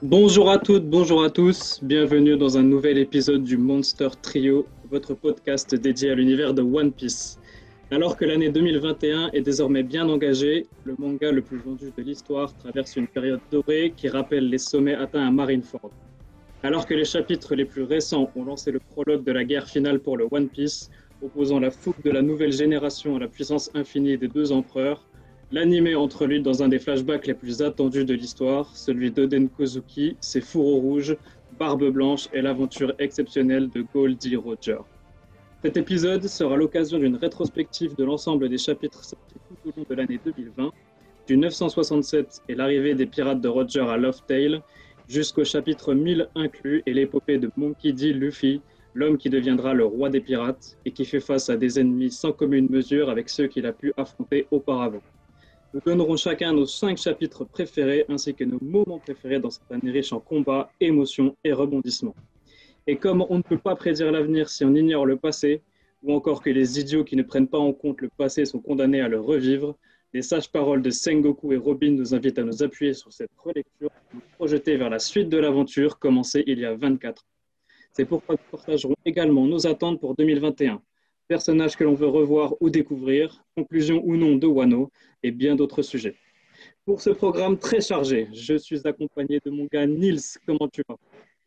Bonjour à toutes, bonjour à tous, bienvenue dans un nouvel épisode du Monster Trio, votre podcast dédié à l'univers de One Piece. Alors que l'année 2021 est désormais bien engagée, le manga le plus vendu de l'histoire traverse une période dorée qui rappelle les sommets atteints à Marineford. Alors que les chapitres les plus récents ont lancé le prologue de la guerre finale pour le One Piece, opposant la fougue de la nouvelle génération à la puissance infinie des deux empereurs, l'anime entrelude dans un des flashbacks les plus attendus de l'histoire, celui d'Oden Kozuki, ses fourreaux rouges, Barbe Blanche et l'aventure exceptionnelle de Goldie Roger. Cet épisode sera l'occasion d'une rétrospective de l'ensemble des chapitres sortis tout au long de l'année 2020, du 967 et l'arrivée des pirates de Roger à Love Tale, jusqu'au chapitre 1000 inclus et l'épopée de Monkey D. Luffy, l'homme qui deviendra le roi des pirates et qui fait face à des ennemis sans commune mesure avec ceux qu'il a pu affronter auparavant. Nous donnerons chacun nos 5 chapitres préférés ainsi que nos moments préférés dans cette année riche en combats, émotions et rebondissements. Et comme on ne peut pas prédire l'avenir si on ignore le passé, ou encore que les idiots qui ne prennent pas en compte le passé sont condamnés à le revivre, les sages paroles de Sengoku et Robin nous invitent à nous appuyer sur cette relecture et nous projeter vers la suite de l'aventure commencée il y a 24 ans. C'est pourquoi nous partagerons également nos attentes pour 2021, personnages que l'on veut revoir ou découvrir, conclusion ou non de Wano, et bien d'autres sujets. Pour ce programme très chargé, je suis accompagné de mon gars Nils. Comment tu vas?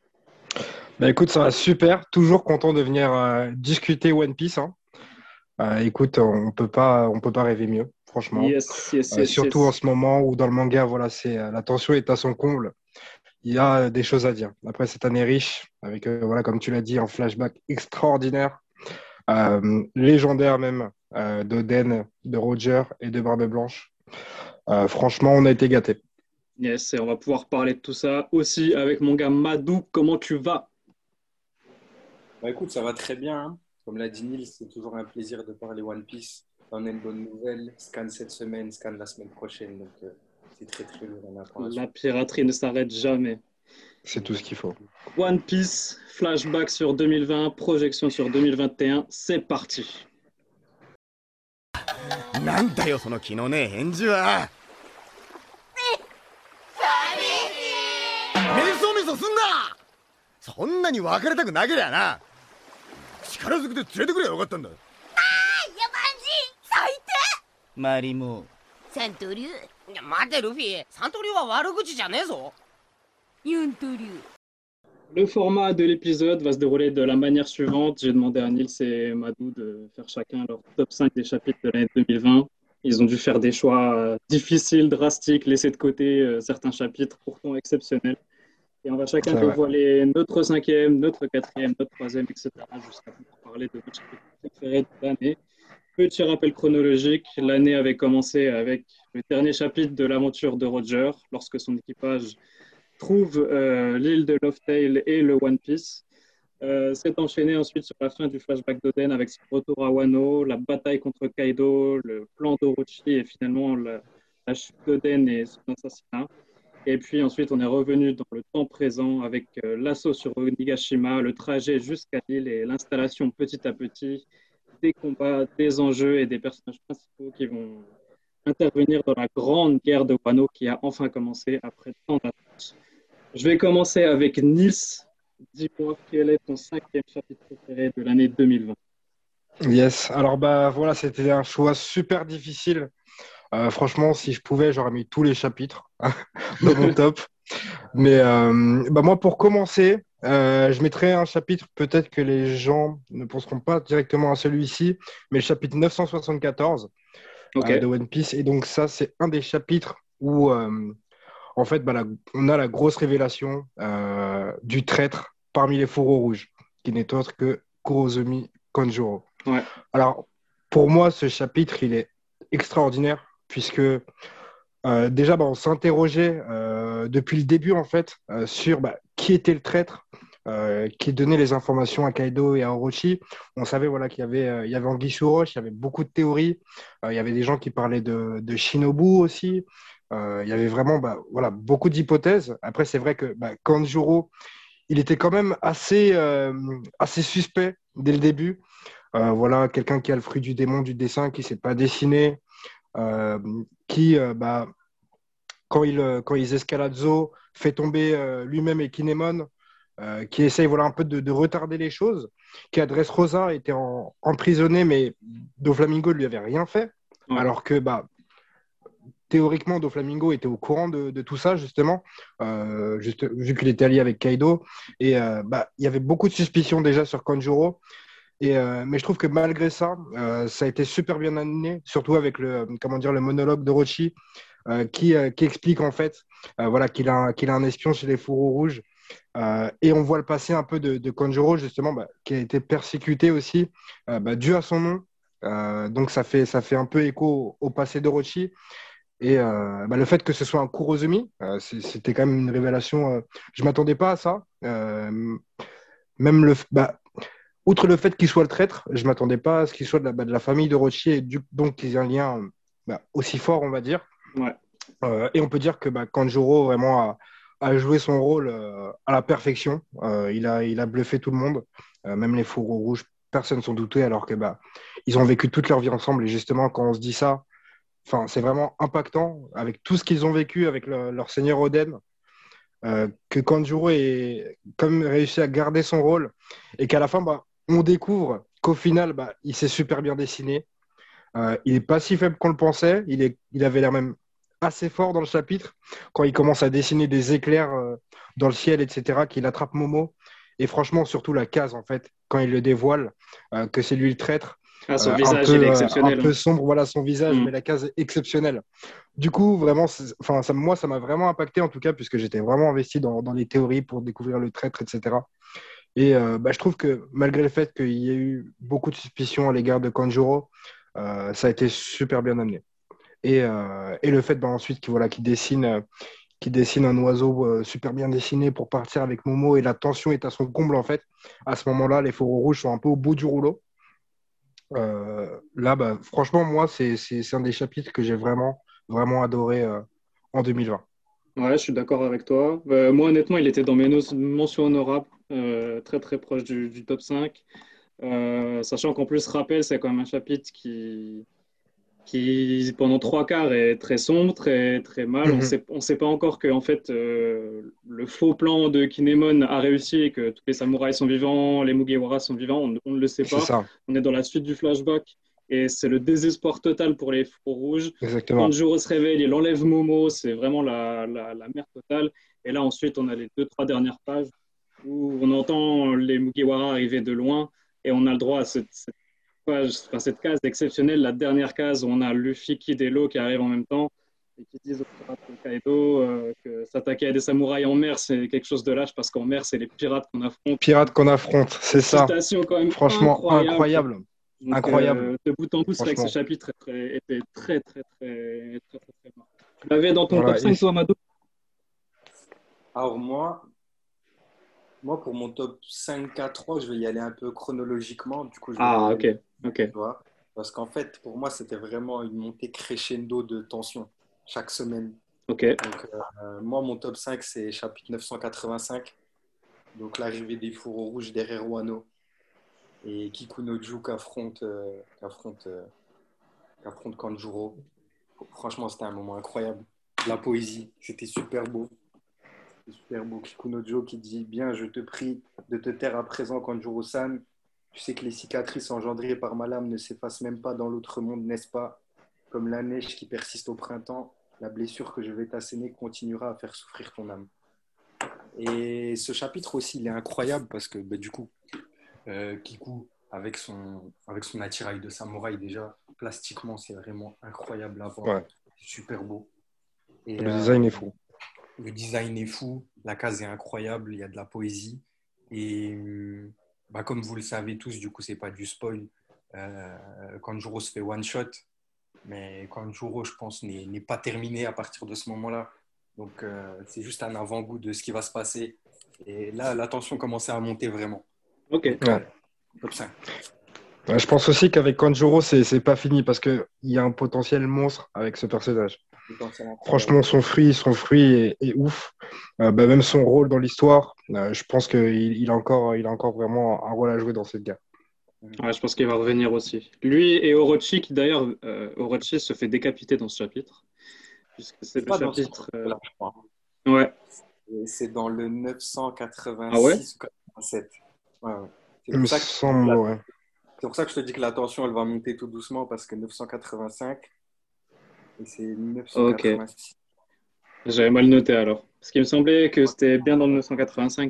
Bah écoute, ça va super. Toujours content de venir discuter One Piece, hein. Écoute, on peut pas rêver mieux, franchement. Yes, yes, yes, Surtout en yes. ce moment où dans le manga, voilà, la tension est à son comble. Il y a des choses à dire. Après cette année riche, avec voilà, comme tu l'as dit, un flashback extraordinaire, légendaire même, d'Oden, de Roger et de Barbe Blanche. Franchement, on a été gâtés. Yes, et on va pouvoir parler de tout ça aussi avec mon gars Madou. Comment tu vas? Bah écoute, ça va très bien, hein. Comme l'a dit Neil, c'est toujours un plaisir de parler One Piece. On a une bonne nouvelle. Scan cette semaine, scan la semaine prochaine. Donc c'est très très lourd en La information. piraterie ne s'arrête jamais. C'est tout ce qu'il faut. One Piece, flashback sur 2020, projection sur 2021, c'est parti. なんだよその気のねえ返事は。メソメソすんな。そんなに別れたくなけりゃな、力ずくで連れてくればよかったんだ。 マリモ三刀流いや待てルフィ、三刀流は悪口じゃねえぞ。 四刀流 Le format de l'épisode va se dérouler de la manière suivante. J'ai demandé à Nils et Madou de faire chacun leur top 5 des chapitres de l'année 2020. Ils ont dû faire des choix difficiles, drastiques, laisser de côté certains chapitres pourtant exceptionnels. Et on va chacun C'est vrai. dévoiler notre cinquième, notre quatrième, notre troisième, etc. jusqu'à pouvoir parler de notre chapitre préféré de l'année. Petit rappel chronologique, l'année avait commencé avec le dernier chapitre de l'aventure de Roger, lorsque son équipage trouve l'île de Loftail et le One Piece. S'est enchaîné ensuite sur la fin du flashback d'Oden avec son retour à Wano, la bataille contre Kaido, le plan d'Orochi et finalement la chute d'Oden et son assassinat. Et puis ensuite, on est revenu dans le temps présent avec l'assaut sur Onigashima, le trajet jusqu'à l'île et l'installation petit à petit des combats, des enjeux et des personnages principaux qui vont intervenir dans la grande guerre de Wano qui a enfin commencé après tant d'attentes. Je vais commencer avec Nils. Dis-moi quel est ton cinquième chapitre préféré de l'année 2020. Yes. Alors bah voilà, c'était un choix super difficile. Franchement, si je pouvais, j'aurais mis tous les chapitres dans mon top. Mais bah moi, pour commencer, je mettrais un chapitre, peut-être que les gens ne penseront pas directement à celui-ci, mais le chapitre 974 Ok, de One Piece. Et donc ça, c'est un des chapitres où, en fait, bah, on a la grosse révélation du traître parmi les fourreaux rouges, qui n'est autre que Kurozomi Kanjuro. ouais, Alors, pour moi, ce chapitre, il est extraordinaire, puisque déjà, bah, on s'interrogeait depuis le début, en fait, sur bah, qui était le traître, qui donnait les informations à Kaido et à Orochi. On savait voilà, il y avait Anguille sous roche, il y avait beaucoup de théories. Il y avait des gens qui parlaient de Shinobu aussi. Il y avait vraiment bah, voilà, beaucoup d'hypothèses. Après, c'est vrai que bah, Kanjuro, il était quand même assez suspect dès le début. Voilà, quelqu'un qui a le fruit du démon du dessin, qui ne s'est pas dessiné, euh, qui, bah, quand ils escaladent Zo, fait tomber lui-même et Kinemon, qui essaye voilà, un peu de retarder les choses, qui adresse Rosa, était emprisonné, mais Doflamingo ne lui avait rien fait, Ouais. alors que théoriquement, Doflamingo était au courant de tout ça, justement, vu qu'il était allié avec Kaido. Et il y avait beaucoup de suspicions déjà sur Kanjuro. Mais je trouve que malgré ça, ça a été super bien amené, surtout avec le monologue d'Orochi, qui explique en fait voilà, qu'il a un espion chez les Fourreaux Rouges. Et on voit le passé un peu de Kanjuro, justement, qui a été persécuté aussi, dû à son nom. Donc ça fait un peu écho au passé d'Orochi. Et le fait que ce soit un Kurozumi, c'était quand même une révélation. Je ne m'attendais pas à ça. Même outre le fait qu'il soit le traître, je ne m'attendais pas à ce qu'il soit de la famille de Rochi et donc qu'il y ait un lien aussi fort, on va dire. Ouais. Et on peut dire que Kanjuro vraiment a joué son rôle à la perfection. Il a bluffé tout le monde, même les Fourreaux Rouges. Personne s'en doutait alors que ils ont vécu toute leur vie ensemble. Et justement, quand on se dit ça, c'est vraiment impactant avec tout ce qu'ils ont vécu avec leur seigneur Oden, que Kanjuro ait comme réussi à garder son rôle et qu'à la fin, on découvre qu'au final, il s'est super bien dessiné. Il n'est pas si faible qu'on le pensait. Il avait l'air même assez fort dans le chapitre quand il commence à dessiner des éclairs dans le ciel, etc., qu'il attrape Momo. Et franchement, surtout la case, en fait, quand il le dévoile, que c'est lui le traître. Son visage, il est exceptionnel. Un peu sombre, voilà son visage, mais la case est exceptionnelle. Du coup, vraiment, moi, ça m'a vraiment impacté, en tout cas, puisque j'étais vraiment investi dans les théories pour découvrir le traître, etc. Et je trouve que malgré le fait qu'il y ait eu beaucoup de suspicions à l'égard de Kanjuro, ça a été super bien amené. Et le fait ensuite qu'il dessine un oiseau super bien dessiné pour partir avec Momo et la tension est à son comble en fait. À ce moment-là, les Fourreaux Rouges sont un peu au bout du rouleau. Là, franchement, moi, c'est un des chapitres que j'ai vraiment, vraiment adoré en 2020. Ouais, je suis d'accord avec toi. Moi, honnêtement, il était dans mes mentions honorables, très très proche du top 5. Sachant qu'en plus, Rappel, c'est quand même un chapitre qui pendant trois quarts est très sombre, très, très mal. On sait pas encore que en fait, le faux plan de Kinemon a réussi et que tous les samouraïs sont vivants, les Mugiwara sont vivants, on ne le sait pas. Ça. On est dans la suite du flashback et c'est le désespoir total pour les Fourreaux Rouges. Exactement. Quand Juro se réveille, il enlève Momo, c'est vraiment la merde totale. Et là, ensuite, on a les 2-3 dernières pages où on entend les Mugiwara arriver de loin et on a le droit à cette case exceptionnelle, la dernière case où on a Luffy, Kid et Law qui arrivent en même temps et qui disent aux pirates de Kaido que s'attaquer à des samouraïs en mer, c'est quelque chose de lâche parce qu'en mer, c'est les pirates qu'on affronte. C'est ça. Citation quand même franchement incroyable. Donc, incroyable. De bout en bout, c'est vrai que ce chapitre était très, très, très, très, très, très bon. Tu l'avais dans ton top 5, toi, Mado? Alors moi, pour mon top 5-4-3, je vais y aller un peu chronologiquement. Du coup, ok. Parce qu'en fait, pour moi, c'était vraiment une montée crescendo de tension chaque semaine. Ok. Donc, moi, mon top 5, c'est chapitre 985. Donc, l'arrivée des Fourreaux Rouges derrière Wano. Et Kikunoju qui affronte Kanjuro. Franchement, c'était un moment incroyable. La poésie, c'était super beau. Kikunojo qui dit « Bien, je te prie de te taire à présent, Kanjuro-san. Tu sais que les cicatrices engendrées par ma lame ne s'effacent même pas dans l'autre monde, n'est-ce pas? Comme la neige qui persiste au printemps, la blessure que je vais t'asséner continuera à faire souffrir ton âme. » Et ce chapitre aussi, il est incroyable parce que du coup, Kiku, avec son attirail de samouraï déjà, plastiquement, c'est vraiment incroyable à voir. Ouais. C'est super beau. Et, le design est fou. Le design est fou, la case est incroyable, il y a de la poésie. Et comme vous le savez tous, du coup, c'est pas du spoil. Kanjuro se fait one shot, mais Kanjuro, je pense, n'est pas terminé à partir de ce moment-là. Donc, c'est juste un avant-goût de ce qui va se passer. Et là, la tension commençait à monter vraiment. Ok. Donc, top 5. Je pense aussi qu'avec Kanjuro, c'est pas fini parce qu'il y a un potentiel monstre avec ce personnage. Franchement, son fruit est ouf. Même son rôle dans l'histoire, je pense qu'il a encore vraiment un rôle à jouer dans cette guerre. Ouais, je pense qu'il va revenir aussi. Lui et Orochi, qui d'ailleurs, Orochi se fait décapiter dans ce chapitre. puisque c'est C'est le pas dans ce chapitre. là je crois. Ouais. Et c'est dans le Ah ouais? 986 ou 87. Ouais, ouais. C'est Il pour me ça que semble, ouais. c'est pour ça que je te dis que la tension, elle va monter tout doucement parce que 985 et c'est Ok. 986. J'avais mal noté alors. Parce qu'il me semblait que c'était bien dans le 985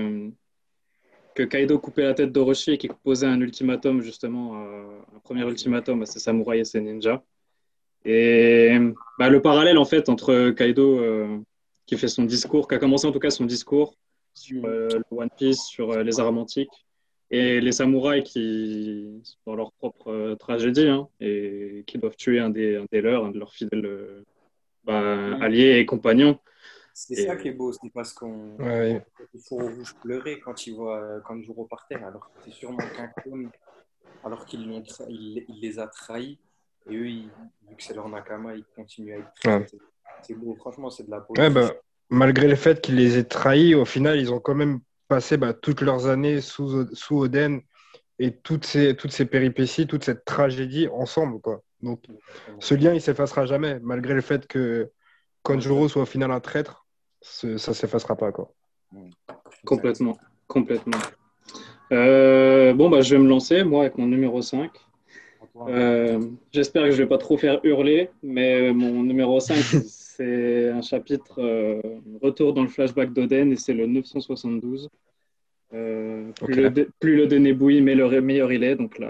que Kaido coupait la tête d'Orochi et qu'il posait un ultimatum, justement, un premier ultimatum à ses samouraïs et ses ninjas. Et bah, le parallèle, en fait, entre Kaido, qui fait son discours, qui a commencé en tout cas son discours sur Mhm. le One Piece, sur les arts antiques, et les samouraïs qui sont dans leur propre tragédie, hein, et qui doivent tuer un des leurs, un de leurs fidèles Mhm. alliés et compagnons. C'est ça qui est Et beau, c'est parce qu'on Ouais. il faut rouge pleurer quand il voit Kanjuro par terre, alors que c'est sûrement qu'un clone, alors il les a trahis, et eux, vu que c'est leur nakama, ils continuent à être Ouais. tristes. C'est beau, franchement, c'est de la Ouais, poésie. bah, malgré le fait qu'ils les aient trahis, au final, ils ont quand même passé toutes leurs années sous Oden et toutes ces péripéties, toute cette tragédie ensemble, quoi. Donc, Exactement. ce lien, il s'effacera jamais, malgré le fait que Moi, je Kanjuro soit au final un traître, ça s'effacera pas, quoi. Mm. Exactement. complètement, complètement. Bon, bah, je vais me lancer, moi, avec mon numéro 5. Antoine. J'espère que je ne vais pas trop faire hurler, mais mon numéro 5, c'est un chapitre retour dans le flashback d'Oden et c'est le 972. Ok. Plus l'Oden est bouilli, mais le meilleur il est, donc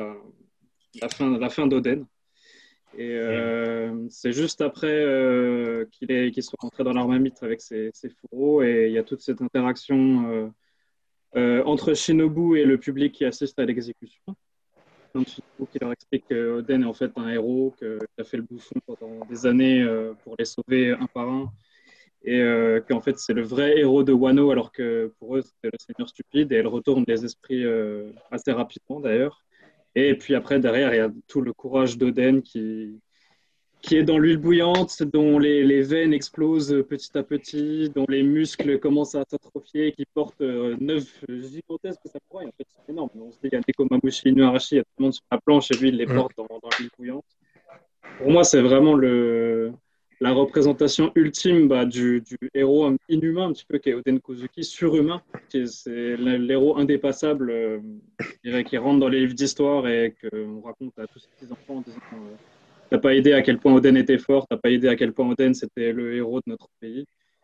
la fin d'Oden. Et c'est juste après qu'il soit rentré dans l'armamite avec ses fourreaux et il y a toute cette interaction entre Shinobu et le public qui assiste à l'exécution. Donc, Shinobu qui leur explique que Oden est en fait un héros, qu'il a fait le bouffon pendant des années pour les sauver un par un et qu'en fait c'est le vrai héros de Wano alors que pour eux c'était le seigneur stupide et elle retourne les esprits assez rapidement d'ailleurs. Et puis après derrière il y a tout le courage d'Oden qui est dans l'huile bouillante, dont les veines explosent petit à petit, dont les muscles commencent à s'atrophier, qui porte 9 gigantesques samouraïs. En fait, c'est énorme. On se dit, il y a Nekomamushi, Inuarashi, il y a tout le monde sur la planche, et lui, il les Mm. porte dans l'huile bouillante. Pour moi, c'est vraiment la représentation ultime du héros inhumain, un petit peu, qui est Oden Kozuki, surhumain. C'est l'héros indépassable, je dirais, qui rentre dans les livres d'histoire et qu'on raconte à tous ses petits-enfants en disant t'as pas idée à quel point Oden était fort, t'as pas idée à quel point Oden c'était le héros de notre pays.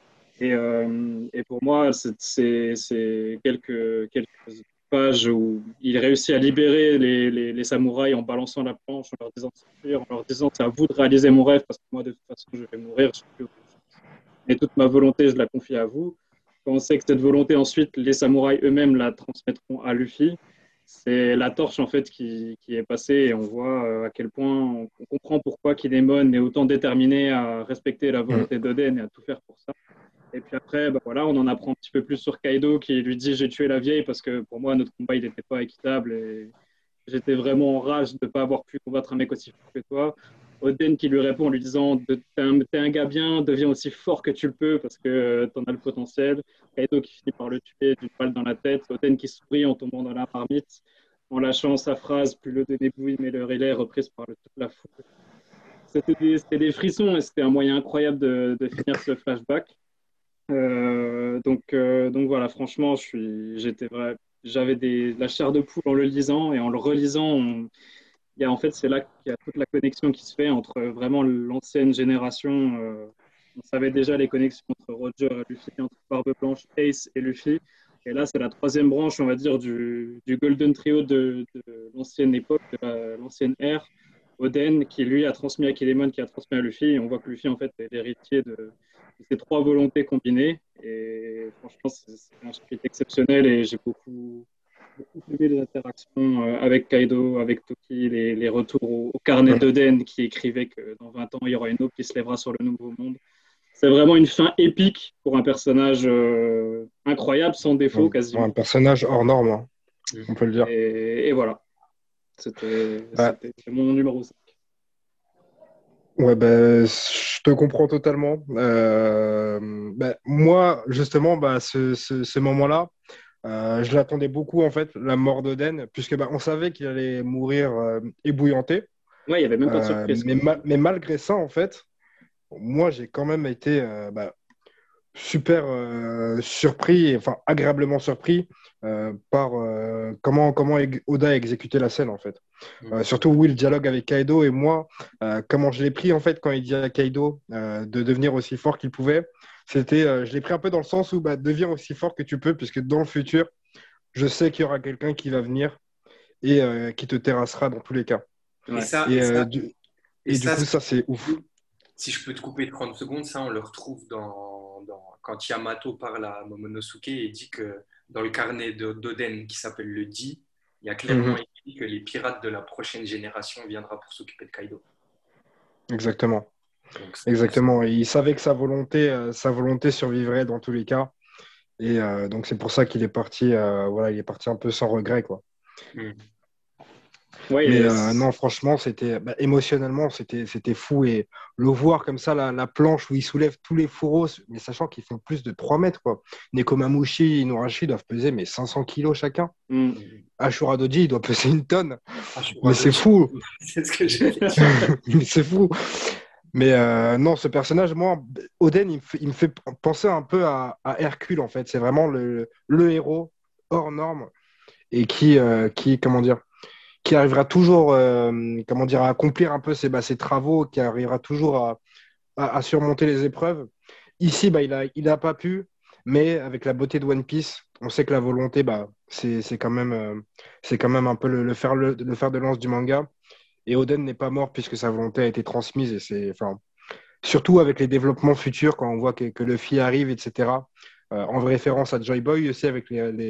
Et pour moi, c'est quelques pages où il réussit à libérer les samouraïs en balançant la planche, en leur disant de s'enfuir, en leur disant c'est à vous de réaliser mon rêve parce que moi de toute façon je vais mourir, je n'ai plus aucune chance. Et toute ma volonté, je la confie à vous. Quand on sait que cette volonté, ensuite, les samouraïs eux-mêmes la transmettront à Luffy, c'est la torche en fait qui est passée et on voit à quel point on comprend pourquoi Kinemon est autant déterminé à respecter la Mm. volonté d'Oden et à tout faire pour ça. Et puis après, bah voilà, on en apprend un petit peu plus sur Kaido qui lui dit j'ai tué la vieille parce que pour moi notre combat il n'était pas équitable et j'étais vraiment en rage de ne pas avoir pu combattre un mec aussi fort que toi. Oden qui lui répond en lui disant t'es un gars bien, deviens aussi fort que tu le peux parce que t'en as le potentiel. Kaido qui finit par le tuer d'une balle dans la tête. Oden qui sourit en tombant dans la marmite, en lâchant sa phrase plus le débouille mais le relais reprise par toute la foule. C'était des frissons et c'était un moyen incroyable de finir ce flashback. Donc voilà, franchement, j'avais la chair de poule en le lisant et en le relisant. En fait, c'est là qu'il y a toute la connexion qui se fait entre vraiment l'ancienne génération. On savait déjà les connexions entre Roger et Luffy, entre Barbe Blanche, Ace et Luffy. Et là, c'est la troisième branche, on va dire, du Golden Trio de l'ancienne époque, de l'ancienne ère. Oden, qui lui a transmis à Kinemon, qui a transmis à Luffy. Et on voit que Luffy, en fait, est l'héritier de ces trois volontés combinées. Et franchement, c'est un chapitre exceptionnel et j'ai beaucoup aimé les interactions avec Kaido, avec Toki, les retours au carnet Mm. d'Oden qui écrivait que dans 20 ans, il y aura une aube qui se lèvera sur le nouveau monde. C'est vraiment une fin épique pour un personnage incroyable, sans défaut Un quasiment. personnage hors norme, hein, on peut le dire. Et voilà, Bah, c'était mon numéro 5. ouais, bah, je te comprends totalement. Moi, justement, ce moment-là, je l'attendais beaucoup, en fait, la mort d'Oden, puisque on savait qu'il allait mourir ébouillanté. Ouais, il n'y avait même pas de surprise, quoi. Mais malgré ça, en fait, moi, j'ai quand même été super surpris, enfin agréablement surpris par comment Oda a exécuté la scène en fait. Surtout oui, le dialogue avec Kaido et moi, comment je l'ai pris en fait quand il dit à Kaido de devenir aussi fort qu'il pouvait. Je l'ai pris un peu dans le sens où deviens aussi fort que tu peux, puisque dans le futur, je sais qu'il y aura quelqu'un qui va venir et qui te terrassera dans tous les cas. Et Ouais. ça, Et, et ça, et et du ça, coup, ça c'est ouf. si je peux te couper 30 secondes, ça, on le retrouve quand Yamato parle à Momonosuke et dit que dans le carnet d'Oden qui s'appelle le Di, il y a clairement Mhm. écrit que les pirates de la prochaine génération viendra pour s'occuper de Kaido. Exactement. Donc, Exactement. Et il savait que sa volonté survivrait dans tous les cas. Et donc c'est pour ça qu'il est parti, voilà, il est parti un peu sans regret, quoi. hmm. Ouais, Mais non, franchement, émotionnellement, c'était fou. Et le voir comme ça, la planche où il soulève tous les fourreaux, mais sachant qu'ils font plus de 3 mètres, quoi. Nekomamushi et Inuarashi doivent peser mais 500 kilos chacun. Mm. Ashura Doji, il doit peser une tonne. Ashura Mais c'est Doji, fou. c'est ce que j'allais dire. C'est fou. Mais non, ce personnage, moi, Oden, il me fait penser un peu à Hercule, en fait. C'est vraiment le héros hors norme et comment dire, qui arrivera toujours comment dire, à accomplir un peu ses travaux, qui arrivera toujours à surmonter les épreuves. Ici, il a pas pu, mais avec la beauté de One Piece, on sait que la volonté, c'est quand même un peu le fer de lance du manga. Et Oden n'est pas mort puisque sa volonté a été transmise. Et enfin, surtout avec les développements futurs, quand on voit que Luffy arrive, etc. En référence à Joy Boy aussi, avec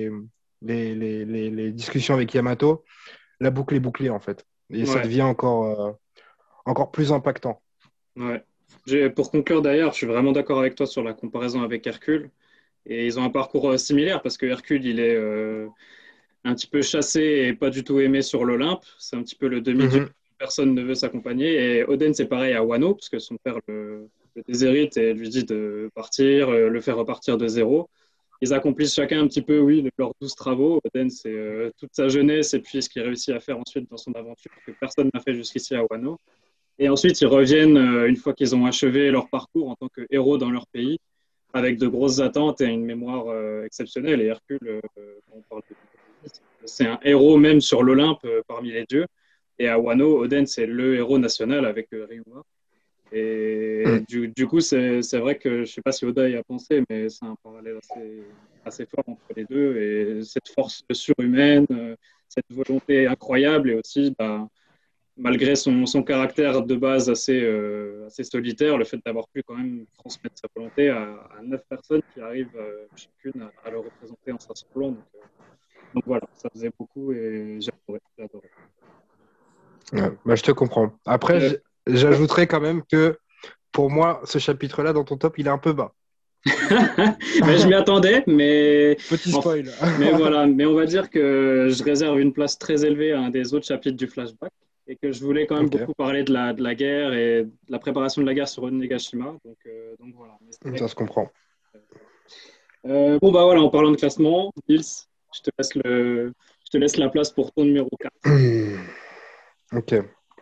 les discussions avec Yamato, la boucle est bouclée en fait. Et ça Ouais, devient encore plus impactant. ouais. Pour conclure d'ailleurs, je suis vraiment d'accord avec toi sur la comparaison avec Hercule. Et ils ont un parcours similaire parce que Hercule, il est un petit peu chassé et pas du tout aimé sur l'Olympe. C'est un petit peu le demi-dieu. Mhm. Personne ne veut s'accompagner. Et Oden, c'est pareil à Wano, parce que son père le déshérite et lui dit de partir, le faire repartir de zéro. Ils accomplissent chacun un petit peu, oui, leurs 12 travaux. Oden, c'est toute sa jeunesse et puis ce qu'il réussit à faire ensuite dans son aventure que personne n'a fait jusqu'ici à Wano. Et ensuite, ils reviennent une fois qu'ils ont achevé leur parcours en tant que héros dans leur pays, avec de grosses attentes et une mémoire exceptionnelle. Et Hercule, quand on parle de c'est un héros même sur l'Olympe parmi les dieux. Et à Wano, Oden, c'est le héros national avec Ryuma. Et Mhm. du coup, c'est vrai que je ne sais pas si Oda y a pensé, mais c'est un parallèle assez fort entre les deux. Et cette force surhumaine, cette volonté incroyable, et aussi, malgré son caractère de base assez solitaire, le fait d'avoir pu quand même transmettre sa volonté à 9 personnes qui arrivent chacune à le représenter en s'assemblant. Donc voilà, ça faisait beaucoup et j'ai adoré. Ouais, je te comprends. Après, Euh, ouais. j'ajouterais quand même que pour moi, ce chapitre-là dans ton top, il est un peu bas. Mais je m'y attendais, Petit en- spoil. mais voilà, mais on va dire que je réserve une place très élevée à un des autres chapitres du flashback et que je voulais quand même Ok, beaucoup parler de la guerre et de la préparation de la guerre sur Onigashima. Donc voilà. Mais c'est vrai ça se comprend. bon, bah voilà, en parlant de classement, Nils, je te laisse la place pour ton numéro 4. Ok.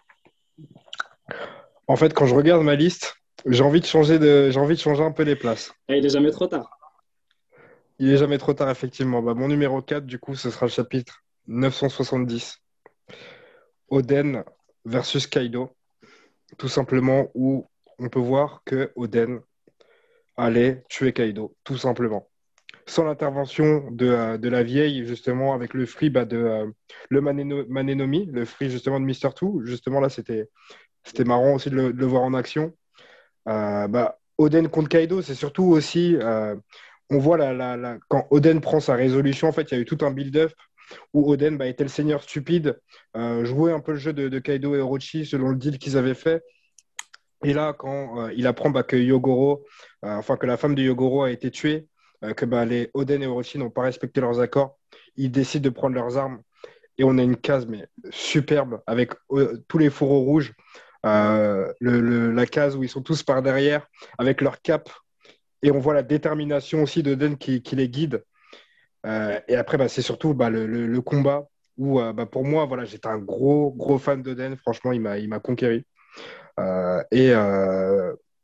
En fait, quand je regarde ma liste, j'ai envie de changer un peu les places. Ah, il est jamais trop tard. Il est jamais trop tard, effectivement. Mon numéro 4, du coup, ce sera le chapitre 970. Oden versus Kaido. Tout simplement, où on peut voir que Oden allait tuer Kaido, tout simplement. Sans l'intervention de la vieille, justement, avec le free le Manenomi, le free justement de Mister Two. Justement, là, c'était marrant aussi de le voir en action. Oden contre Kaido, c'est surtout aussi, on voit quand Oden prend sa résolution, en fait, il y a eu tout un build-up où Oden était le seigneur stupide, jouait un peu le jeu de Kaido et Orochi selon le deal qu'ils avaient fait. Et là, quand il apprend que que la femme de Yogoro a été tuée, que les Oden et Orochi n'ont pas respecté leurs accords, ils décident de prendre leurs armes. Et on a une case mais superbe avec tous les fourreaux rouges, la case où ils sont tous par derrière avec leur cap. Et on voit la détermination aussi d'Oden qui les guide. Et après, c'est surtout le combat où, pour moi, voilà, j'étais un gros fan d'Oden. Franchement, il m'a conquéri. Et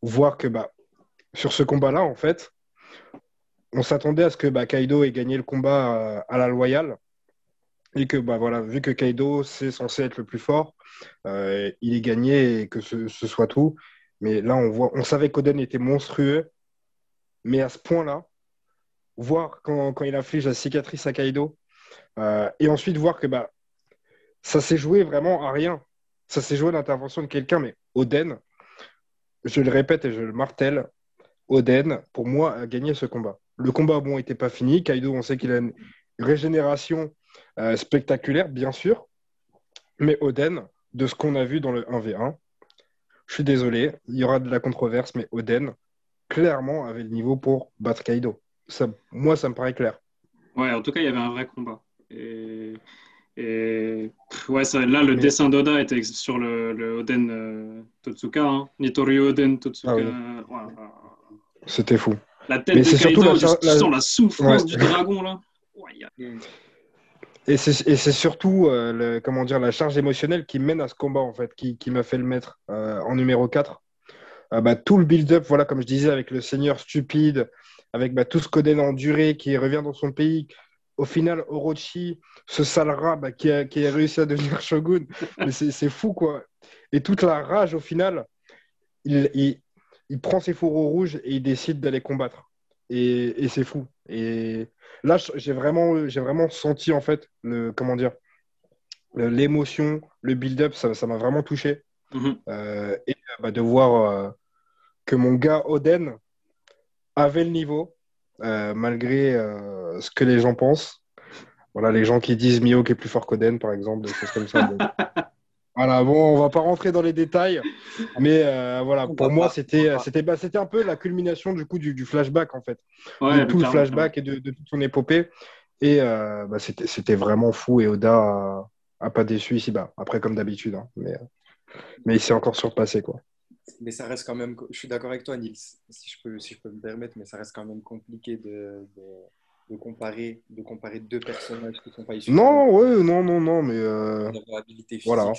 voir que sur ce combat-là, en fait, on s'attendait à ce que Kaido ait gagné le combat à la loyale. Et que voilà, vu que Kaido, c'est censé être le plus fort, il est gagné et que ce soit tout. Mais là, on savait qu'Oden était monstrueux. Mais à ce point-là, voir quand il inflige la cicatrice à Kaido, et ensuite voir que ça s'est joué vraiment à rien. Ça s'est joué à l'intervention de quelqu'un, mais Oden, je le répète et je le martèle, Oden, pour moi, a gagné ce combat. Le combat, bon, n'était pas fini. Kaido, on sait qu'il a une régénération spectaculaire, bien sûr. Mais Oden, de ce qu'on a vu dans le 1v1, je suis désolé, il y aura de la controverse, mais Oden, clairement, avait le niveau pour battre Kaido. Moi, ça me paraît clair. Ouais, en tout cas, il y avait un vrai combat. Ouais, là, le dessin d'Oda était sur le Oden Totsuka. Hein. Nitori Oden Totsuka. Ah oui. Ouais. C'était fou. La tête mais de c'est Kaido, surtout tu sens la souffrance ouais. du dragon, là. Ouais, Et c'est surtout la charge émotionnelle qui mène à ce combat, en fait, qui m'a fait le mettre en numéro 4. Tout le build-up, voilà, comme je disais, avec le seigneur stupide, avec tout ce qu'Oden a enduré, qui revient dans son pays. Au final, Orochi, ce sale rat qui a réussi à devenir shogun. Mais c'est fou, quoi. Et toute la rage, au final, il prend ses fourreaux rouges et il décide d'aller combattre. Et c'est fou. Et là, j'ai vraiment senti, en fait, l'émotion, le build-up, ça m'a vraiment touché. Et de voir que mon gars Oden avait le niveau, malgré ce que les gens pensent. Voilà, les gens qui disent Mihawk est plus fort qu'Oden, par exemple, des choses comme ça. Voilà, bon, on va pas rentrer dans les détails, mais voilà, pour moi, c'était un peu la culmination du coup du flashback, en fait. Ouais, de tout le flashback et de toute son épopée. Et c'était vraiment fou et Oda a pas déçu ici-bas. Après, comme d'habitude, hein, mais il s'est encore surpassé, quoi. Mais ça reste quand même, je suis d'accord avec toi, Nils, si je peux me permettre, mais ça reste quand même compliqué de comparer deux personnages qui ne sont pas issus Non, mais leur habilité physique. voilà.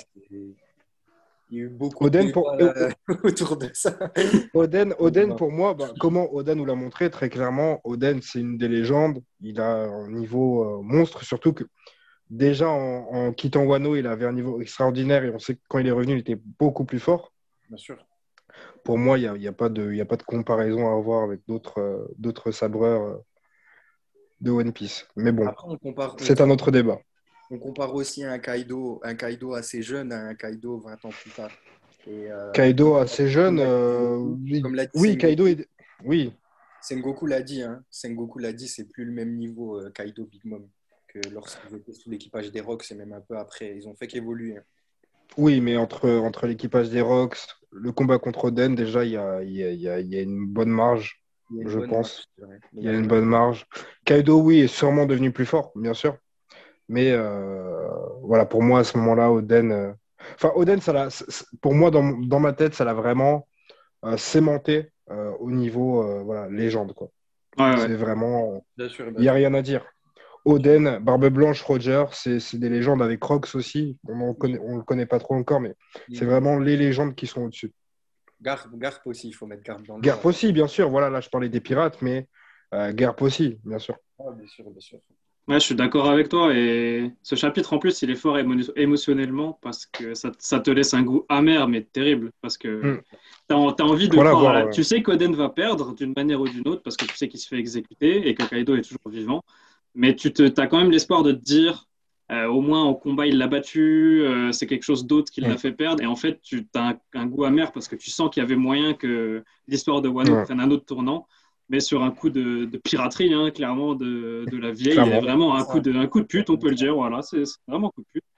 Il y a eu beaucoup Oden de débats autour de ça. Oden pour moi, comment Oden nous l'a montré, très clairement, Oden, c'est une des légendes. Il a un niveau monstre, surtout que déjà en quittant Wano, il avait un niveau extraordinaire et on sait que quand il est revenu, il était beaucoup plus fort. Bien sûr. Pour moi, il n'y a pas de comparaison à avoir avec d'autres sabreurs de One Piece. Mais bon, après, c'est un autre débat. On compare aussi un Kaido assez jeune à un Kaido 20 ans plus tard. Kaido assez jeune, oui, Kaido est... Oui. Sengoku l'a dit, c'est plus le même niveau Kaido Big Mom que lorsqu'ils étaient sous l'équipage des Rocks et même un peu après. Ils ont fait qu'évoluer. Oui, mais entre l'équipage des Rocks, le combat contre Oden, déjà, il y a une bonne marge, je pense. Il y a une bonne marge. Kaido, oui, est sûrement devenu plus fort, bien sûr. Mais voilà, pour moi, à ce moment-là, Oden... Oden, pour moi, dans ma tête, ça l'a vraiment sémenté au niveau légende, quoi. Ouais. C'est vraiment... Il n'y a rien à dire. Oden, Barbe Blanche, Roger, c'est des légendes avec Rox aussi. On le connaît pas trop encore, mais c'est vraiment les légendes qui sont au-dessus. Garp aussi, il faut mettre Garp dans le... Garp aussi, bien sûr. Voilà, là, je parlais des pirates, mais Garp aussi, bien sûr. Ah, bien sûr. Ouais, je suis d'accord avec toi. Et ce chapitre, en plus, il est fort émotionnellement parce que ça te laisse un goût amer, mais terrible. Parce que tu as envie de croire. Tu sais qu'Oden va perdre d'une manière ou d'une autre parce que tu sais qu'il se fait exécuter et que Kaido est toujours vivant. Mais tu as quand même l'espoir de te dire, au moins en combat, il l'a battu, c'est quelque chose d'autre qui l'a fait perdre. Et en fait, tu as un goût amer parce que tu sens qu'il y avait moyen que l'histoire de Wano prenne un autre tournant. Mais sur un coup de piraterie, hein, clairement, de la vieille, il y a vraiment un coup de pute, on peut le dire. Voilà, c'est vraiment un coup de pute.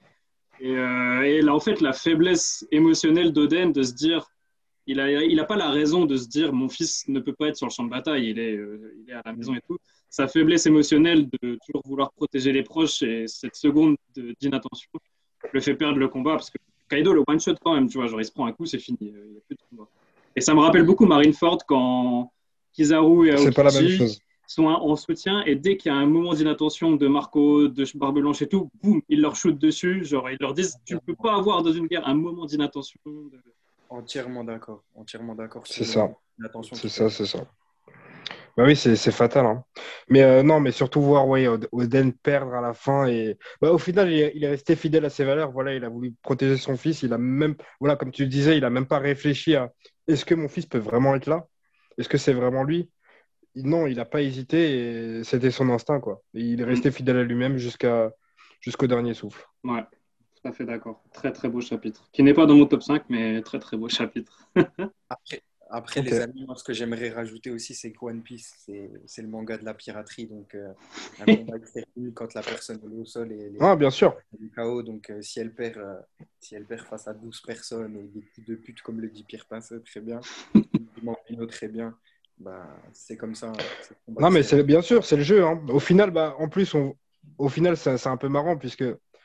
Et là, en fait, la faiblesse émotionnelle d'Oden de se dire, il a pas la raison de se dire, mon fils ne peut pas être sur le champ de bataille, il est à la maison et tout. Sa faiblesse émotionnelle de toujours vouloir protéger les proches et cette seconde d'inattention le fait perdre le combat parce que Kaido le one-shot quand même, tu vois, genre il se prend un coup, c'est fini, il n'y a plus de combat. Et ça me rappelle beaucoup Marineford quand Kizaru et Aokiji sont en soutien et dès qu'il y a un moment d'inattention de Marco, de Barbe Blanche et tout, boum, ils leur shootent dessus, genre ils leur disent tu ne peux pas avoir dans une guerre un moment d'inattention. Entièrement d'accord. Entièrement d'accord C'est sur ça, l'attention c'est qu'il ça, porte. c'est ça. Bah oui, c'est fatal, hein. Mais non, mais surtout voir ouais, Oden perdre à la fin. Et bah, au final, il est resté fidèle à ses valeurs. Voilà, il a voulu protéger son fils. Il a même, voilà, comme tu le disais, il a même pas réfléchi à est-ce que mon fils peut vraiment être là? Est-ce que c'est vraiment lui? Non, il n'a pas hésité et c'était son instinct, quoi. Et il est Mm. resté fidèle à lui-même jusqu'au dernier souffle. Ouais, tout à fait d'accord. Très très beau chapitre. Qui n'est pas dans mon top 5, mais très très beau chapitre. Après, après, Ok. les amis, moi, ce que j'aimerais rajouter aussi, c'est que One Piece, c'est le manga de la piraterie. Donc, un combat extermine quand la personne est au sol et Ah, les bien sûr. du KO. Donc, si elle perd face à 12 personnes et des coups de pute, comme le dit Pierre Pinceux, très bien, Mambino, très bien, bah, c'est comme ça, hein. C'est le combat Non, mais c'est extermine. bien sûr, c'est le jeu, hein. Au final, bah, en plus, au final, c'est un peu marrant puisque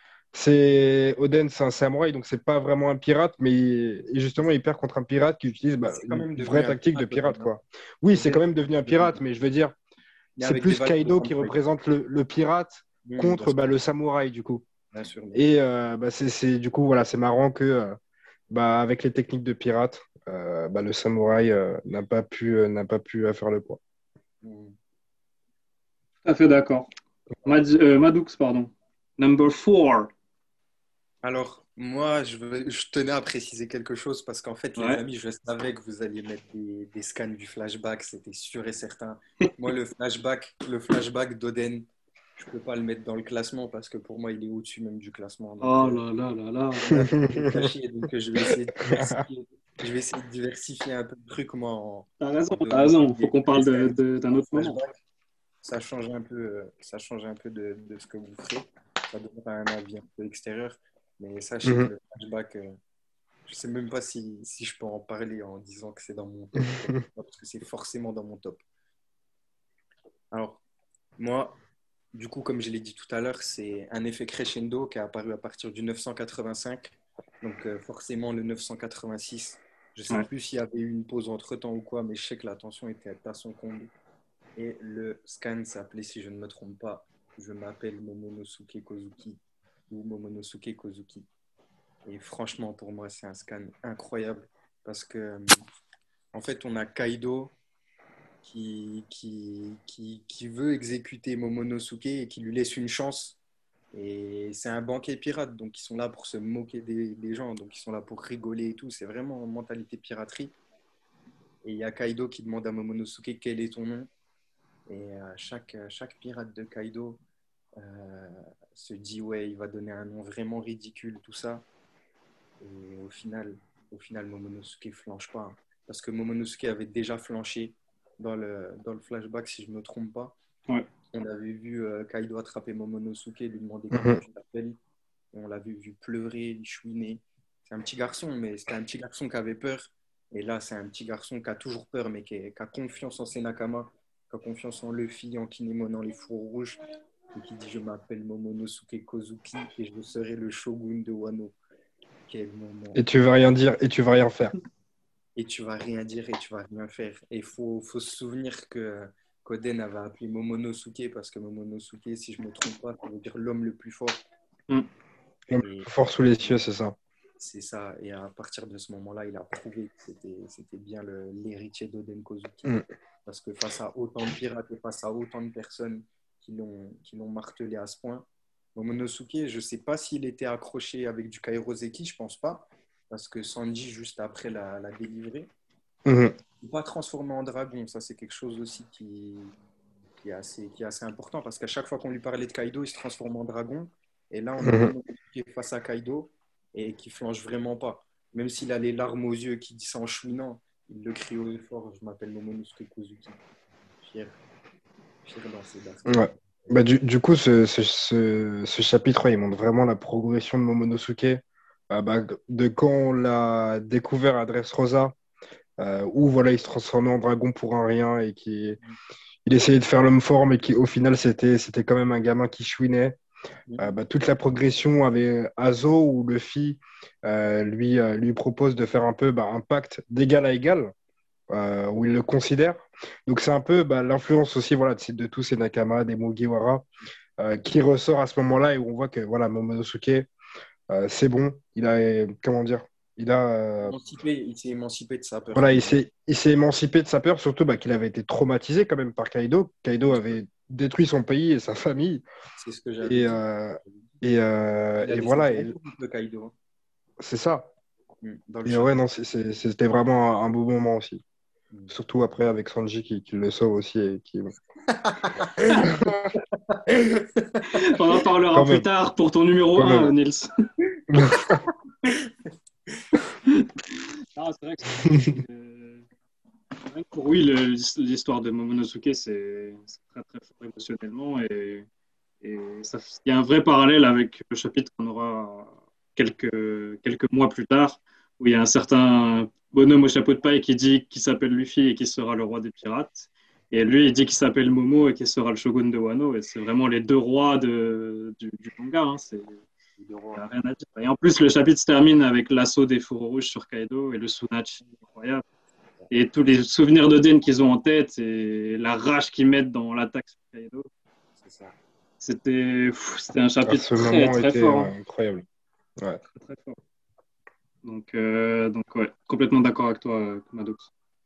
c'est Oden, c'est un samouraï, donc c'est pas vraiment un pirate, mais et justement, il perd contre un pirate qui utilise Mais bah, c'est quand une même devenu vraie un tactique de pirate, pirate, Oden, hein. quoi. Oui, c'est Oden, quand même devenu un pirate, mais je veux dire, mais c'est avec des plus valeurs de Kaido qui samouraï. représente le pirate Bien contre sûr, bah, le samouraï, du coup. bien sûr, bien sûr. Et bah, du coup, voilà, c'est marrant que bah, avec les techniques de pirate, bah, le samouraï n'a pas pu faire le poids. Mm. Tout à fait d'accord. Maddox, pardon. Number 4. Alors, moi, je tenais à préciser quelque chose parce qu'en fait, les Ouais. amis, je savais que vous alliez mettre des scans du flashback, c'était sûr et certain. Moi, le flashback d'Oden, je peux pas le mettre dans le classement parce que pour moi, il est au-dessus même du classement. Donc, Oh là là là là. on a trop de cachets, donc je vais essayer de diversifier. Je vais essayer de diversifier un peu le truc, moi, en T'as donnant raison. Faut des qu'on des parle scans d'un dans le autre moment. flashback. Ça change un peu de ce que vous ferez. Ça donne un avis un peu extérieur. Mais sachez que Mhm. le flashback, je sais même pas si je peux en parler en disant que c'est dans mon top, parce que c'est forcément dans mon top. Alors, moi, du coup, comme je l'ai dit tout à l'heure, c'est un effet crescendo qui est apparu à partir du 985. Donc, forcément, le 986. Je sais Ouais. plus s'il y avait eu une pause entre-temps ou quoi, mais je sais que la tension était à son comble. Et le scan s'appelait, si je ne me trompe pas, je m'appelle Momonosuke Kozuki ou Momonosuke Kozuki. Et franchement, pour moi, c'est un scan incroyable parce que, en fait, on a Kaido qui veut exécuter Momonosuke et qui lui laisse une chance. Et c'est un banquet pirate, donc ils sont là pour se moquer des gens, donc ils sont là pour rigoler et tout. C'est vraiment une mentalité piraterie. Et il y a Kaido qui demande à Momonosuke quel est ton nom. Et chaque pirate de Kaido euh, se dit ouais, il va donner un nom vraiment ridicule, tout ça. Et au final Momonosuke flanche pas, hein. Parce que Momonosuke avait déjà flanché dans le flashback, si je ne me trompe pas. Ouais. On avait vu Kaido attraper Momonosuke, lui demander comment Mhm. tu t'appelles. Et on l'avait vu pleurer, chouiner. C'est un petit garçon, mais c'était un petit garçon qui avait peur. Et là, c'est un petit garçon qui a toujours peur, mais qui a confiance en ses Nakama, qui a confiance en Luffy, en Kinemon, en les fours rouges, et qui dit je m'appelle Momonosuke Kozuki et je serai le shogun de Wano. Quel moment. Et tu veux rien dire et tu veux rien faire. Et tu vas rien dire et tu vas rien faire. Et il faut se souvenir que Koden avait appelé Momonosuke parce que Momonosuke, si je ne me trompe pas, ça veut dire l'homme le plus fort. Mm. Le Et plus fort sous les cieux, c'est ça. c'est ça. Et à partir de ce moment-là, il a prouvé que c'était bien l'héritier d'Oden Kozuki. Mm. Parce que face à autant de pirates et face à autant de personnes qui l'ont martelé à ce point, Momonosuke, je ne sais pas s'il était accroché avec du Kairoseki, je pense pas. Parce que Sanji, juste après, l'a délivré. Mhm. Pas transformé en dragon, ça c'est quelque chose aussi qui est assez important parce qu'à chaque fois qu'on lui parlait de Kaido, il se transforme en dragon. Et là, on a Mhm. Momonosuke qui est face à Kaido et qui flanche vraiment pas. Même s'il a les larmes aux yeux, qui dit ça en chouinant, il le crie haut et fort, je m'appelle Momonosuke Kozuki. Fier, fier dans ses baskets. Ouais. Bah, du coup, ce chapitre, il montre vraiment la progression de Momonosuke. Bah, de quand on l'a découvert à Dressrosa, où voilà, il se transformait en dragon pour un rien et il essayait de faire l'homme fort, mais qui au final, c'était quand même un gamin qui chouinait. Bah, toute la progression avec Azo, où Luffy lui propose de faire un peu bah, un pacte d'égal à égal, où il le considère. Donc c'est un peu bah, l'influence aussi voilà, de tous ces Nakama, des Mugiwara, qui ressort à ce moment-là et où on voit que voilà, Momonosuke, c'est bon, il a, comment dire, Il a, Il s'est émancipé de sa peur. voilà, il s'est émancipé de sa peur, surtout qu'il avait été traumatisé quand même par Kaido. Kaido avait détruit son pays et sa famille. C'est ce que j'avais Et, dit. et, Il a et laissé voilà, grand coup de Kaido. c'est ça. Dans le Et château. ouais, non, c'était vraiment un beau moment aussi. Surtout après avec Sanji qui le sauve aussi. Et qui... On en parlera Quand plus même, tard pour ton numéro quand 1, même. Nils. Ah, c'est vrai que c'est vrai que pour oui, l'histoire de Momonosuke, c'est très très fort émotionnellement et il y a un vrai parallèle avec le chapitre qu'on aura quelques mois plus tard, où il y a un certain bonhomme au chapeau de paille qui dit qu'il s'appelle Luffy et qui sera le roi des pirates. Et lui, il dit qu'il s'appelle Momo et qu'il sera le shogun de Wano. Et c'est vraiment les deux rois du manga. Hein. Il n'y a rien à dire. Et en plus, le chapitre se termine avec l'assaut des fourreaux rouges sur Kaido et le Tsunachi incroyable. Et tous les souvenirs d'Oden qu'ils ont en tête et la rage qu'ils mettent dans l'attaque sur Kaido. C'est ça. C'était un chapitre Ce très, moment très était fort. Hein. incroyable. Ouais. Très, très fort. Donc ouais, complètement d'accord avec toi, Maddox.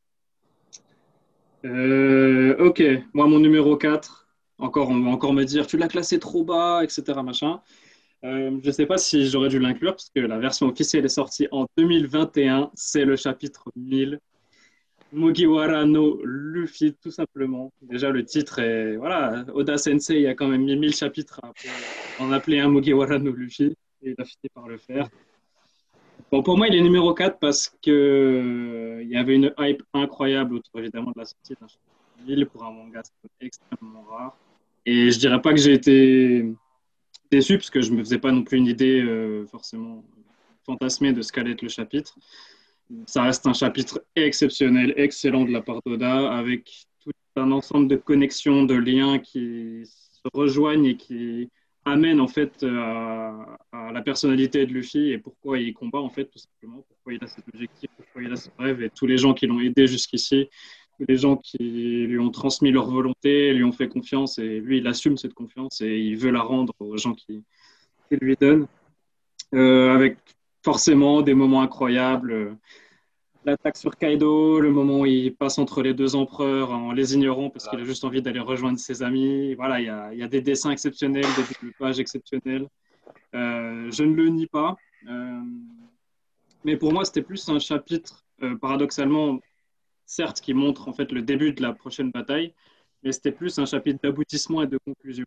Ok, moi, mon numéro 4. Encore, on va encore me dire, tu l'as classé trop bas, etc. Machin. Je ne sais pas si j'aurais dû l'inclure, parce que la version officielle est sortie en 2021. C'est le chapitre 1000. Mugiwara no Luffy, tout simplement. Déjà, le titre est. Voilà, Oda Sensei, il y a quand même mis 1000 chapitres à en appeler un Mugiwara no Luffy, et il a fini par le faire. Bon, pour moi, il est numéro 4 parce que il y avait une hype incroyable autour, évidemment, de la sortie d'un chapitre 1000 pour un manga, c'est extrêmement rare. Et je dirais pas que j'ai été déçu, parce que je me faisais pas non plus une idée forcément fantasmée de ce qu'allait être le chapitre. Ça reste un chapitre exceptionnel, excellent de la part d'Oda, avec tout un ensemble de connexions, de liens qui se rejoignent et qui amènent en fait à la personnalité de Luffy et pourquoi il combat en fait tout simplement, pourquoi il a cet objectif, pourquoi il a ce rêve et tous les gens qui l'ont aidé jusqu'ici, tous les gens qui lui ont transmis leur volonté, lui ont fait confiance et lui il assume cette confiance et il veut la rendre aux gens qui lui donnent, avec forcément des moments incroyables. L'attaque sur Kaido, le moment où il passe entre les deux empereurs en les ignorant parce qu'il a juste envie d'aller rejoindre ses amis. Voilà, il y a des dessins exceptionnels, des doubles pages exceptionnelles. Je ne le nie pas. Mais pour moi, c'était plus un chapitre, paradoxalement, certes, qui montre en fait le début de la prochaine bataille, mais c'était plus un chapitre d'aboutissement et de conclusion.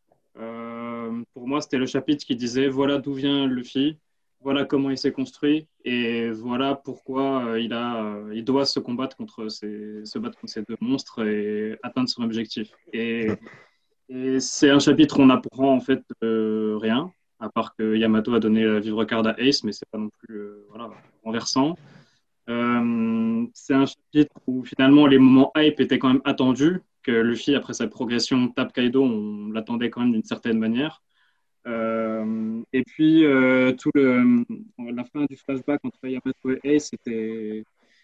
Pour moi, c'était le chapitre qui disait voilà d'où vient Luffy, voilà comment il s'est construit et voilà pourquoi il doit se battre contre ces deux monstres et atteindre son objectif. Et c'est un chapitre où on apprend en fait rien, à part que Yamato a donné la vivre card à Ace, mais c'est pas non plus voilà, renversant. C'est un chapitre où finalement les moments hype étaient quand même attendus, que Luffy après sa progression tape Kaido, on l'attendait quand même d'une certaine manière. Et puis, la fin du flashback entre Yamato et Ace, c'était,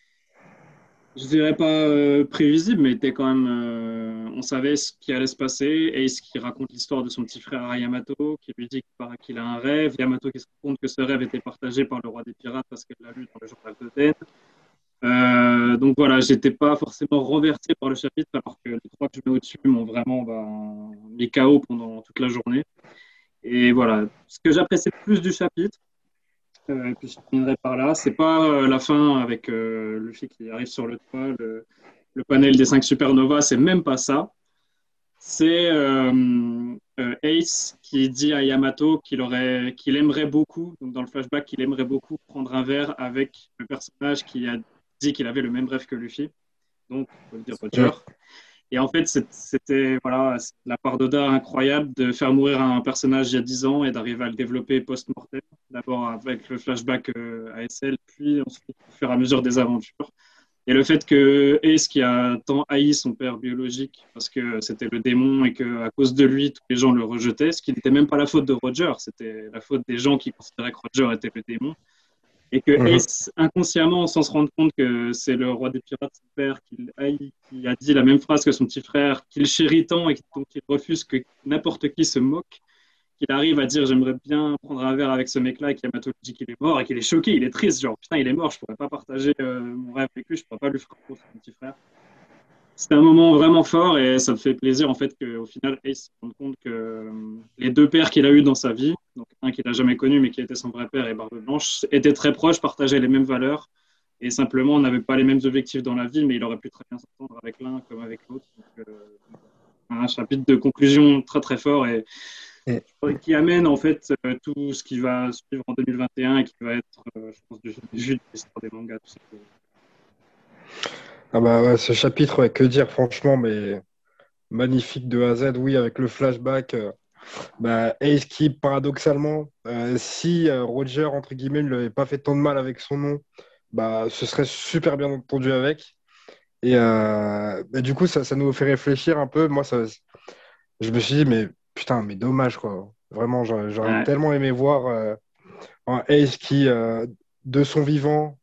je dirais pas prévisible, mais était quand même, on savait ce qui allait se passer. Ace qui raconte l'histoire de son petit frère à Yamato, qui lui dit qu'il a un rêve. Yamato qui se rend compte que ce rêve était partagé par le roi des pirates parce qu'elle l'a lu dans le journal d'Oden. Donc voilà, j'étais pas forcément renversé par le chapitre, alors que les trois que je mets au-dessus m'ont vraiment mis KO pendant toute la journée. Et voilà, ce que j'apprécie le plus du chapitre, puis je terminerai par là, c'est pas la fin avec Luffy qui arrive sur le toit, le panel des 5 supernovas, c'est même pas ça. C'est Ace qui dit à Yamato qu'il aimerait beaucoup, donc dans le flashback, qu'il aimerait beaucoup prendre un verre avec le personnage qui a dit qu'il avait le même rêve que Luffy, donc on peut le dire Roger. Et en fait, c'était voilà, la part d'Oda incroyable de faire mourir un personnage il y a 10 ans et d'arriver à le développer post-mortem. D'abord avec le flashback ASL, puis ensuite au fur et à mesure des aventures. Et le fait que Ace, qui a tant haï son père biologique parce que c'était le démon et qu'à cause de lui, tous les gens le rejetaient, ce qui n'était même pas la faute de Roger, c'était la faute des gens qui considéraient que Roger était le démon. Et que Ace, inconsciemment, sans se rendre compte que c'est le roi des pirates, son père, qu'il haït, qui a dit la même phrase que son petit frère, qu'il chérit tant et dont il refuse que n'importe qui se moque, qu'il arrive à dire j'aimerais bien prendre un verre avec ce mec-là et qu'Yamato lui dit qu'il est mort et qu'il est choqué, il est triste, genre putain il est mort, je pourrais pas partager mon rêve avec lui, je pourrais pas lui faire confiance à mon petit frère. C'était un moment vraiment fort et ça me fait plaisir en fait qu'au final Ace se rende compte que les deux pères qu'il a eu dans sa vie, donc un qu'il n'a jamais connu mais qui était son vrai père et Barbe Blanche, étaient très proches, partageaient les mêmes valeurs et simplement on n'avait pas les mêmes objectifs dans la vie mais il aurait pu très bien s'entendre avec l'un comme avec l'autre. Donc, un chapitre de conclusion très très fort et qui amène en fait tout ce qui va suivre en 2021 et qui va être, je pense, du jus de l'histoire des mangas. Tout ça. Ah bah ouais, ce chapitre, ouais, que dire franchement, mais magnifique de A à Z, oui, avec le flashback. Bah, Ace qui, paradoxalement, si Roger, entre guillemets, ne lui avait pas fait tant de mal avec son nom, bah, ce serait super bien entendu avec. Et bah, du coup, ça nous fait réfléchir un peu. Moi, je me suis dit, mais putain, mais dommage, quoi. Vraiment, j'aurais Ouais. tellement aimé voir un Ace qui, de son vivant,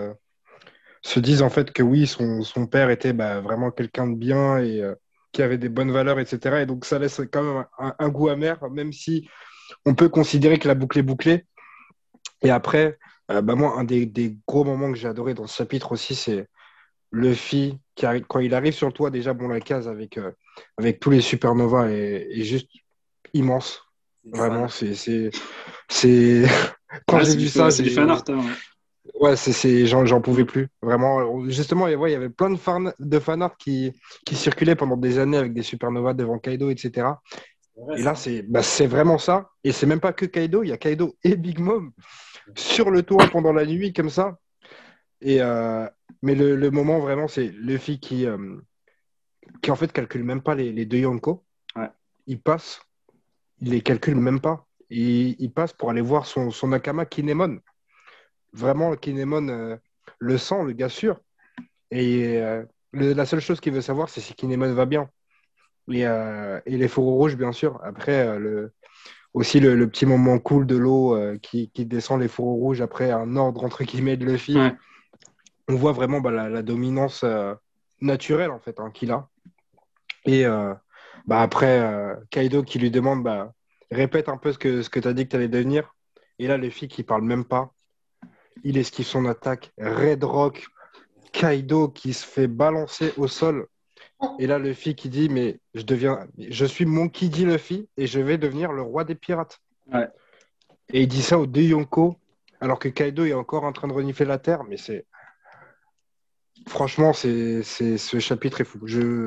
se dise en fait que oui, son père était bah, vraiment quelqu'un de bien et qui avait des bonnes valeurs, etc. Et donc, ça laisse quand même un goût amer, même si on peut considérer que la boucle est bouclée. Et après, bah, moi, un des gros moments que j'ai adoré dans ce chapitre aussi, c'est Luffy qui arrive, quand il arrive sur le toit, déjà, bon, la case avec tous les supernovas est juste immense. Vraiment, c'est... Quand Ouais, j'ai vu ça, c'est du fan art. Hein, ouais. ouais, j'en pouvais plus. Vraiment, justement, ouais, il y avait plein de fan art qui circulaient pendant des années avec des supernovas devant Kaido, etc. Ouais, Et là, c'est vraiment ça. Et c'est même pas que Kaido, il y a Kaido et Big Mom sur le toit pendant la nuit, comme ça. Et, mais le moment, vraiment, c'est Luffy qui en fait calcule même pas les deux Yonko. Ouais. Il passe, il les calcule même pas. Il passe pour aller voir son Nakama Kinemon. Vraiment, Kinemon le sent, le gars sûr. Et la seule chose qu'il veut savoir, c'est si Kinemon va bien. Et les fourreaux rouges, bien sûr. Après, aussi le petit moment cool de l'eau qui descend les fourreaux rouges après un ordre, entre guillemets, de Luffy. Ouais. On voit vraiment bah, la dominance naturelle, en fait, hein, qu'il a. Et bah, après, Kaido qui lui demande, bah, répète un peu ce que tu as dit que tu allais devenir. Et là, Luffy qui parle même pas. Il esquive son attaque. Red Rock, Kaido qui se fait balancer au sol. Et là, Luffy qui dit, mais je suis Monkey D. Luffy et je vais devenir le roi des pirates. Ouais. Et il dit ça aux deux Yonko, alors que Kaido est encore en train de renifler la terre. Mais franchement, ce chapitre est fou.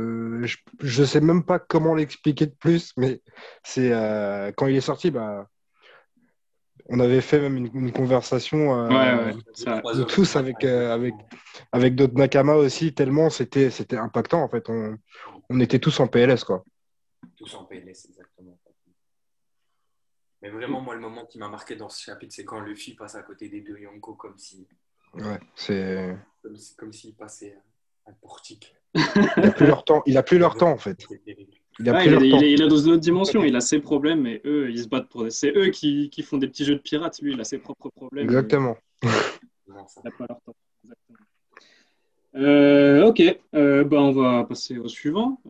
Je sais même pas comment l'expliquer de plus, mais c'est quand il est sorti, bah, on avait fait même une conversation Ouais, ça, nous tous avec d'autres Nakama aussi, tellement c'était impactant en fait. On était tous en PLS quoi. Tous en PLS, exactement. Mais vraiment, moi, le moment qui m'a marqué dans ce chapitre, c'est quand Luffy passe à côté des deux Yonko comme si, Ouais, c'est. comme s'il passait un portique. Il a plus leur temps. Il a plus leur temps en fait. C'est terrible. Il a ouais, plus leur temps. il est dans une autre dimension, il a ses problèmes et eux, ils se battent pour des. C'est eux qui font des petits jeux de pirates, lui, il a ses propres problèmes. Exactement. Vraiment, ça. Il n'a pas leur temps. Ok, bah, on va passer au suivant.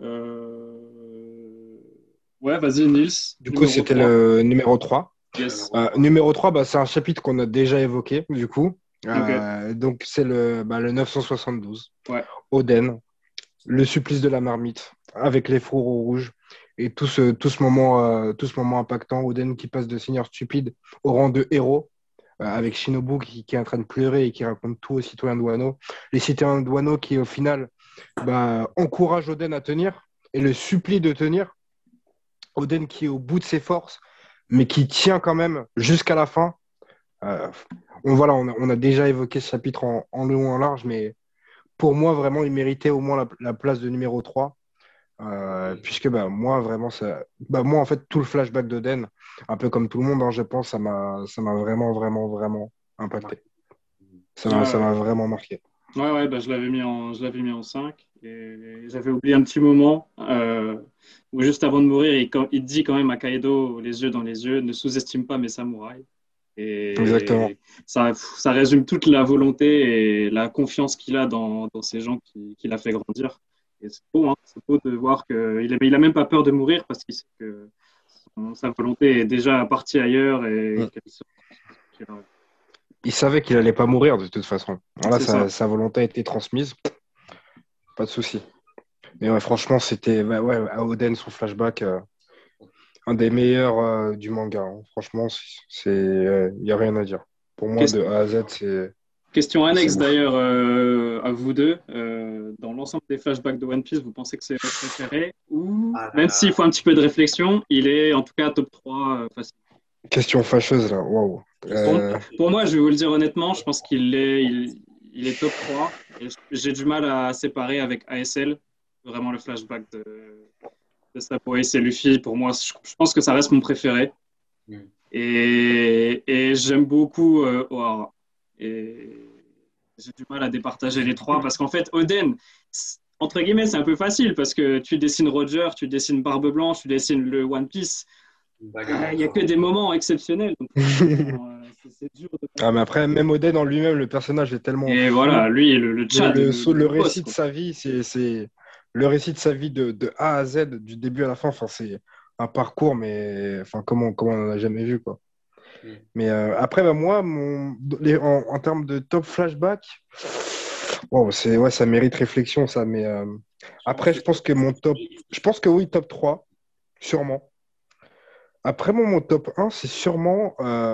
Ouais, vas-y, Nils. Du coup, c'était 3. le numéro 3. Yes. Numéro 3, bah, c'est un chapitre qu'on a déjà évoqué, du coup. Ok. Donc, c'est le 972. Ouais. Oden, le supplice de la marmite, avec les fourreaux rouges. Et tout ce moment impactant. Oden qui passe de seigneur stupide au rang de héros, avec Shinobu qui est en train de pleurer et qui raconte tout aux citoyens de Wano. Les citoyens de Wano qui, au final, encouragent Oden à tenir et le supplient de tenir. Oden qui est au bout de ses forces, mais qui tient quand même jusqu'à la fin. On a déjà évoqué ce chapitre en long ou en large, mais pour moi, vraiment, il méritait au moins la place de numéro 3. Puisque moi, vraiment, moi, en fait, tout le flashback d'Oden, un peu comme tout le monde, hein, je pense, ça m'a vraiment, vraiment, vraiment impacté. Ça m'a vraiment marqué. Ouais, bah, je l'avais mis en 5 et j'avais oublié un petit moment où juste avant de mourir, il dit quand même à Kaido, les yeux dans les yeux, ne sous-estime pas mes samouraïs. Exactement. Et ça résume toute la volonté et la confiance qu'il a dans ces gens qu'il a fait grandir. Et c'est beau, hein, c'est beau de voir qu'il il a même pas peur de mourir parce qu'il sait que sa volonté est déjà partie ailleurs et Il savait qu'il allait pas mourir de toute façon. Voilà, C'est ça. sa volonté a été transmise, pas de souci. Mais ouais, franchement, c'était à Oden, son flashback, un des meilleurs du manga, hein. Franchement, il n'y a rien à dire. Pour moi, de A à Z, Question c'est annexe ouf. d'ailleurs à vous deux. Dans l'ensemble des flashbacks de One Piece, vous pensez que c'est votre préféré ou, Ah là même là. s'il faut un petit peu de réflexion, il est en tout cas top 3 facile. Question fâcheuse, là. Waouh. Pour moi, je vais vous le dire honnêtement, je pense il est top 3. Et j'ai du mal à séparer avec ASL, vraiment le flashback de Sabo Ace et Luffy. Pour moi, je pense que ça reste mon préféré. Mm. Et j'aime beaucoup Ohara. Et j'ai du mal à départager les trois parce qu'en fait, Oden, entre guillemets, c'est un peu facile parce que tu dessines Roger, tu dessines Barbe Blanche, tu dessines le One Piece. Il n'y a que des moments exceptionnels. Donc, c'est dur de Ah, mais après, même Oden en lui-même, le personnage est tellement Et fou. voilà, lui, le Tchad, Le boss, récit de quoi. sa vie, c'est le récit de sa vie de A à Z, du début à la fin. Enfin, c'est un parcours, mais enfin, comment on n'en a jamais vu, quoi. Mm. Mais après, bah, moi, en termes de top flashback, wow, ça mérite réflexion, ça. Mais après, je pense que je pense que oui, top 3 sûrement. Après, mon top 1 c'est sûrement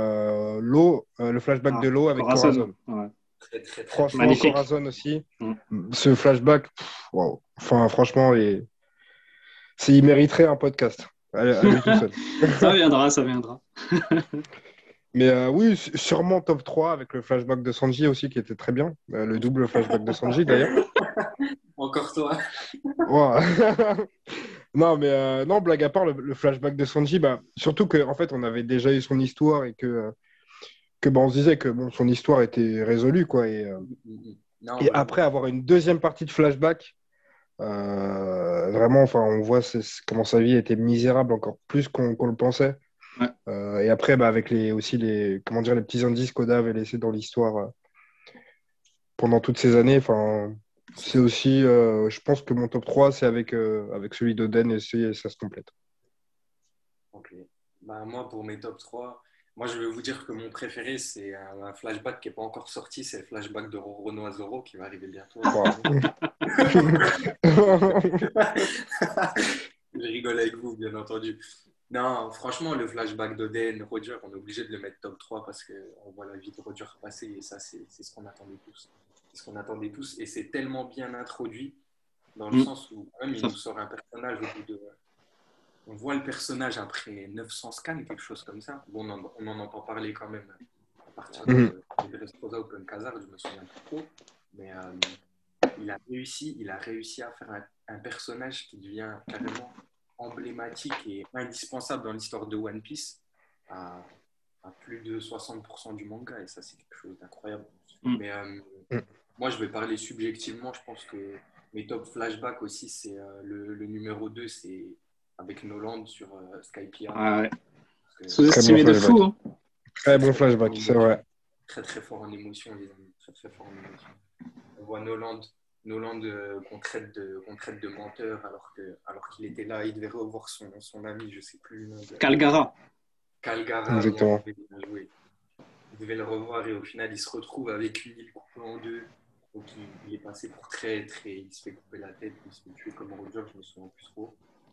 le flashback de l'eau avec Corazon. Corazon. Ouais. Très, très, très. Franchement, Magnifique. Corazon aussi. Mm. Ce flashback, wow. Enfin, franchement, il mériterait un podcast à lui tout seul. Ça viendra, ça viendra. Mais oui, sûrement top 3 avec le flashback de Sanji aussi qui était très bien. Le double flashback de Sanji d'ailleurs. Encore toi. Wow. Non, mais non, blague à part, le flashback de Sanji, bah, surtout qu'en fait, on avait déjà eu son histoire et que bah, on se disait que bon, son histoire était résolue, quoi. Non, Et ouais, après, avoir une deuxième partie de flashback, vraiment, enfin, on voit comment sa vie était misérable encore plus qu'on le pensait. Ouais. Et après, bah, avec aussi comment dire, les petits indices qu'Oda avait laissés dans l'histoire pendant toutes ces années, enfin, c'est aussi, je pense que mon top 3 c'est avec celui d'Oden et ça se complète. Ok. Bah, moi, pour mes top 3 moi, je vais vous dire que mon préféré, c'est un flashback qui n'est pas encore sorti. C'est le flashback de Roronoa Zoro qui va arriver bientôt. Wow. Je rigole avec vous, bien entendu. Non, franchement, le flashback d'Oden, Roger, on est obligé de le mettre top 3 parce qu'on voit la vie de Roger passer et ça, c'est ce qu'on attendait tous. C'est ce qu'on attendait tous et c'est tellement bien introduit dans le sens où même il nous sort un personnage au bout de. On voit le personnage après 900 scans, quelque chose comme ça. Bon, on en entend parler quand même à partir de Dressrosa Open Khazard, je me souviens plus trop. Mais il a réussi à faire un personnage qui devient carrément emblématique et indispensable dans l'histoire de One Piece à plus de 60% du manga. Et ça, c'est quelque chose d'incroyable. Mais moi, je vais parler subjectivement. Je pense que mes top flashbacks aussi, c'est le numéro 2, c'est avec Noland sur Skypiea. Ah ouais. Que, Sous-estimé de fou. Hein. Très bon flashback, c'est vrai. Très très fort en émotion, les amis. Très très fort en émotion. On voit Noland qu'on traite de menteur alors qu'il était là, il devait revoir son ami, je sais plus le nom. Calgara. Exactement. Il devait le revoir et au final il se retrouve avec une île coupée en deux. Donc il est passé pour traître et il se fait couper la tête, il se fait tuer comme Roger, je me souviens plus trop.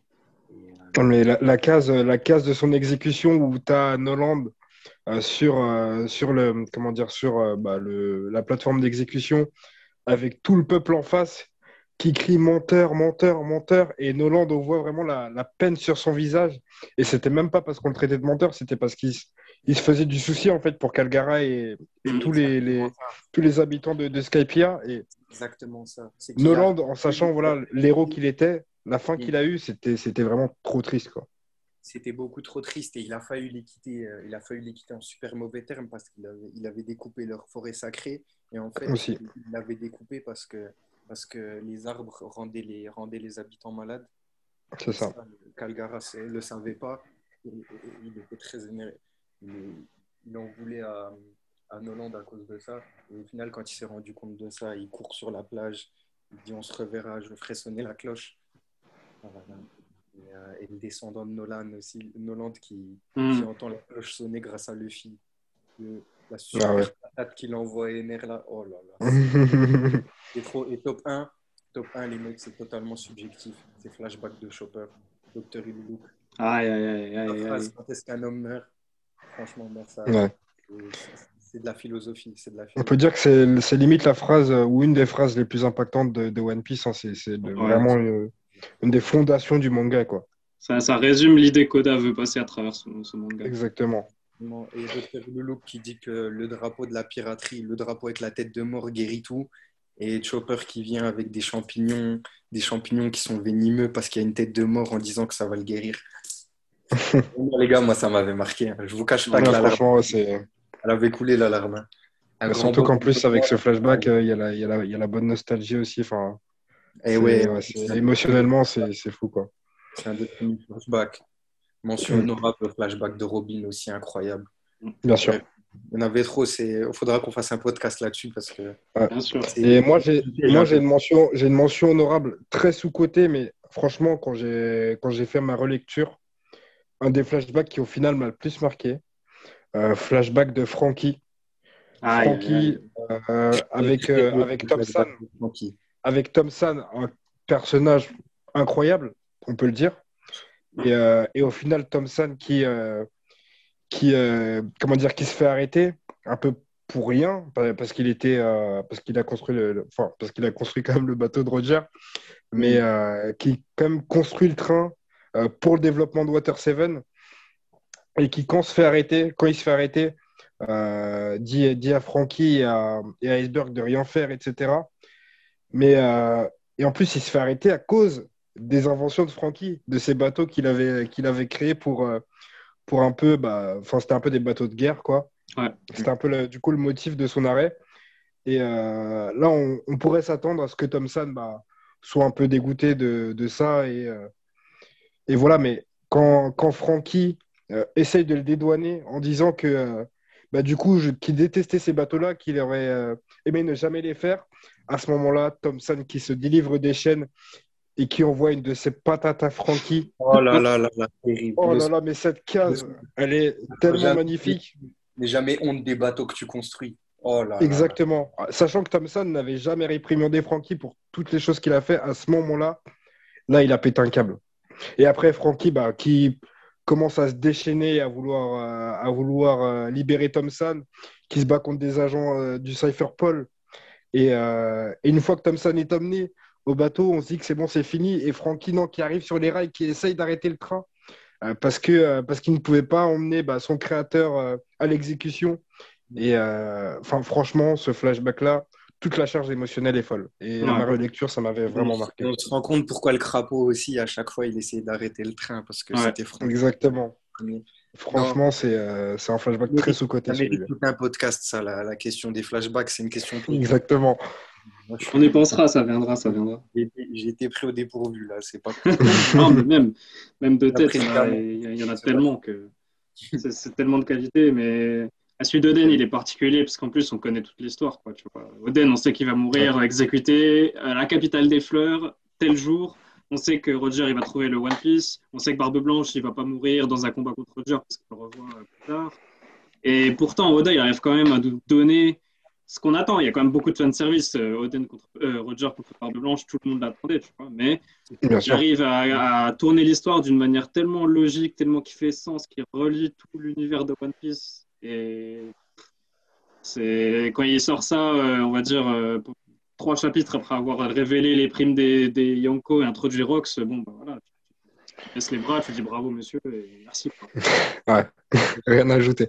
Mais la case de son exécution où tu as Noland sur le comment dire sur la plateforme d'exécution avec tout le peuple en face qui crie menteur, menteur, menteur, et Noland on voit vraiment la peine sur son visage, et c'était même pas parce qu'on le traitait de menteur, c'était parce qu'il se faisait du souci en fait pour Calgara et tous les habitants de Skypiea, et Exactement ça. Noland, en sachant voilà l'héros qu'il était, la fin qu'il a eue, c'était vraiment trop triste, quoi. C'était beaucoup trop triste et il a failli les quitter en super mauvais termes parce qu'il avait découpé leur forêt sacrée et en fait Aussi. il l'avait découpé parce que les arbres rendaient les habitants malades. C'est ça. Calgara ne le savait pas. Il était très énervé. Il en voulait à Noland à cause de ça. Et au final, quand il s'est rendu compte de ça, il court sur la plage. Il dit on se reverra, je ferai sonner la cloche. Et le descendants de Nolan aussi. Nolan qui entend la cloche sonner grâce à Luffy. La super patate qu'il envoie à Ener là. Oh là là. C'est trop. Et top 1, les mecs, c'est totalement subjectif. C'est flashback de Chopper, Dr. Iluluk. Aïe, aïe, aïe, La aïe, phrase, aïe. quand est-ce qu'un homme meurt? Franchement, moi, ça, c'est de la philosophie. C'est de la On peut philosophie. dire que c'est limite la phrase ou une des phrases les plus impactantes de One Piece, hein. Vraiment une des fondations du manga, quoi. Ça résume l'idée qu'Oda veut passer à travers ce manga. Exactement. Et Dr. Iluluk qui dit que le drapeau de la piraterie, le drapeau avec la tête de mort guérit tout. Et Chopper qui vient avec des champignons qui sont venimeux parce qu'il y a une tête de mort en disant que ça va le guérir. Les gars, moi, ça m'avait marqué, hein. Je vous cache pas que franchement, elle avait coulé la larme. Surtout qu'en plus, avec ce flashback, il y a la bonne nostalgie aussi. Enfin, émotionnellement, c'est fou, quoi. C'est un des premiers flashbacks. Mention honorable au flashback de Robin aussi, incroyable. Bien sûr. Il y en avait trop. Il faudra qu'on fasse un podcast là-dessus parce que. Bien sûr. Et moi, j'ai une mention honorable très sous-cotée, mais franchement, quand j'ai fait ma relecture, un des flashbacks qui au final m'a le plus marqué, flashback de Frankie. Frankie avec Tom-san. Avec Tom-san, un personnage incroyable, on peut le dire. Et au final, Tom-san qui se fait arrêter un peu pour rien parce qu'il a construit parce qu'il a construit quand même le bateau de Roger, mais qui quand même construit le train pour le développement de Water 7 et qui quand il se fait arrêter dit à Frankie et à Iceberg de rien faire, etc. Mais et en plus il se fait arrêter à cause des inventions de Frankie, de ces bateaux qu'il avait créés pour un peu, c'était un peu des bateaux de guerre, quoi. Ouais. C'était un peu du coup le motif de son arrêt. Et là, on pourrait s'attendre à ce que Tom-san soit un peu dégoûté de ça. Et voilà, mais quand Frankie essaye de le dédouaner en disant que du coup, qu'il détestait ces bateaux-là, qu'il aurait aimé ne jamais les faire, à ce moment-là, Tom-san qui se délivre des chaînes et qui envoie une de ses patates à Frankie. Oh là là là là, terrible. Oh là là, mais cette case, elle est tellement magnifique. Mais jamais honte des bateaux que tu construis. Oh là Exactement. Sachant que Thompson n'avait jamais réprimandé Frankie pour toutes les choses qu'il a fait, à ce moment-là, il a pété un câble. Et après, Frankie, qui commence à se déchaîner, à vouloir libérer Thompson, qui se bat contre des agents du Cypherpol. Et une fois que Thompson est emmené au bateau, on se dit que c'est bon, c'est fini. Et Frankie, non, qui arrive sur les rails, qui essaye d'arrêter le train parce qu'il ne pouvait pas emmener son créateur à l'exécution. Et franchement, ce flashback-là, toute la charge émotionnelle est folle. Et ma relecture, ça m'avait vraiment marqué. On se rend compte pourquoi le crapaud aussi, à chaque fois, il essayait d'arrêter le train parce que c'était Francky. Exactement. Franchement, c'est un flashback très sous-coté. Ça mérite tout un podcast, ça, la question des flashbacks. C'est une question. Exactement. On y pensera, ça viendra. J'ai été pris au dépourvu, là. C'est pas non, mais même de tête, il y en a tellement que c'est tellement de qualité, mais celui d'Oden, il est particulier parce qu'en plus, on connaît toute l'histoire, quoi, tu vois. Oden, on sait qu'il va mourir exécuté à la capitale des fleurs, tel jour. On sait que Roger, il va trouver le One Piece. On sait que Barbe Blanche, il va pas mourir dans un combat contre Roger parce qu'il le revoit plus tard. Et pourtant, Oda, il arrive quand même à nous donner ce qu'on attend. Il y a quand même beaucoup de fanservice. Oden contre Roger contre Barbe Blanche, tout le monde l'attendait, tu vois. Mais il arrive à tourner l'histoire d'une manière tellement logique, tellement qui fait sens, qui relie tout l'univers de One Piece. Et quand il sort ça, on va dire, 3 chapitres après avoir révélé les primes des Yonko et introduit Rox, voilà. Tu baisses les bras, tu dis bravo monsieur et merci. Ouais, rien à ajouter.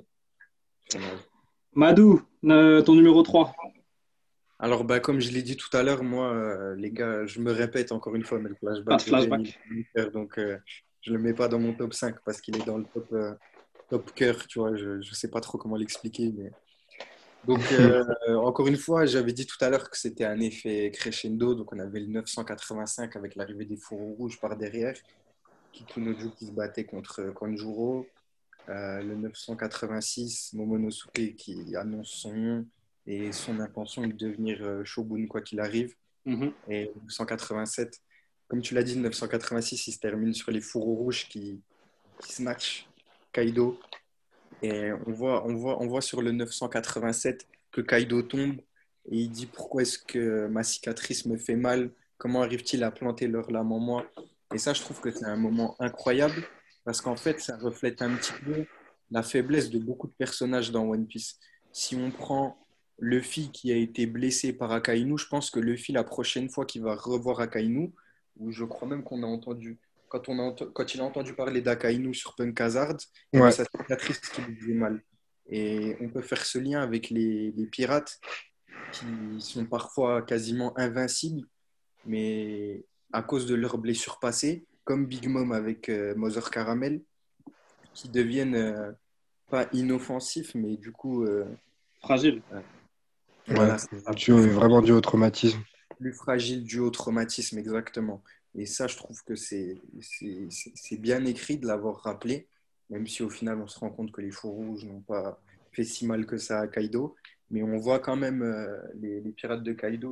Madou, ton numéro 3. Alors, comme je l'ai dit tout à l'heure, moi, les gars, je me répète encore une fois, mais le flashback. Pas de flashback. Donc, je le mets pas dans mon top 5 parce qu'il est dans le top cœur, tu vois. Je sais pas trop comment l'expliquer, mais. Donc, encore une fois, j'avais dit tout à l'heure que c'était un effet crescendo. Donc, on avait le 985 avec l'arrivée des fourreaux rouges par derrière, Kikunoju qui se battait contre Konjuro. Le 986, Momonosuke qui annonce son nom et son intention de devenir shogun quoi qu'il arrive. Et le 987, comme tu l'as dit, le 986, il se termine sur les fourreaux rouges qui snatch Kaido. Et on voit sur le 987 que Kaido tombe et il dit pourquoi est-ce que ma cicatrice me fait mal? Comment arrive-t-il à planter leur lame en moi? Et ça, je trouve que c'est un moment incroyable parce qu'en fait, ça reflète un petit peu la faiblesse de beaucoup de personnages dans One Piece. Si on prend Luffy qui a été blessé par Akainu, je pense que Luffy, la prochaine fois qu'il va revoir Akainu, ou je crois même qu'on a entendu, quand il a entendu parler d'Akainu sur Punk Hazard, il y avait Ouais. sa cicatrice qui lui faisait mal. Et on peut faire ce lien avec les pirates qui sont parfois quasiment invincibles, mais à cause de leurs blessures passées, comme Big Mom avec Mother Caramel, qui deviennent pas inoffensifs, mais du coup, Fragile. voilà, Ouais. c'est ça, Vraiment dû au traumatisme. plus fragile dû au traumatisme, exactement. Et ça, je trouve que c'est bien écrit de l'avoir rappelé, même si au final, on se rend compte que les Feux Rouges n'ont pas fait si mal que ça à Kaido. Mais on voit quand même les pirates de Kaido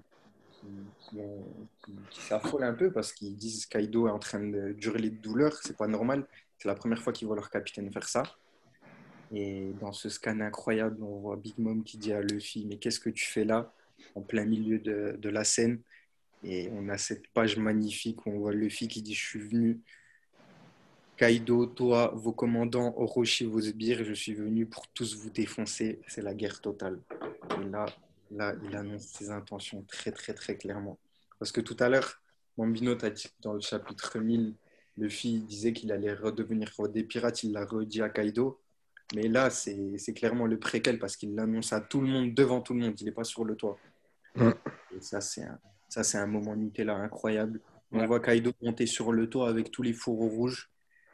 qui s'affolent un peu parce qu'ils disent Kaido est en train d'hurler de douleur. C'est pas normal. C'est la première fois qu'ils voient leur capitaine faire ça. Et dans ce scan incroyable, on voit Big Mom qui dit à Luffy, mais qu'est-ce que tu fais là, en plein milieu de la scène? Et on a cette page magnifique où on voit Luffy qui dit, je suis venu, Kaido, toi, vos commandants, Orochi, vos sbires, je suis venu pour tous vous défoncer. C'est la guerre totale. Et là, il annonce ses intentions très, très, très clairement. Parce que tout à l'heure, Bambino t'a dit que dans le chapitre 1000, Luffy disait qu'il allait redevenir roi des pirates. Il l'a redit à Kaido. Mais là, c'est clairement le préquel parce qu'il l'annonce à tout le monde, devant tout le monde. Il n'est pas sur le toit. Mm. Et ça, c'est un moment Nutella incroyable. On Ouais. voit Kaido monter sur le toit avec tous les fourreaux rouges.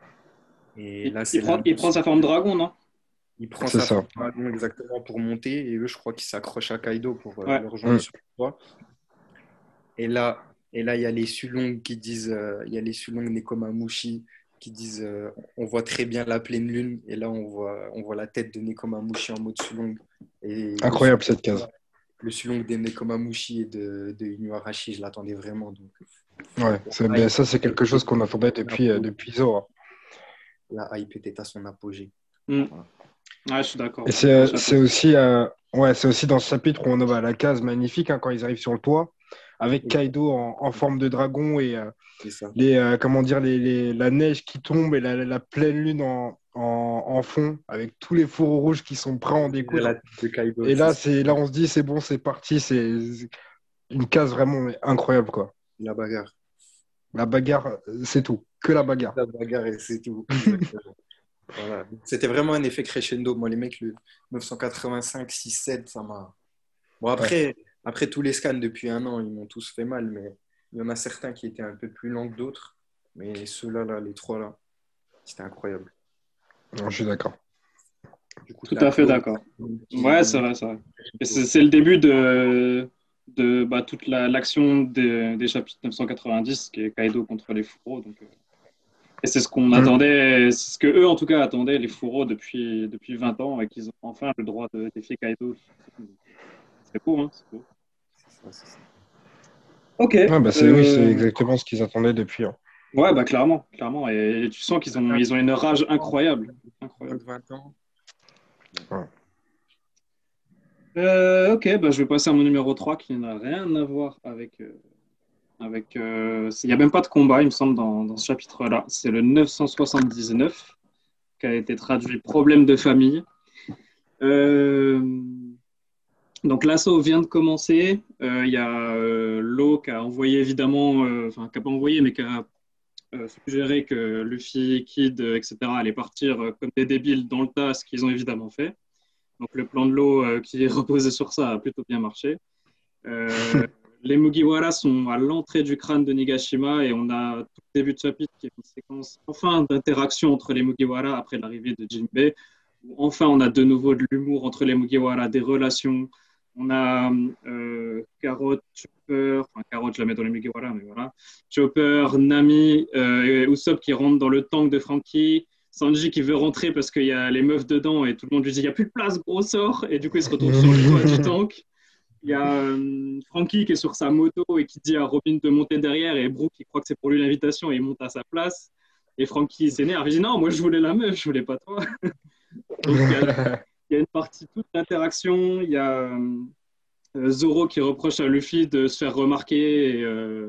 Et là, Il prend sa forme dragon, non? il prend C'est sa ça. forme dragon exactement pour monter. Et eux, je crois qu'ils s'accrochent à Kaido pour Ouais. le rejoindre Mm. sur le toit. Et là, il y a les Sulong qui disent, il y a les Sulong Nekomamushi qui disent, on voit très bien la pleine lune. Et là, on voit la tête de Nekomamushi en mode Sulong. Et Incroyable cette case. le Sulong de Nekomamushi et de Inuarashi, je l'attendais vraiment. Donc, Ouais, ça c'est quelque chose qu'on attendait depuis Zoro. la hype était à son apogée. Mm. Ouais, je suis d'accord. Et c'est aussi dans ce chapitre où on a la case magnifique quand ils arrivent sur le toit avec Kaido en forme de dragon et C'est ça. la neige qui tombe et la pleine lune en fond avec tous les fourreaux rouges qui sont prêts à en découdre. La tête de Kaido, Et là, c'est on se dit c'est bon, c'est parti, c'est une case vraiment incroyable quoi. la bagarre. La bagarre, c'est tout, que la bagarre. La bagarre et c'est tout. Exactement. Voilà. C'était vraiment un effet crescendo. Moi, les mecs, le 985, 6, 7, ça m'a. Bon, après tous les scans depuis un an, ils m'ont tous fait mal, mais il y en a certains qui étaient un peu plus lents que d'autres. Mais ceux-là, là, les trois là, c'était incroyable. Non, je suis d'accord. Du coup, Tout à fait d'accord. Ouais, c'est vrai, c'est vrai. Et c'est le début de toute l'action des chapitres 990, qui est Kaido contre les fourreaux. Donc, et c'est ce qu'on attendait, c'est ce que eux en tout cas attendaient, les fourreaux, depuis 20 ans, et qu'ils ont enfin le droit de défier Kaido. C'est beau, hein, c'est beau. C'est ça. Ok. Ouais, c'est exactement ce qu'ils attendaient depuis. Hein. Ouais, bah clairement. Et tu sens qu'ils ont une rage incroyable. 20 ans. Ok, bah, je vais passer à mon numéro 3 qui n'a rien à voir avec il n'y a même pas de combat, il me semble, dans ce chapitre-là. C'est le 979 qui a été traduit Problème de famille. Donc l'assaut vient de commencer. Il y a Law qui a envoyé évidemment, qui n'a pas envoyé, mais qui a suggéré que Luffy, Kid, etc. allaient partir comme des débiles dans le tas, ce qu'ils ont évidemment fait. Donc le plan de Law qui reposait sur ça a plutôt bien marché. Les Mugiwara sont à l'entrée du crâne de Nigashima et on a tout le début de chapitre qui est une séquence enfin d'interaction entre les Mugiwara après l'arrivée de Jinbei. Enfin, on a de nouveau de l'humour entre les Mugiwara, des relations. On a Carrot, Chopper, Carrot, je la mets dans les Mugiwara, mais voilà. Chopper, Nami et Usopp qui rentrent dans le tank de Franky. Sanji qui veut rentrer parce qu'il y a les meufs dedans et tout le monde lui dit il n'y a plus de place, gros sort. Et du coup, il se retrouve sur le toit du tank. Il y a Frankie qui est sur sa moto et qui dit à Robin de monter derrière et Brooke qui croit que c'est pour lui l'invitation et il monte à sa place. Et Frankie s'énerve, il dit non, moi je voulais la meuf, je voulais pas toi. Donc il y a une partie toute l'interaction, il y a Zoro qui reproche à Luffy de se faire remarquer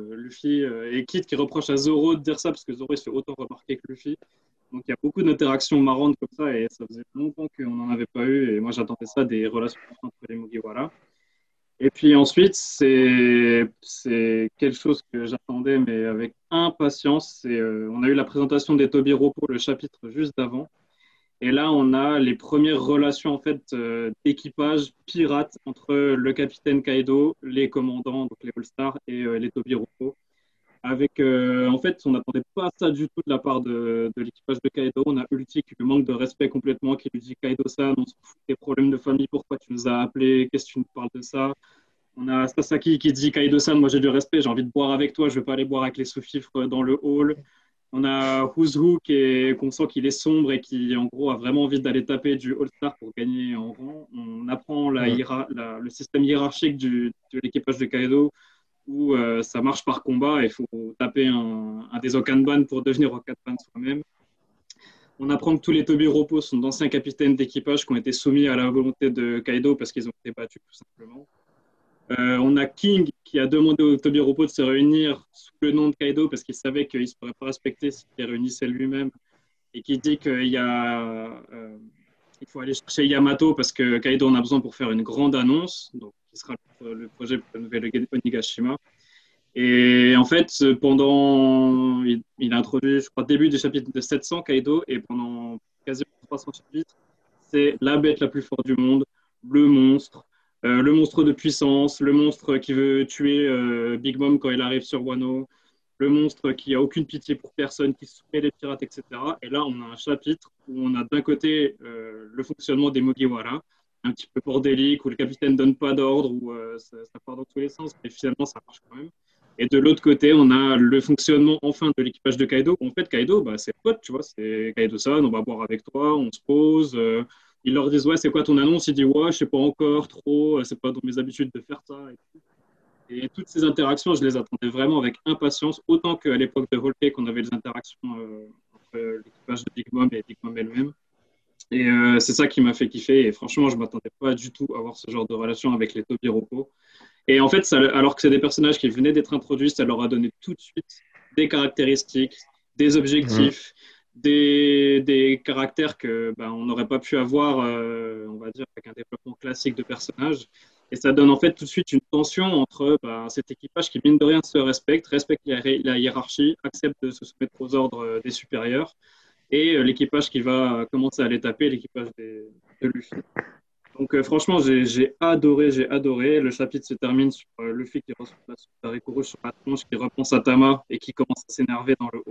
et Kid qui reproche à Zoro de dire ça parce que Zoro il se fait autant remarquer que Luffy. Donc il y a beaucoup d'interactions marrantes comme ça et ça faisait longtemps qu'on n'en avait pas eu et moi j'attendais ça des relations entre les Mugiwara. Et puis ensuite, c'est quelque chose que j'attendais, mais avec impatience. On a eu la présentation des Tobiro pour le chapitre juste d'avant. Et là, on a les premières relations en fait, d'équipage pirate entre le capitaine Kaido, les commandants, donc les All-Stars, et les Tobiro. Avec, en fait, on n'attendait pas ça du tout de la part de l'équipage de Kaido. On a Ulti qui lui manque de respect complètement, qui lui dit Kaido-san, on se fout des problèmes de famille, pourquoi tu nous as appelés, qu'est-ce que tu nous parles de ça? On a Sasaki qui dit Kaido-san, moi j'ai du respect, j'ai envie de boire avec toi, je ne veux pas aller boire avec les sous-fifres dans le hall. On a Who's Who qu'on sent qu'il est sombre et qui en gros a vraiment envie d'aller taper du All-Star pour gagner en rang. On apprend le système hiérarchique de l'équipage de Kaido où ça marche par combat et il faut taper un des Okanban pour devenir Okanban soi-même. On apprend que tous les Tobiropo sont d'anciens capitaines d'équipage qui ont été soumis à la volonté de Kaido parce qu'ils ont été battus tout simplement. On a King qui a demandé aux Tobiropo de se réunir sous le nom de Kaido parce qu'il savait qu'il ne se pourrait pas respecter s'il les réunissait lui-même et qui dit qu'il faut aller chercher Yamato parce que Kaido en a besoin pour faire une grande annonce, donc qui sera le projet pour la nouvelle Onigashima. Et en fait, il a introduit, je crois, début du chapitre de 700 Kaido et pendant quasiment 300 chapitres, c'est la bête la plus forte du monde, le monstre de puissance, le monstre qui veut tuer Big Mom quand il arrive sur Wano, le monstre qui a aucune pitié pour personne, qui soumet les pirates, etc. Et là, on a un chapitre où on a d'un côté le fonctionnement des Mugiwara, un petit peu bordélique, où le capitaine ne donne pas d'ordre, où ça part dans tous les sens, mais finalement, ça marche quand même. Et de l'autre côté, on a le fonctionnement enfin de l'équipage de Kaido. En fait, Kaido, c'est pote, tu vois, c'est Kaido-san, on va boire avec toi, on se pose. Ils leur disent, ouais, c'est quoi ton annonce? Il dit, ouais, je sais pas encore trop, c'est pas dans mes habitudes de faire ça. Et toutes ces interactions, je les attendais vraiment avec impatience, autant qu'à l'époque de Whole Cake, on avait les interactions entre l'équipage de Big Mom et Big Mom elle-même. Et c'est ça qui m'a fait kiffer. Et franchement, je ne m'attendais pas du tout à avoir ce genre de relation avec les Tobiropo. Et en fait, alors que c'est des personnages qui venaient d'être introduits, ça leur a donné tout de suite des caractéristiques, des objectifs, des caractères que on n'aurait pas pu avoir, on va dire, avec un développement classique de personnages. Et ça donne en fait tout de suite une tension entre cet équipage qui, mine de rien, se respecte la hiérarchie, accepte de se soumettre aux ordres des supérieurs, et l'équipage qui va commencer à les taper, l'équipage de Luffy. Donc franchement, j'ai adoré. Le chapitre se termine sur Luffy qui reçoit la soupe d'haricots rouges sur la tronche, qui repense à Tama et qui commence à s'énerver dans le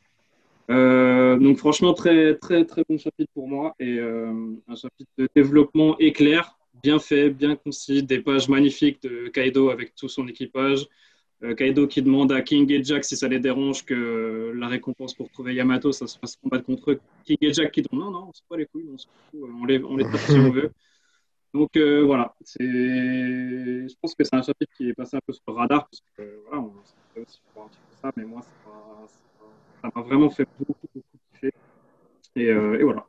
hall. Donc franchement, très, très, très bon chapitre pour moi. Et un chapitre de développement éclair, bien fait, bien concis, des pages magnifiques de Kaido avec tout son équipage. Kaido qui demande à King et Jack si ça les dérange que la récompense pour trouver Yamato, ça se fasse combattre contre eux. King et Jack qui disent non, c'est pas les couilles, on les tape si on veut. Donc voilà, je pense que c'est un chapitre qui est passé un peu sur le radar, parce que voilà, on sait aussi voir un petit peu ça, mais moi, ça m'a vraiment fait beaucoup kiffer. Et voilà.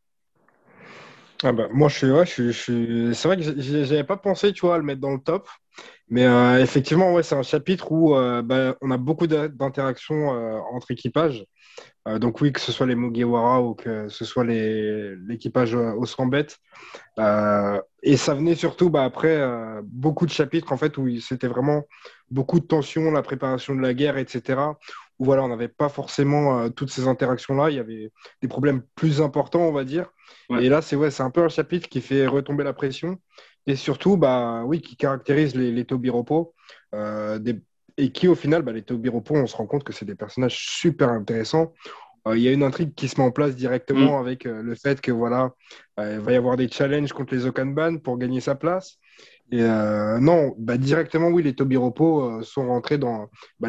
Ah moi, c'est vrai que j'avais pas pensé, tu vois, à le mettre dans le top. Mais effectivement, ouais, c'est un chapitre où on a beaucoup d'interactions entre équipages. Donc oui, que ce soit les Mugiwara ou que ce soit l'équipage Osrambet. Et ça venait surtout après beaucoup de chapitres en fait où c'était vraiment beaucoup de tensions, la préparation de la guerre, etc. Où voilà, on n'avait pas forcément toutes ces interactions-là. Il y avait des problèmes plus importants, on va dire. Ouais. Et là, c'est un peu un chapitre qui fait retomber la pression et surtout, oui, qui caractérise les Tobiropo. Et qui, au final, les Tobiropo, on se rend compte que c'est des personnages super intéressants. Il y a une intrigue qui se met en place directement avec le fait que il va y avoir des challenges contre les Okanban pour gagner sa place. Et non, directement, oui, les Tobiropo sont rentrés dans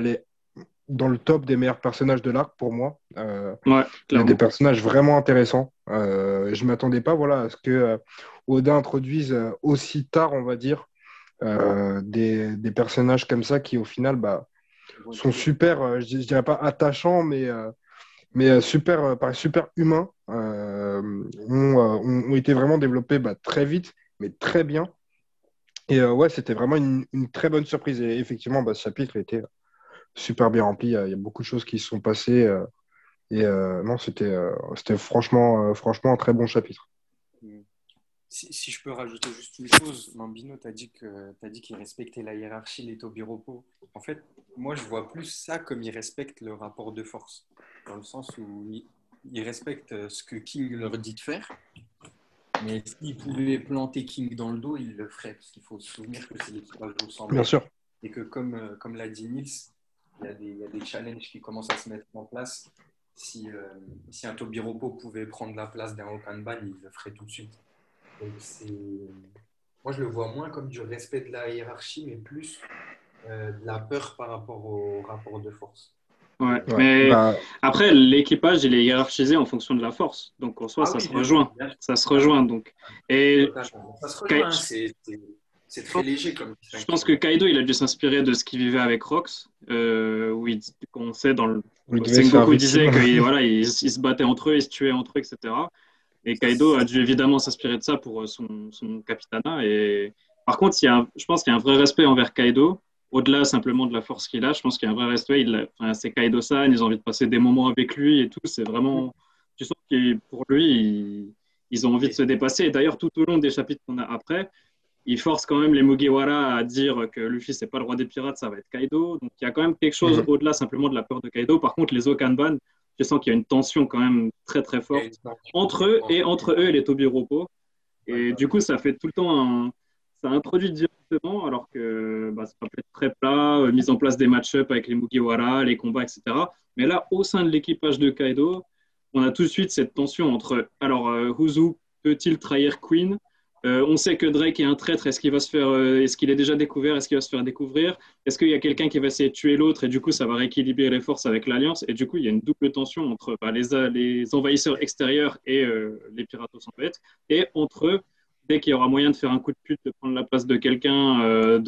le top des meilleurs personnages de l'arc pour moi. Il y a des personnages vraiment intéressants. Je ne m'attendais pas à ce que Oda introduise aussi tard, on va dire, des personnages comme ça qui, au final, sont super, je dirais pas attachants, mais super, super humains, ont été vraiment développés très vite, mais très bien. Et ouais, c'était vraiment une très bonne surprise. Et effectivement, ce chapitre était super bien rempli. Il y a beaucoup de choses qui se sont passées. Non, c'était franchement un très bon chapitre. Si je peux rajouter juste une chose, Mambino, t'as dit qu'il respectait la hiérarchie, les Tobiropo. En fait, moi, je vois plus ça comme il respecte le rapport de force, dans le sens où il respecte ce que King leur dit de faire, mais s'il pouvait planter King dans le dos, il le ferait, parce qu'il faut se souvenir que c'est l'équipage au 100 Bien mètres, sûr. et que comme l'a dit Nils, il y a des challenges qui commencent à se mettre en place. Si un Tobiropo pouvait prendre la place d'un Okanban, il le ferait tout de suite. Donc moi, je le vois moins comme du respect de la hiérarchie, mais plus de la peur par rapport au rapport de force. Ouais, Ouais. mais après, l'équipage, il est hiérarchisé en fonction de la force. Donc, en soi, ça se rejoint. Ça se rejoint, donc. Et ça se rejoint, c'est très léger comme je pense que Kaido, il a dû s'inspirer de ce qu'il vivait avec Rox, où on sait dans le Sengoku disait qu'il voilà, il se battait entre eux, ils se tuaient entre eux, etc. Et Kaido a dû évidemment s'inspirer de ça pour son Kapitana. Et par contre, je pense qu'il y a un vrai respect envers Kaido, au-delà simplement de la force qu'il a. Je pense qu'il y a un vrai respect. C'est Kaido-san, ils ont envie de passer des moments avec lui et tout. C'est vraiment. Tu sens que pour lui, ils ont envie de se dépasser. Et d'ailleurs, tout au long des chapitres qu'on a après, ils forcent quand même les Mugiwara à dire que Luffy, c'est pas le roi des pirates, ça va être Kaido. Donc il y a quand même quelque chose au-delà simplement de la peur de Kaido. Par contre, les Okanban, je sens qu'il y a une tension quand même très très forte entre eux et les Tobiropo. Et du coup, ça fait tout le temps ça introduit directement, alors que ça peut être très plat, mise en place des match-up avec les Mugiwara, les combats, etc. Mais là, au sein de l'équipage de Kaido, on a tout de suite cette tension entre, alors, Huzu peut-il trahir Queen? On sait que Drake est un traître. Est-ce qu'il est déjà découvert? Est-ce qu'il va se faire découvrir? Est-ce qu'il y a quelqu'un qui va essayer de tuer l'autre et du coup, ça va rééquilibrer les forces avec l'Alliance? Et du coup, il y a une double tension entre les envahisseurs extérieurs et les pirates au 100 mètres. Et entre eux, dès qu'il y aura moyen de faire un coup de pute, de prendre la place de quelqu'un,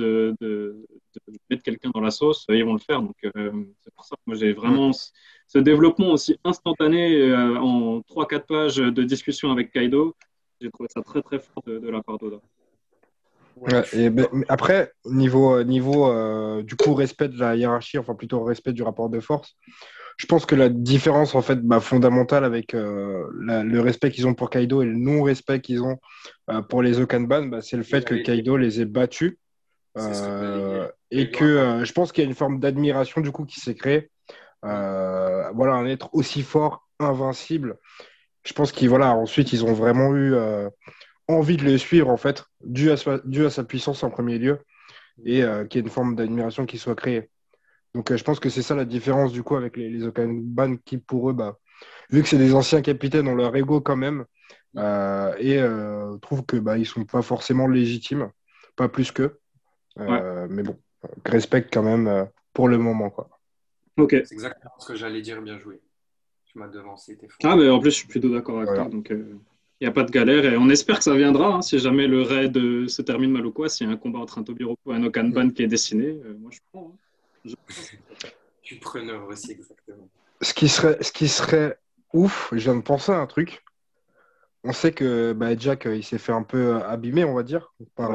de mettre quelqu'un dans la sauce, ils vont le faire. Donc, c'est pour ça que moi, j'ai vraiment ce développement aussi instantané en 3-4 pages de discussion avec Kaido. J'ai trouvé ça très très fort de la part d'Oda. Ouais, et après, niveau du coup respect de la hiérarchie, enfin plutôt respect du rapport de force, je pense que la différence en fait fondamentale avec le respect qu'ils ont pour Kaido et le non-respect qu'ils ont pour les Okanban, c'est le fait que Kaido les ait battus et que je pense qu'il y a une forme d'admiration du coup qui s'est créée. Voilà, un être aussi fort, invincible. Je pense ensuite ils ont vraiment eu envie de le suivre en fait, dû à sa puissance en premier lieu, et qu'il y ait une forme d'admiration qui soit créée. Donc je pense que c'est ça la différence du coup avec les Okanban qui pour eux, vu que c'est des anciens capitaines, ont leur ego quand même, et trouvent que ils sont pas forcément légitimes, pas plus qu'eux. Mais bon, respectent quand même pour le moment, quoi. Ok. C'est exactement ce que j'allais dire, bien joué. Tu m'as devancé, t'es fort. Ah, mais en plus, je suis plutôt d'accord avec toi. Donc, il n'y a pas de galère. Et on espère que ça viendra. Hein, si jamais le raid se termine mal ou quoi, s'il y a un combat entre un Tobiropo et un Okanban qui est dessiné, moi, je prends. Hein. Je suis preneur aussi, exactement. Ce qui serait ouf, je viens de penser à un truc. On sait que Jack, il s'est fait un peu abîmer, on va dire, par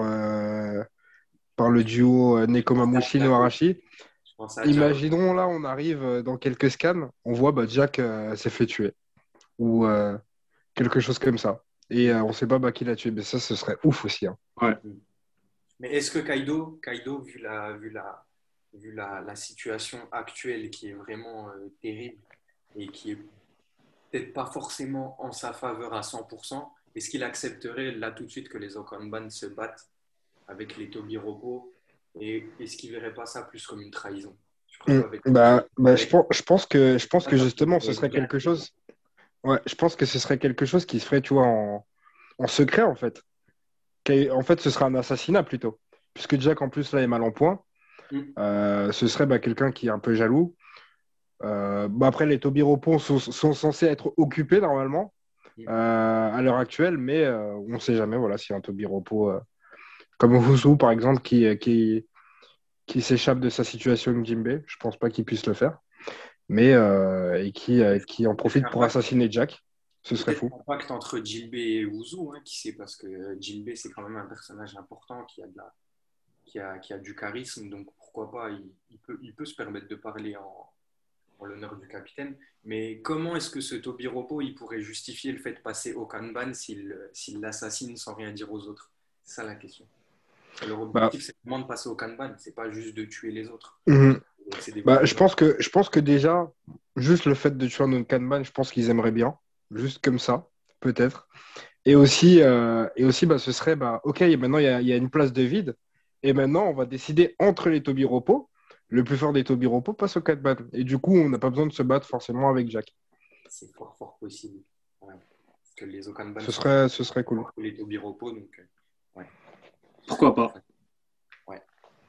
le duo Nekomamushi-no Arashi. Imaginons, là, on arrive dans quelques scans, on voit Jack s'est fait tuer. Ou quelque chose comme ça. Et on ne sait pas qui l'a tué. Mais ça, ce serait ouf aussi. Hein. Ouais. Mais est-ce que Kaido vu la situation actuelle qui est vraiment terrible et qui est peut-être pas forcément en sa faveur à 100%, est-ce qu'il accepterait là tout de suite que les Okanban se battent avec les Tobiropo et est-ce qu'il verrait pas ça plus comme une trahison? Je pense que justement ce serait quelque chose. Ouais, je pense que ce serait quelque chose qui se ferait, tu vois, en secret en fait. En fait, ce serait un assassinat plutôt, puisque Jack en plus là est mal en point. Ce serait quelqu'un qui est un peu jaloux. Après, les Tobiropo sont censés être occupés normalement à l'heure actuelle, mais on ne sait jamais. Voilà, si un Tobiropo Comme Ouzou, par exemple, qui s'échappe de sa situation Njimbe. Je pense pas qu'il puisse le faire. Mais et qui en profite pour assassiner Jack. Ce serait fou. L'impact entre Jinbe et Ouzou, qui sait, parce que Jinbe, c'est quand même un personnage important qui a du charisme, donc pourquoi pas, il peut se permettre de parler en l'honneur du capitaine. Mais comment est-ce que ce Tobiropo, il pourrait justifier le fait de passer au Kanban s'il l'assassine sans rien dire aux autres? C'est ça la question. Leur objectif, c'est vraiment de passer au Kanban, c'est pas juste de tuer les autres. Je pense que déjà, juste le fait de tuer un Kanban, je pense qu'ils aimeraient bien. Juste comme ça, peut-être. Et aussi, ce serait, OK, maintenant, il y a une place de vide. Et maintenant, on va décider entre les Tobiropo. Le plus fort des Tobiropo passe au Kanban. Et du coup, on n'a pas besoin de se battre forcément avec Jack. C'est fort, fort possible. Ouais. Parce que les Okanban, ce serait cool. Les Tobiropo, donc, ouais. Pourquoi pas? Ouais.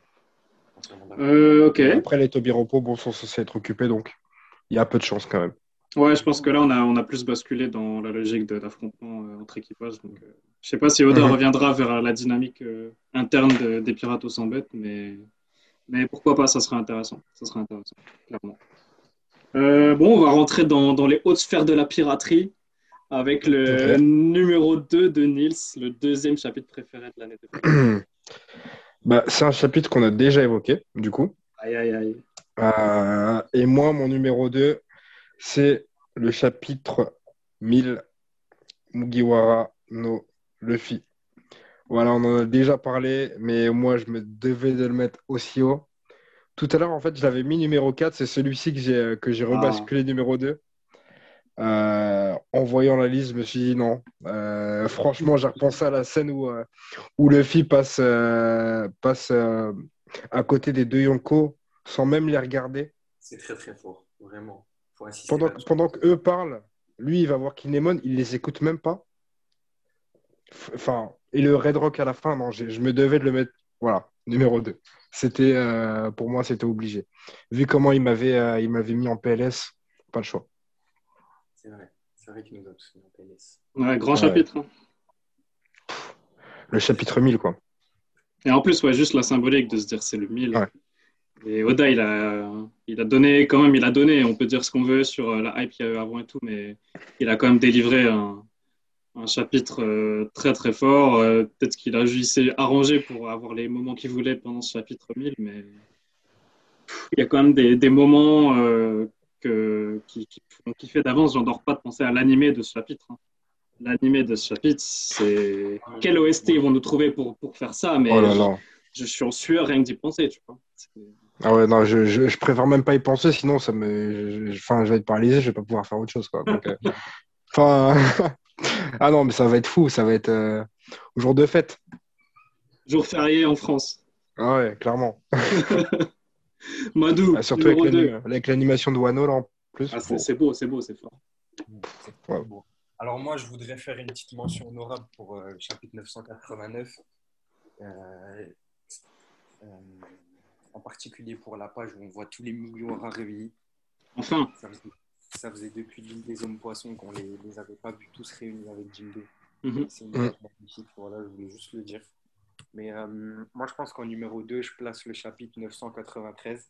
Ok. Après, les Tobiropo, sont censés être occupés, donc il y a peu de chance quand même. Ouais, je pense que là, on a plus basculé dans la logique d'affrontement entre équipages. Donc, je sais pas si Oda reviendra vers la dynamique interne des pirates au sans bête, mais pourquoi pas, ça serait intéressant. Ça serait intéressant, clairement. On va rentrer dans les hautes sphères de la piraterie avec le numéro 2 de Nils, le deuxième chapitre préféré de l'année 2000. C'est un chapitre qu'on a déjà évoqué, du coup. Aïe, aïe, aïe. Et moi, mon numéro 2, c'est le chapitre 1000, Mugiwara no Luffy. Voilà, on en a déjà parlé, mais moi, je me devais de le mettre aussi haut. Tout à l'heure, en fait, je l'avais mis numéro 4, c'est celui-ci que j'ai rebasculé numéro 2. En voyant la liste, je me suis dit non. Franchement, j'ai repensé à la scène où Luffy passe à côté des deux Yonko sans même les regarder. C'est très très fort, vraiment. Faut pendant qu'eux parlent, lui, il va voir Kinemon, il les écoute même pas. Et le Red Rock à la fin, non, je me devais de le mettre. Voilà, numéro 2. C'était, pour moi, c'était obligé. Vu comment il m'avait mis en PLS, pas le choix. C'est vrai qu'il nous a tous mis en PLS. Ouais, grand chapitre. Hein. Le chapitre 1000, quoi. Et en plus, juste la symbolique de se dire c'est le 1000. Ouais. Et Oda, il a donné, quand même, on peut dire ce qu'on veut sur la hype qu'il y a eu avant et tout, mais il a quand même délivré un chapitre très très fort. Peut-être qu'il s'est arrangé pour avoir les moments qu'il voulait pendant ce chapitre 1000, mais il y a quand même des moments qui fait d'avance. J'en dors pas de penser à l'animé de ce chapitre. Hein. L'animé de ce chapitre, c'est quel OST ils vont nous trouver pour faire ça, mais je suis en sueur rien que d'y penser, tu vois. Ah ouais, non, je préfère même pas y penser, sinon je vais être paralysé, je vais pas pouvoir faire autre chose, quoi. Donc, ah non, mais ça va être fou, ça va être jour de fête. Jour férié en France. Ah ouais, clairement. Madou, surtout avec l'animation de Wano, là, en plus. Ah, c'est beau, c'est fort. Ouais. Beau. Alors moi, je voudrais faire une petite mention honorable pour le chapitre 989. En particulier pour la page où on voit tous les Mugiwara réveillés. Enfin. Ça faisait depuis l'île des hommes poissons qu'on les avait pas vus tous réunis avec Jinbe. C'est une page magnifique, voilà, je voulais juste le dire. Mais moi, je pense qu'en numéro 2, je place le chapitre 993.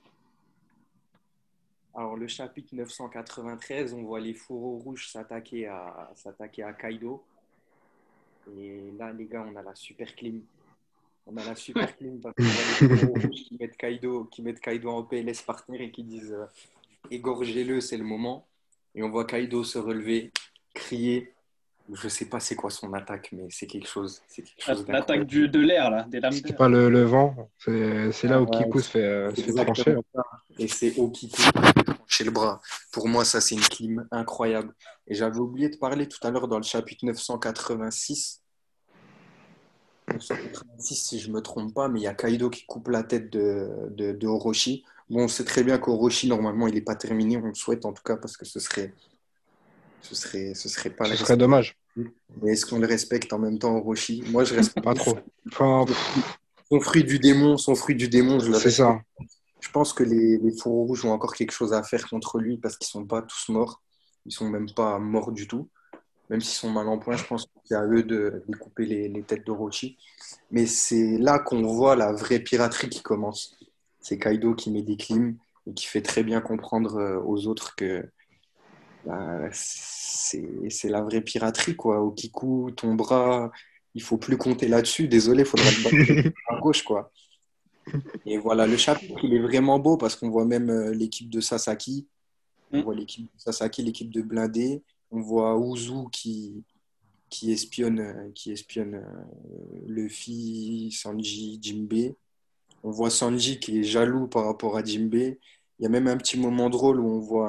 Alors, le chapitre 993, on voit les fourreaux rouges s'attaquer à Kaido. Et là, les gars, on a la super clim. On a la super clim parce qu'on voit les fourreaux rouges qui mettent Kaido en PLS par terre et qui disent égorgez-le, c'est le moment. Et on voit Kaido se relever, crier. Je sais pas c'est quoi son attaque, mais c'est quelque chose. L'attaque de l'air, là, des lames d'air. C'est pas le vent, c'est là où Kiku se fait trancher. Et c'est Okiku qui fait trancher le bras. Pour moi, ça, c'est une clim incroyable. Et j'avais oublié de parler tout à l'heure dans le chapitre 986. 986, si je me trompe pas, mais il y a Kaido qui coupe la tête de Orochi. Bon, on sait très bien qu'Orochi, normalement, il n'est pas terminé. On le souhaite en tout cas parce que ce serait pas. Ce serait dommage. Mais est-ce qu'on le respecte en même temps, Orochi? Moi, je respecte pas trop. Enfin, son fruit du démon, je le respecte. C'est ça. Je pense que les fourreaux rouges ont encore quelque chose à faire contre lui parce qu'ils sont pas tous morts. Ils sont même pas morts du tout. Même s'ils sont mal en point, je pense que c'est à eux de découper les têtes d'Orochi. Mais c'est là qu'on voit la vraie piraterie qui commence. C'est Kaido qui met des clims et qui fait très bien comprendre aux autres que bah, c'est la vraie piraterie, quoi. Okiku, ton bras, il faut plus compter là-dessus. Désolé, il faudra le battre à gauche, quoi. Et voilà, le chapitre, il est vraiment beau parce qu'on voit même l'équipe de Sasaki. On voit l'équipe de Sasaki, l'équipe de Blindé. On voit Uzu qui espionne Luffy, Sanji, Jinbei. On voit Sanji qui est jaloux par rapport à Jinbei. Il y a même un petit moment drôle où on voit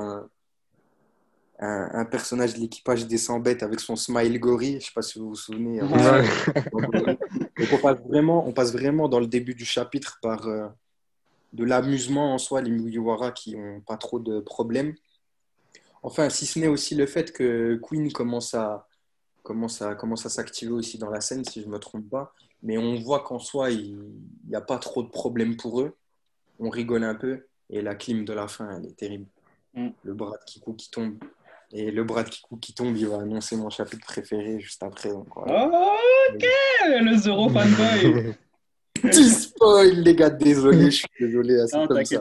un personnage de l'équipage des 100 bêtes avec son smile gorille. Je ne sais pas si vous vous souvenez. Ouais. Donc on passe vraiment dans le début du chapitre par de l'amusement en soi, les Mugiwara qui n'ont pas trop de problèmes. Enfin, si ce n'est aussi le fait que Queen commence à s'activer aussi dans la scène, si je ne me trompe pas. Mais on voit qu'en soi, il n'y a pas trop de problèmes pour eux. On rigole un peu. Et la clim de la fin, elle est terrible. Le bras de Kiku qui tombe. Et le bras de Kiku qui tombe, il va annoncer mon chapitre préféré juste après. Donc, voilà. Ok, le Zoro fanboy. Petit spoil, les gars, désolé, je suis désolé. C'est Non, comme ça.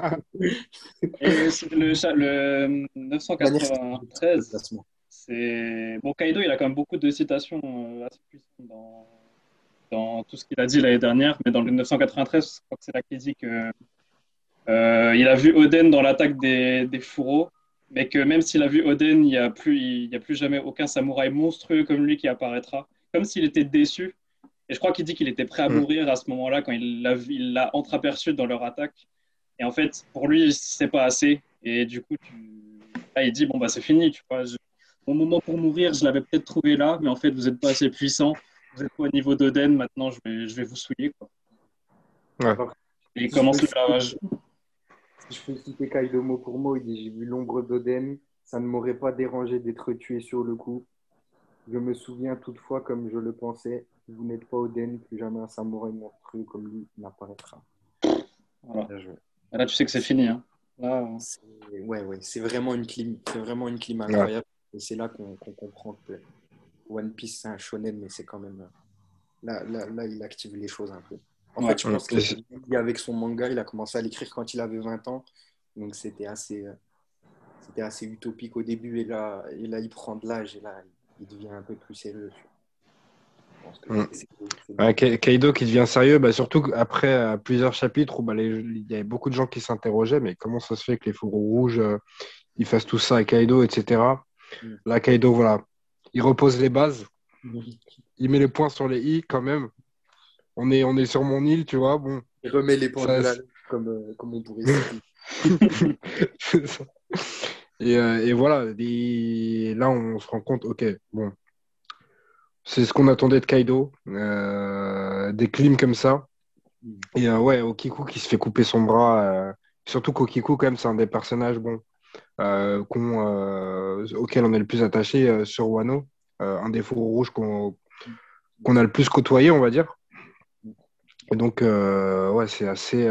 Et le 993, c'est... Bon, Kaido, il a quand même beaucoup de citations assez puissantes dans tout ce qu'il a dit l'année dernière, mais dans le 993, je crois que c'est là qu'il dit que il a vu Oden dans l'attaque des fourreaux, mais que même s'il a vu Oden, il n'y a plus jamais aucun samouraï monstrueux comme lui qui apparaîtra, comme s'il était déçu. Et je crois qu'il dit qu'il était prêt à mourir à ce moment-là quand il l'a entreaperçu dans leur attaque. Et en fait, pour lui, c'est pas assez. Et du coup, là, il dit, bon, bah, c'est fini. Tu vois, mon moment pour mourir, je l'avais peut-être trouvé là, mais en fait, vous n'êtes pas assez puissant. Vous n'êtes pas au niveau d'Oden. Maintenant, je vais vous souiller, quoi. Ouais. Et il commence le lavage. Si je peux citer Kaido mot pour mot, il dit: j'ai vu l'ombre d'Oden, ça ne m'aurait pas dérangé d'être tué sur le coup. Je me souviens toutefois, comme je le pensais, vous n'êtes pas Oden, plus jamais un samouraï monstrueux comme lui n'apparaîtra. Voilà. Là, tu sais que c'est fini. Hein. Là, ouais, c'est vraiment une clim incroyable. Ouais. Et c'est là qu'on comprend que One Piece, c'est un shonen, mais c'est quand même... Là, il active les choses un peu. En fait, je pense qu'avec son manga, il a commencé à l'écrire quand il avait 20 ans. Donc, c'était assez utopique au début. Et là, il prend de l'âge. Et là, il devient un peu plus sérieux. Kaido qui devient sérieux, bah, surtout après plusieurs chapitres où il y avait beaucoup de gens qui s'interrogeaient, mais comment ça se fait que les fourreaux rouges ils fassent tout ça à Kaido, etc. Là, Kaido, voilà, il repose les bases, il met les points sur les i quand même. On est sur mon île, tu vois. Bon, il remet les points de la comme on pourrait dire. C'est ça. Et voilà, là on se rend compte, ok, bon. C'est ce qu'on attendait de Kaido, des clims comme ça. Et ouais, Okiku qui se fait couper son bras. Surtout qu'Okiku, quand même, c'est un des personnages auxquels on est le plus attaché sur Wano. Un des fourreaux rouges qu'on a le plus côtoyé, on va dire. Et donc, ouais, c'est assez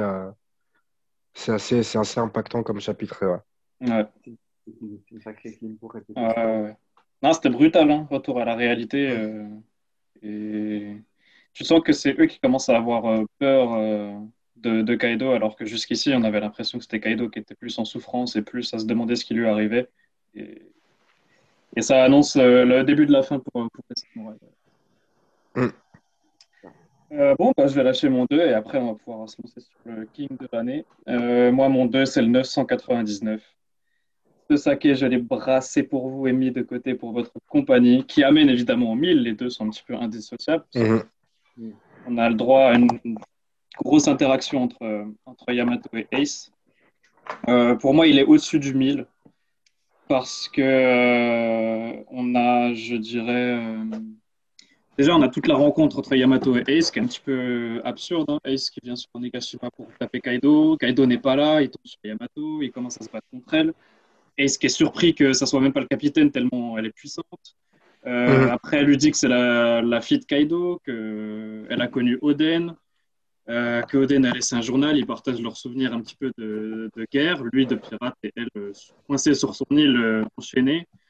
impactant comme chapitre. Ouais. C'est une sacrée clim pour répéter. Ouais. Non, c'était brutal, hein, retour à la réalité. Et tu sens que c'est eux qui commencent à avoir peur de Kaido, alors que jusqu'ici, on avait l'impression que c'était Kaido qui était plus en souffrance et plus à se demander ce qui lui arrivait. Et ça annonce le début de la fin pour les samouraïs. Bon, bah, je vais lâcher mon 2 et après, on va pouvoir se lancer sur le King de l'année. Moi, mon 2, c'est le 999. Ce saké, je l'ai brassé pour vous et mis de côté pour votre compagnie, qui amène évidemment au 1000. Les deux sont un petit peu indissociables. On a le droit à une grosse interaction entre Yamato et Ace. Pour moi, il est au-dessus du 1000 parce que on a, je dirais... Déjà, on a toute la rencontre entre Yamato et Ace, qui est un petit peu absurde. Hein. Ace qui vient sur Onigashima pour taper Kaido. Kaido n'est pas là, il tombe sur Yamato, il commence à se battre contre elle. Ace qui est surpris que ça soit même pas le capitaine tellement elle est puissante. Après, elle lui dit que c'est la fille de Kaido, qu'elle a connu Oden, que Oden a laissé un journal, ils partagent leurs souvenirs un petit peu de guerre, lui de pirate et elle coincée sur son île enchaînée.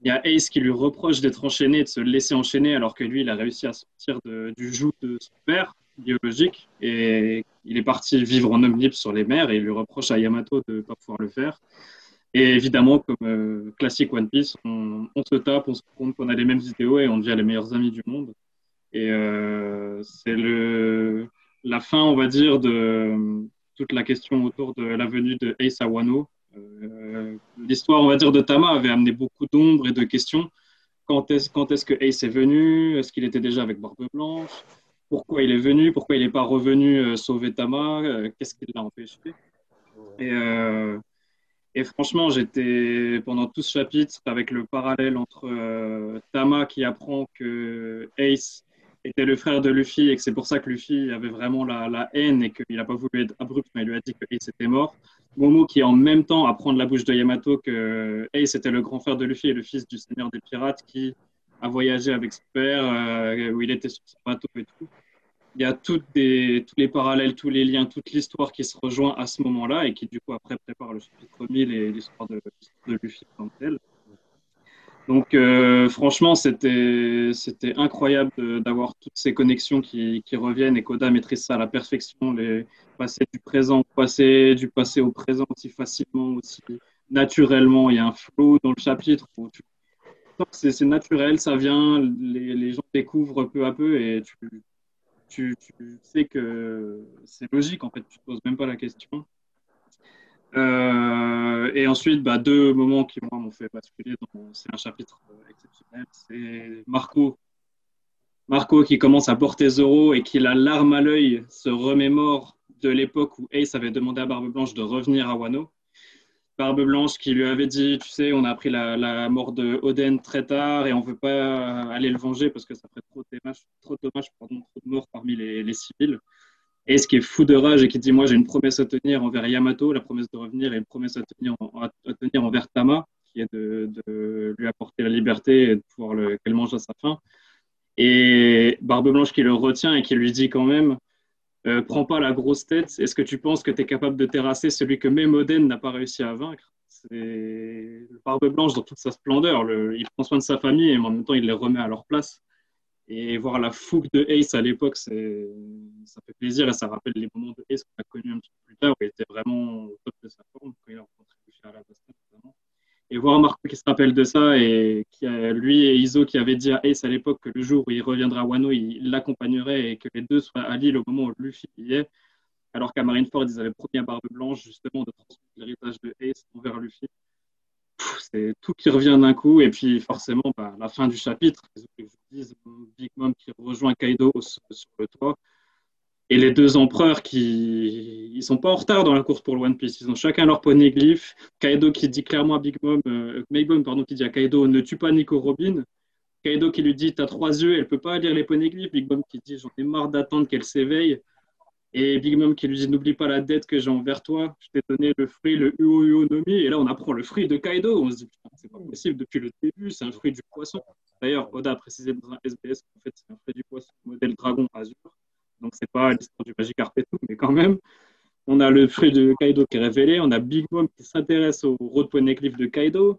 Il y a Ace qui lui reproche d'être enchaîné, de se laisser enchaîner, alors que lui, il a réussi à sortir du joug de son père biologique. Et il est parti vivre en homme libre sur les mers et il lui reproche à Yamato de ne pas pouvoir le faire. Et évidemment, comme classique One Piece, on se tape, on se rend compte qu'on a les mêmes idéaux et on devient les meilleurs amis du monde. Et c'est la fin, on va dire, de toute la question autour de la venue de Ace à Wano. L'histoire, on va dire, de Tama avait amené beaucoup d'ombres et de questions. Quand est-ce que Ace est venu? Est-ce qu'il était déjà avec Barbe Blanche? Pourquoi il est venu? Pourquoi il n'est pas revenu sauver Tama? Qu'est-ce qui l'a empêché? Et, et franchement, j'étais pendant tout ce chapitre avec le parallèle entre Tama qui apprend que Ace était le frère de Luffy et que c'est pour ça que Luffy avait vraiment la haine et qu'il n'a pas voulu être abrupt, mais il lui a dit que Ace était mort. Momo qui en même temps apprend de la bouche de Yamato que Ace était le grand frère de Luffy et le fils du seigneur des pirates qui a voyagé avec son père, où il était sur son bateau et tout. Il y a tous les parallèles, tous les liens, toute l'histoire qui se rejoint à ce moment-là et qui du coup après prépare le chapitre 1000 et l'histoire de Luffy comme tel. Donc franchement, c'était incroyable d'avoir toutes ces connexions qui reviennent et qu'Oda maîtrise ça à la perfection, les passés du présent au passé, du passé au présent aussi facilement, aussi naturellement. Il y a un flow dans le chapitre où c'est naturel, ça vient, les gens découvrent peu à peu et tu sais que c'est logique en fait, tu ne te poses même pas la question. Et ensuite, deux moments qui moi m'ont fait basculer. C'est un chapitre exceptionnel. C'est Marco qui commence à porter Zoro et qui, la larme à l'œil, se remémore de l'époque où Ace avait demandé à Barbe Blanche de revenir à Wano. Barbe Blanche qui lui avait dit, tu sais, on a appris la mort de Oden très tard et on ne veut pas aller le venger parce que ça ferait trop de dommages pour trop de morts parmi les civils. Et ce qui est fou de rage et qui dit moi j'ai une promesse à tenir envers Yamato, la promesse de revenir et une promesse à tenir envers Tama, qui est de lui apporter la liberté et de pouvoir qu'elle mange à sa faim. Et Barbe Blanche qui le retient et qui lui dit quand même prends pas la grosse tête, est-ce que tu penses que tu es capable de terrasser celui que même Oden n'a pas réussi à vaincre? C'est Barbe Blanche dans toute sa splendeur, il prend soin de sa famille et en même temps il les remet à leur place. Et voir la fougue de Ace à l'époque, ça fait plaisir et ça rappelle les moments de Ace qu'on a connus un petit peu plus tard où il était vraiment au top de sa forme quand il a rencontré Luffy à la baston notamment. Et voir Marco qui se rappelle de ça et lui et Izo qui avaient dit à Ace à l'époque que le jour où il reviendra à Wano, il l'accompagnerait et que les deux soient à l'île au moment où Luffy y est. Alors qu'à Marineford, ils avaient promis à Barbe Blanche justement de transmettre l'héritage de Ace envers Luffy. C'est tout qui revient d'un coup et puis forcément la fin du chapitre, Big Mom qui rejoint Kaido sur le toit et les deux empereurs ils sont pas en retard dans la course pour le One Piece, ils ont chacun leur poneglyphe. Kaido qui dit clairement à Big Mom, qui dit à Kaido ne tue pas Nico Robin. Kaido qui lui dit t'as 3 yeux, elle peut pas lire les poneglyphes. Big Mom qui dit j'en ai marre d'attendre qu'elle s'éveille. Et Big Mom qui lui dit n'oublie pas la dette que j'ai envers toi, je t'ai donné le fruit, le Uo Nomi, et là on apprend le fruit de Kaido. On se dit putain, c'est pas possible depuis le début, c'est un fruit du poisson. D'ailleurs, Oda a précisé dans un SBS qu'en fait c'est un fruit du poisson modèle dragon azur, donc c'est pas l'histoire du Magikarp et tout, mais quand même, on a le fruit de Kaido qui est révélé, on a Big Mom qui s'intéresse au Road Poneglyph de Kaido,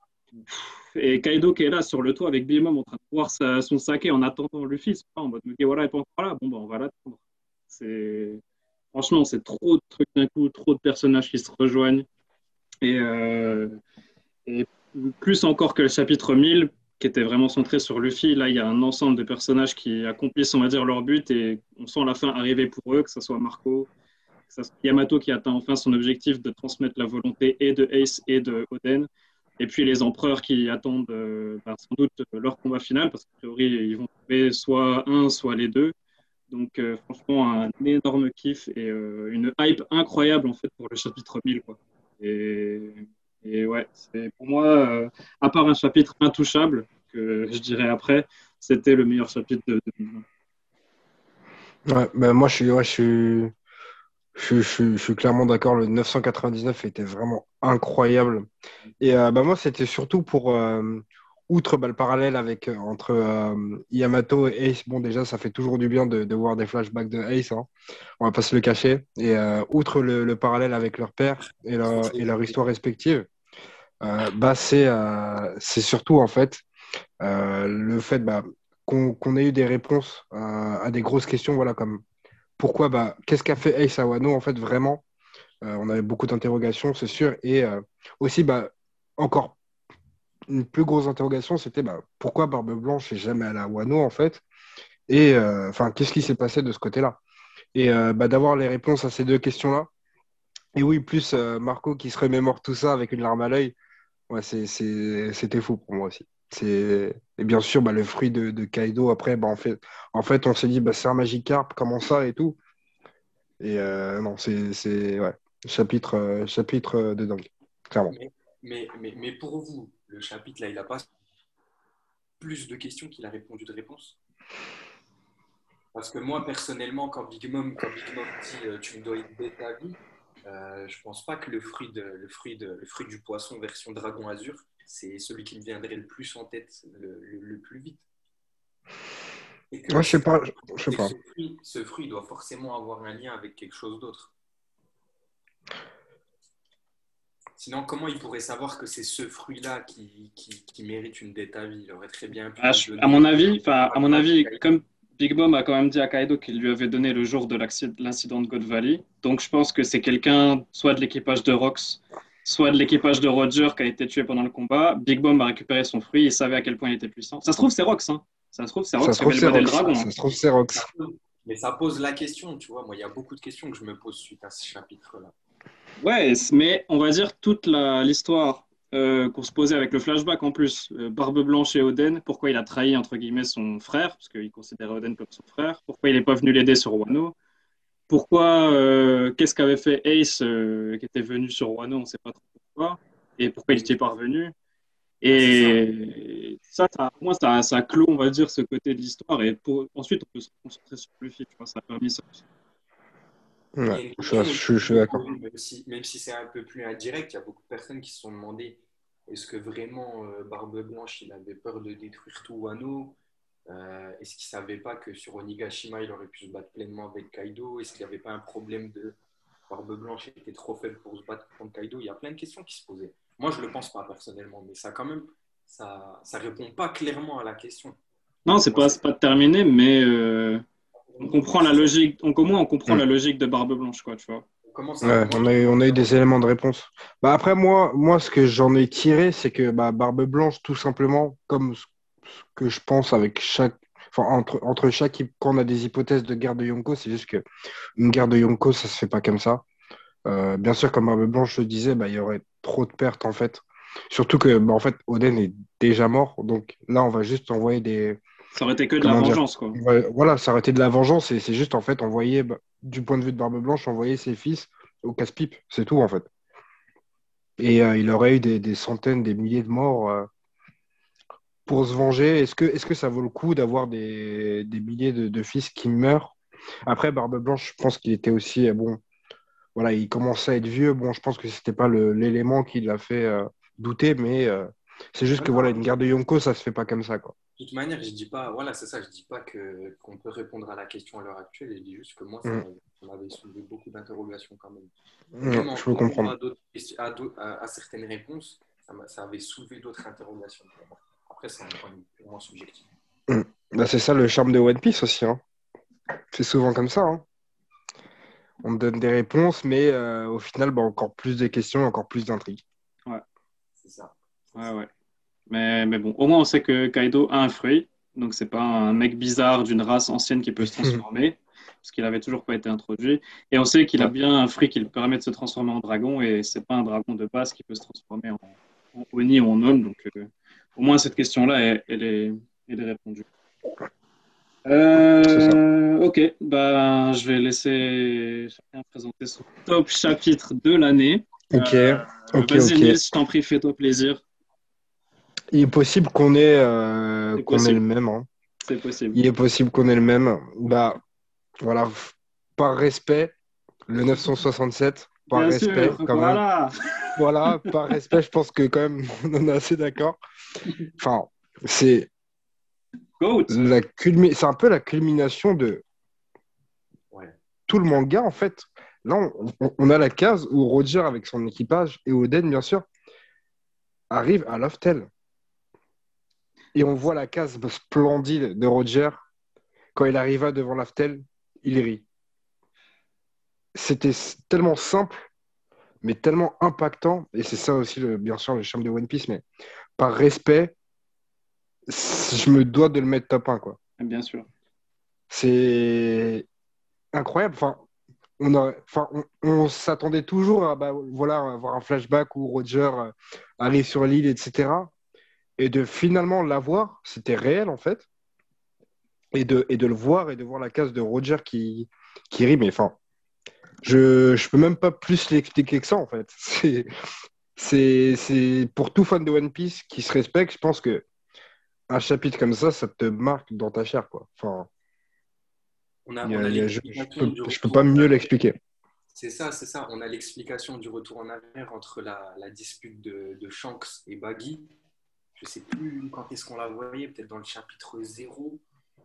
et Kaido qui est là sur le toit avec Big Mom en train de boire son saké en attendant Luffy, c'est pas en mode Mugiwara est pas encore là, on va l'attendre. Franchement, c'est trop de trucs d'un coup, trop de personnages qui se rejoignent. Et plus encore que le chapitre 1000, qui était vraiment centré sur Luffy, là, il y a un ensemble de personnages qui accomplissent, on va dire, leur but et on sent la fin arriver pour eux, que ce soit Marco, que ce soit Yamato qui atteint enfin son objectif de transmettre la volonté et de Ace et de Oden. Et puis les empereurs qui attendent sans doute leur combat final, parce qu'a priori, ils vont trouver soit un, soit les deux. Donc franchement, un énorme kiff et une hype incroyable en fait pour le chapitre 1000. Quoi. Et ouais, c'est pour moi, à part un chapitre intouchable, que je dirais après, c'était le meilleur chapitre de 2020. Ouais, moi je suis clairement d'accord, le 999 était vraiment incroyable. Et moi c'était surtout pour... outre le parallèle entre Yamato et Ace, bon déjà ça fait toujours du bien de voir des flashbacks de Ace, hein. On va pas se le cacher. Et outre le parallèle avec leur père et leur histoire respective, C'est surtout en fait le fait qu'on ait eu des réponses à des grosses questions, voilà, comme pourquoi, qu'est-ce qu'a fait Ace à Wano en fait vraiment. On avait beaucoup d'interrogations, c'est sûr, et aussi encore une plus grosse interrogation, c'était pourquoi Barbe Blanche est jamais allée à Wano en fait, et enfin qu'est-ce qui s'est passé de ce côté-là. Et d'avoir les réponses à ces deux questions-là. Et oui, plus Marco qui se remémore tout ça avec une larme à l'œil. Ouais, c'était fou pour moi aussi. Et bien sûr, le fruit de Kaido, après, en fait, on s'est dit, c'est un Magikarp, comment ça et tout. Et non, ouais, chapitre de dingue, clairement. Mais pour vous, le chapitre là, il n'a pas plus de questions qu'il a répondu de réponses? Parce que moi, personnellement, quand Big Mom dit tu me dois aider ta vie, je pense pas que le fruit du poisson version Dragon Azur, c'est celui qui me viendrait le plus en tête le plus vite. Et que Ouais, je sais pas. Ce fruit doit forcément avoir un lien avec quelque chose d'autre. Sinon, comment il pourrait savoir que c'est ce fruit-là qui mérite une dette à vie? Il aurait très bien pu. À mon avis, comme Big Mom a quand même dit à Kaido qu'il lui avait donné le jour de l'incident de God Valley, donc je pense que c'est quelqu'un soit de l'équipage de Rox, soit de l'équipage de Roger qui a été tué pendant le combat. Big Mom a récupéré son fruit, il savait à quel point il était puissant. Ça se trouve, c'est Rox, hein. Ça se trouve, c'est Rox qui avait le modèle dragon. Ça se trouve, c'est Rox. Mais ça pose la question, tu vois. Moi, il y a beaucoup de questions que je me pose suite à ce chapitre-là. Ouais, mais on va dire toute l'histoire qu'on se posait avec le flashback en plus. Barbe Blanche et Oden, pourquoi il a trahi entre guillemets son frère, parce qu'il considérait Oden comme son frère, pourquoi il n'est pas venu l'aider sur Wano, pourquoi, qu'est-ce qu'avait fait Ace qui était venu sur Wano, on ne sait pas trop pourquoi, et pourquoi il n'était pas revenu. Et ça clôt, on va dire, ce côté de l'histoire, et ensuite on peut se concentrer sur Luffy, tu vois, ça a permis ça aussi. Ouais, je suis d'accord. Même si c'est un peu plus indirect, il y a beaucoup de personnes qui se sont demandé est-ce que vraiment Barbe Blanche il avait peur de détruire tout Wano? Est-ce qu'il ne savait pas que sur Onigashima il aurait pu se battre pleinement avec Kaido? Est-ce qu'il n'y avait pas un problème de Barbe Blanche était trop faible pour se battre contre Kaido? Il y a plein de questions qui se posaient. Moi je ne le pense pas personnellement, mais ça quand même ça répond pas clairement à la question. Non, c'est pas terminé, mais on comprend la logique. Au moins, on comprend la logique de Barbe Blanche, quoi, tu vois. Ouais, on a eu des éléments de réponse. Après, moi, ce que j'en ai tiré, c'est que Barbe Blanche, tout simplement, comme ce que je pense avec chaque. Enfin, entre chaque. Quand on a des hypothèses de guerre de Yonko, c'est juste que une guerre de Yonko, ça se fait pas comme ça. Bien sûr, comme Barbe Blanche le disait, il y aurait trop de pertes, en fait. Surtout que, en fait, Oden est déjà mort. Donc là, on va juste envoyer des. Ça aurait été que de la vengeance, quoi. Voilà, ça aurait été de la vengeance et c'est juste en fait envoyer, du point de vue de Barbe Blanche, envoyer ses fils au casse-pipe, c'est tout en fait. Et il aurait eu des centaines, des milliers de morts pour se venger. Est-ce que ça vaut le coup d'avoir des milliers de fils qui meurent? Après, Barbe Blanche, je pense qu'il était aussi, bon, voilà, il commençait à être vieux. Bon, je pense que c'était pas l'élément qui l'a fait douter, mais c'est juste que voilà, une guerre de Yonko, ça se fait pas comme ça, quoi. De toute manière, je dis pas, voilà, c'est ça, je dis pas qu'on peut répondre à la question à l'heure actuelle, je dis juste que moi, ça m'avait soulevé beaucoup d'interrogations quand même. Vraiment, je peux comprendre. À certaines réponses, ça avait soulevé d'autres interrogations. Après, c'est un point purement subjectif. C'est ça le charme de One Piece aussi, hein. C'est souvent comme ça, hein. On te donne des réponses, mais au final, encore plus de questions, encore plus d'intrigues. Ouais. C'est ça. Ouais. Mais bon, au moins on sait que Kaido a un fruit, donc c'est pas un mec bizarre d'une race ancienne qui peut se transformer, parce qu'il avait toujours pas été introduit. Et on sait qu'il a bien un fruit qui lui permet de se transformer en dragon, et c'est pas un dragon de base qui peut se transformer en Oni ou en homme. Donc au moins cette question-là, elle est répondue. Ok, je vais laisser chacun présenter son top chapitre de l'année. Ok. Vas-y, Nils, je t'en prie, fais-toi plaisir. Il est possible qu'on ait le même. Hein. C'est possible. Il est possible qu'on ait le même. Voilà, par respect, le 967, par Bien respect, sûr, quand voilà. même. Voilà, par respect, je pense que quand même, on en est assez d'accord. Enfin, c'est c'est un peu la culmination de tout le manga, en fait. Là, on a la case où Roger, avec son équipage, et Oden, bien sûr, arrive à Loftel. Et on voit la case splendide de Roger. Quand il arriva devant Loftel, il rit. C'était tellement simple, mais tellement impactant. Et c'est ça aussi, bien sûr, le charme de One Piece. Mais par respect, je me dois de le mettre top 1, quoi. Bien sûr. C'est incroyable. On s'attendait toujours à avoir un flashback où Roger arrive sur l'île, etc. Et de finalement l'avoir, c'était réel en fait. Et de le voir et de voir la case de Roger qui rit, mais enfin, je peux même pas plus l'expliquer que ça en fait. C'est pour tout fan de One Piece qui se respecte, je pense que un chapitre comme ça te marque dans ta chair, quoi. Enfin, On a, il y on a- a il y a- l'explication du je peux retour pas en mieux arrière. l'expliquer. C'est ça, c'est ça. On a l'explication du retour en arrière entre la dispute de Shanks et Baggy. Je sais plus quand est-ce qu'on la voyait, peut-être dans le chapitre 0.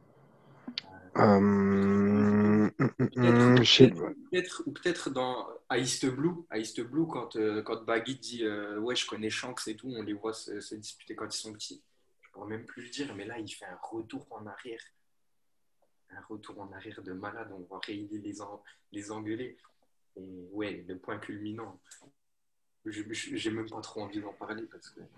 Je sais- Ou peut-être dans à East Blue quand Baggy dit ouais, je connais Shanks et tout, on les voit se disputer quand ils sont petits. Je pourrais même plus le dire, mais là, il fait un retour en arrière. Un retour en arrière de malade. On voit Rayleigh les engueuler. Et ouais, le point culminant. J'ai même pas trop envie d'en parler parce que.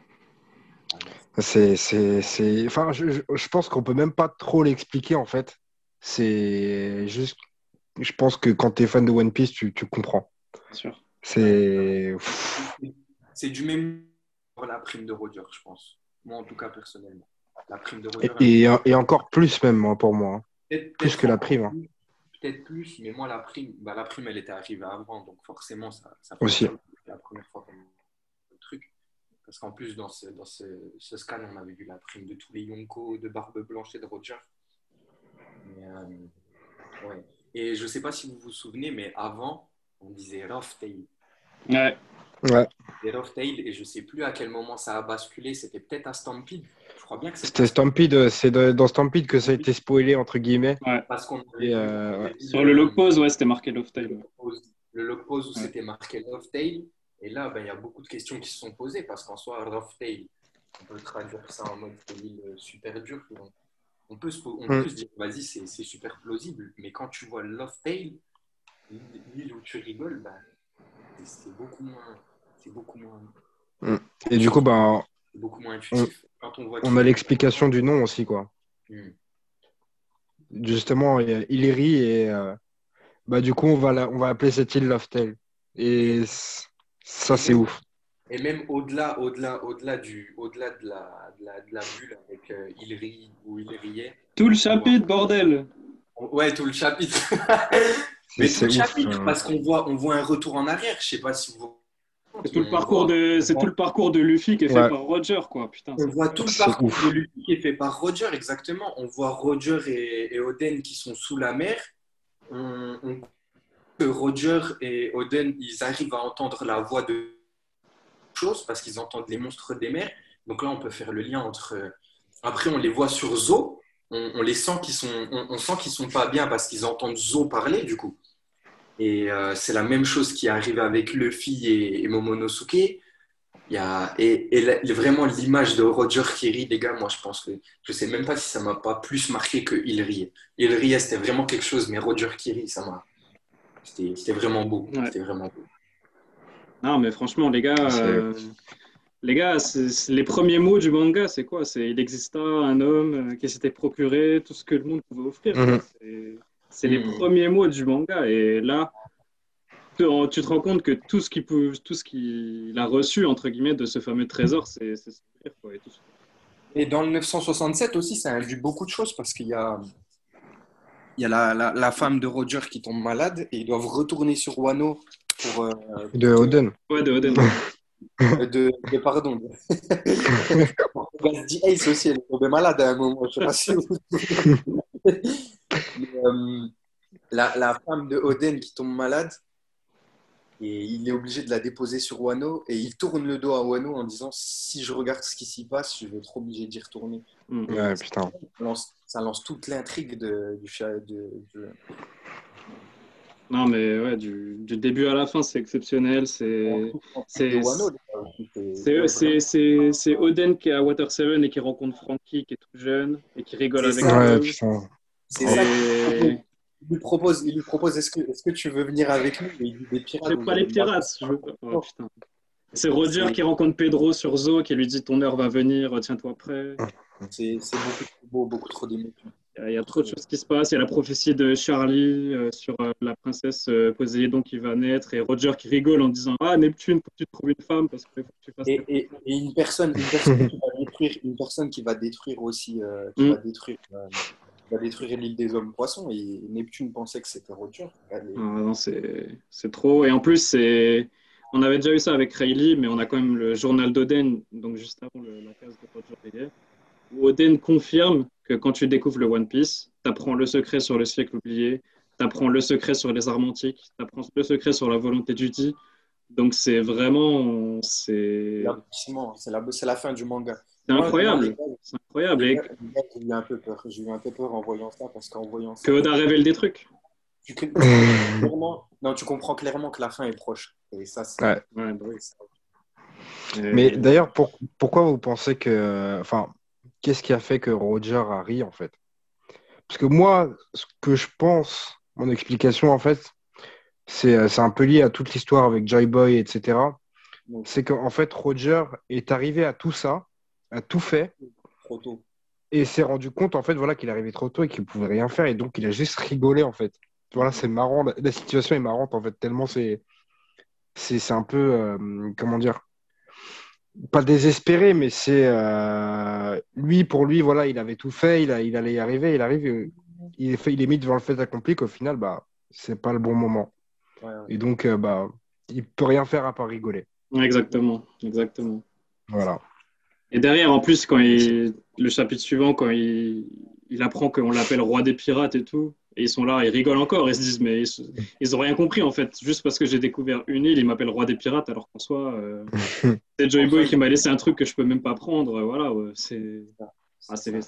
Enfin, je pense qu'on peut même pas trop l'expliquer en fait. C'est juste, je pense que quand tu es fan de One Piece, tu comprends. Bien sûr. C'est. C'est du même pour la prime de Roger, je pense. Moi, en tout cas, personnellement. La prime de Roger. Et encore plus même, moi, pour moi. Peut-être que la prime. Hein. Peut-être plus, mais moi, la prime, elle était arrivée avant, donc forcément, ça Aussi. la première fois qu'on le truc. Parce qu'en plus, dans ce scan, on avait vu la prime de tous les Yonko, de Barbe Blanche et de Roger. Mais, ouais. Et je ne sais pas si vous vous souvenez, mais avant, on disait Rough Tail. Ouais. Et Rough Tail, et je ne sais plus à quel moment ça a basculé, c'était peut-être à Stampede. Je crois bien que c'était Stampede, c'est dans Stampede que ça a été spoilé, entre guillemets. Ouais. Parce qu'on Et, avait vu sur le log pose, ouais, c'était marqué Love Tail. Le log pose où c'était marqué Love Tail. Et là, il y a beaucoup de questions qui se sont posées parce qu'en soi, Rough Tail, on peut traduire ça en mode l'île super dure. Donc, on peut se dire, vas-y, c'est super plausible. Mais quand tu vois Love Tail, l'île où tu rigoles, c'est beaucoup moins. Et du coup, c'est beaucoup moins intuitif. Quand on a l'explication du nom aussi, quoi. Justement, Illyri et du coup, on va appeler cette île Love Tail. Et ça, c'est ouf. Et même au-delà de la bulle avec Illyri ou Illyrier. Tout le chapitre, bordel. Ouais, tout le chapitre. Mais tout le chapitre, parce qu'on voit un retour en arrière. Je sais pas si vous. C'est tout le parcours de Luffy qui est fait par Roger, quoi. Putain, on voit tout le parcours de Luffy qui est fait par Roger, exactement. On voit Roger et Oden qui sont sous la mer. Roger et Oden, ils arrivent à entendre la voix de choses parce qu'ils entendent les monstres des mers. Donc là, on peut faire le lien entre. Après, on les voit sur Zo. On les sent on sent qu'ils sont pas bien parce qu'ils entendent Zo parler, du coup. Et c'est la même chose qui est arrivée avec Luffy et Momonosuke. Vraiment l'image de Roger qui rit, les gars, moi je pense que je sais même pas si ça m'a pas plus marqué que il riait. Il riait, c'était vraiment quelque chose, mais Roger qui rit, c'était vraiment beau. Ouais. C'était vraiment beau. Non, mais franchement, les gars, les premiers mots du manga, c'est quoi? C'est il exista un homme qui s'était procuré tout ce que le monde pouvait offrir. C'est les premiers mots du manga. Et là, tu te rends compte que tout ce qu'il a reçu, entre guillemets, de ce fameux trésor, c'est quoi, et tout ça. Et dans le 967 aussi, ça induit beaucoup de choses parce qu'il y a la femme de Roger qui tombe malade et ils doivent retourner sur Wano pour... de Oden. Ouais, de Oden. Pardon. Dit Ace aussi, elle est tombée malade à un moment, je sais pas si vous... la femme de Oden qui tombe malade et il est obligé de la déposer sur Wano et il tourne le dos à Wano en disant si je regarde ce qui s'y passe, je vais être obligé d'y retourner. Ouais, putain. Ça lance toute l'intrigue du Non, mais ouais, du début à la fin, c'est exceptionnel. En plus de C'est, Wano, aussi, c'est Oden qui est à Water 7 et qui rencontre Frankie qui est tout jeune et qui rigole c'est avec ça, Ouais, eux. putain. c'est Oh. ça. Et Il lui propose est-ce que tu veux venir avec nous? Et il dit des pirates, j'ai vous pas les allez me battre. pirates. Je veux pas. Oh, putain. C'est Roger qui rencontre Pedro sur Zo qui lui dit ton heure va venir, tiens-toi prêt. C'est beaucoup trop beau, beaucoup trop d'émotions. Il y a trop de choses qui se passent. Il y a la prophétie de Charlie sur la princesse Poséidon qui va naître et Roger qui rigole en disant ah Neptune, faut que tu te trouves une femme parce qu'il faut que tu fasses. Et une personne qui va détruire aussi, va détruire l'île des hommes poissons. Et Neptune pensait que c'était Roger. Ah, non, c'est trop. Et en plus, on avait déjà eu ça avec Rayleigh, mais on a quand même le journal d'Oden, donc juste avant la case de Roger Rivière, où Oden confirme que quand tu découvres le One Piece, tu apprends le secret sur le siècle oublié, tu apprends le secret sur les armes antiques, tu apprends le secret sur la volonté du Di. Donc c'est vraiment... C'est L'aboutissement, c'est la fin du manga. incroyable. C'est incroyable. Et J'ai eu un peu peur. J'ai eu un peu peur en voyant ça, parce qu'en voyant ça, que Oda révèle des trucs. tu comprends clairement que la fin est proche. Et ça, c'est... Ouais. Ouais, bah oui. Mais d'ailleurs, pourquoi vous pensez que... Enfin, qu'est-ce qui a fait que Roger a ri, en fait? Parce que moi, ce que je pense, mon explication, en fait, c'est un peu lié à toute l'histoire avec Joy Boy, etc. Donc, C'est qu'en fait, Roger est arrivé à tout ça, a tout fait, trop tôt. et s'est rendu compte, en fait, voilà, qu'il arrivait trop tôt et qu'il pouvait rien faire, et donc il a juste rigolé, en fait. Voilà, c'est marrant, la situation est marrante, en fait, tellement c'est un peu, comment dire, pas désespéré, mais c'est lui, pour lui, voilà, il avait tout fait, il allait y arriver, il arrive, il est mis devant le fait accompli qu'au final, bah, c'est pas le bon moment. Ouais. Et donc, bah, il peut rien faire à part rigoler. Exactement, exactement. Voilà. Et derrière, en plus, le chapitre suivant, quand il apprend qu'on l'appelle roi des pirates et tout, et ils sont là, ils rigolent encore, ils se disent, mais ils ont rien compris en fait. Juste parce que j'ai découvert une île, ils m'appellent roi des pirates, alors qu'en soi, c'est Joy Boy qui m'a laissé un truc que je peux même pas prendre. Voilà, c'est. Ah, c'est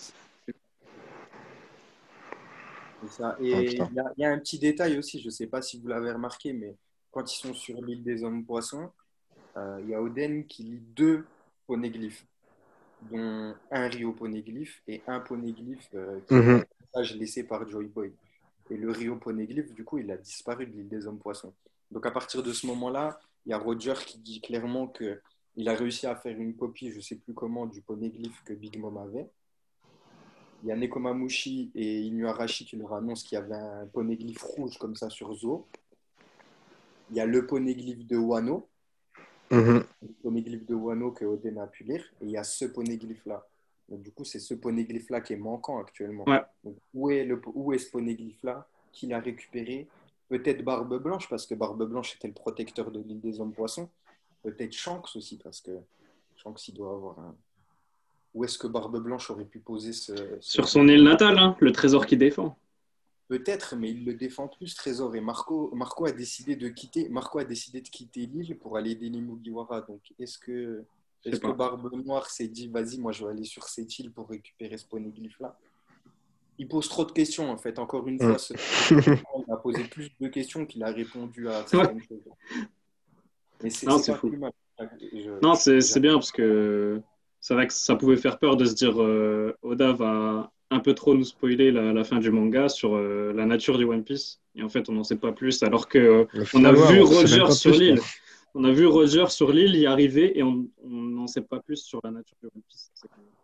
ça. Et il y a un petit détail aussi, je ne sais pas si vous l'avez remarqué, mais quand ils sont sur l'île des hommes poissons, il y a Oden qui lit 2 poneglyphes, dont un Rio poneglyphe et un poneglyphe qui est un message laissé par Joy Boy. Et le Rio poneglyphe, du coup, il a disparu de l'île des hommes poissons. Donc à partir de ce moment-là, il y a Roger qui dit clairement qu'il a réussi à faire une copie, je ne sais plus comment, du poneglyphe que Big Mom avait. Il y a Nekomamushi et Inuarashi qui leur annoncent qu'il y avait un poneglyphe rouge comme ça sur Zo. Il y a le poneglyphe de Wano. Le poneglyphe de Wano que Oden a pu lire. Et il y a ce poneglyphe-là. Donc, du coup, c'est ce poneglyphe-là qui est manquant actuellement. Ouais. Donc, où est ce poneglyphe-là? Qui l'a récupéré? Peut-être Barbe Blanche, parce que Barbe Blanche était le protecteur de l'île des hommes poissons. Peut-être Shanks aussi, parce que Shanks, il doit avoir un... Où est-ce que Barbe Blanche aurait pu poser sur son île natale, hein, le trésor qui défend. Peut-être, mais il le défend plus, ce trésor. Et Marco a décidé de quitter l'île pour aller aider les Mugiwara. Donc, est-ce que Barbe Noire s'est dit, vas-y, moi, je vais aller sur cette île pour récupérer ce poneglyphe-là? Il pose trop de questions, en fait. Encore une fois, il a posé plus de questions qu'il a répondu à certaines choses. Mais c'est fou. plus mal. Non, c'est bien parce que c'est vrai que ça pouvait faire peur de se dire Oda va un peu trop nous spoiler la fin du manga sur la nature du One Piece. Et en fait, on n'en sait pas plus, alors que on a vu Roger sur l'île. On a vu Roger sur l'île y arriver et on n'en sait pas plus sur la nature du One Piece.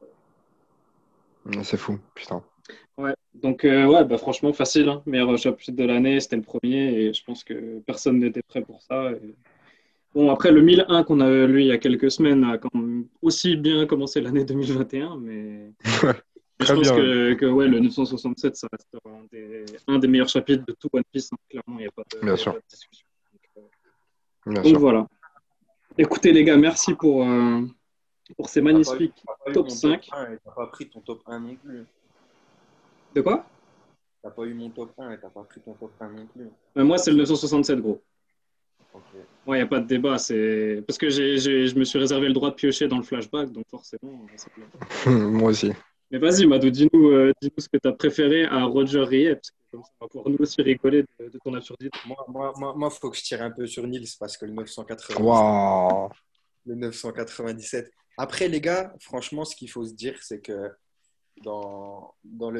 C'est fou, putain. Ouais, donc bah, franchement facile, hein. Meilleur chapitre de l'année, c'était le premier et je pense que personne n'était prêt pour ça. Et... Bon, après le 1001 qu'on a lu il y a quelques semaines a quand même aussi bien commencé l'année 2021, mais je pense que le 967 ça restera un des meilleurs chapitres de tout One Piece, hein. Clairement il n'y a pas de discussion. Donc voilà. Écoutez les gars, merci pour ces magnifiques top 5. Tu n'as pas pris ton top 1 non plus. De quoi? Tu n'as pas eu mon top 1 et tu n'as pas pris ton top 1 non plus. Moi, c'est le 967, gros. Okay. Ouais, il n'y a pas de débat. C'est... Parce que je me suis réservé le droit de piocher dans le flashback, donc forcément, c'est Moi aussi. Mais vas-y, Madou, dis-nous ce que tu as préféré à Roger Riet. comme ça, on va pouvoir nous aussi rigoler de ton absurdité. Faut que je tire un peu sur Nils parce que le 997. Waouh. Le 997. Après, les gars, franchement, ce qu'il faut se dire, c'est que dans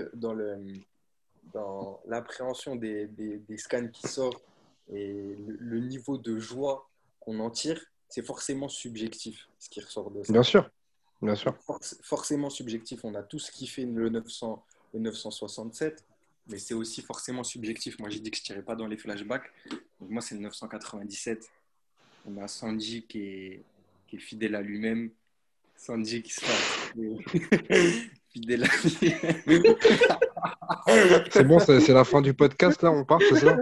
l'appréhension des scans qui sortent et le niveau de joie qu'on en tire, c'est forcément subjectif ce qui ressort de ça. Bien sûr. Bien sûr. Forcément subjectif. On a tous kiffé le 967, mais c'est aussi forcément subjectif. Moi, j'ai dit que je ne tirais pas dans les flashbacks. Donc, moi, c'est le 997. On a Sanji qui est fidèle à lui-même. Sanji qui sera fidèle à lui-même. C'est bon, c'est la fin du podcast, là, on part, c'est ça?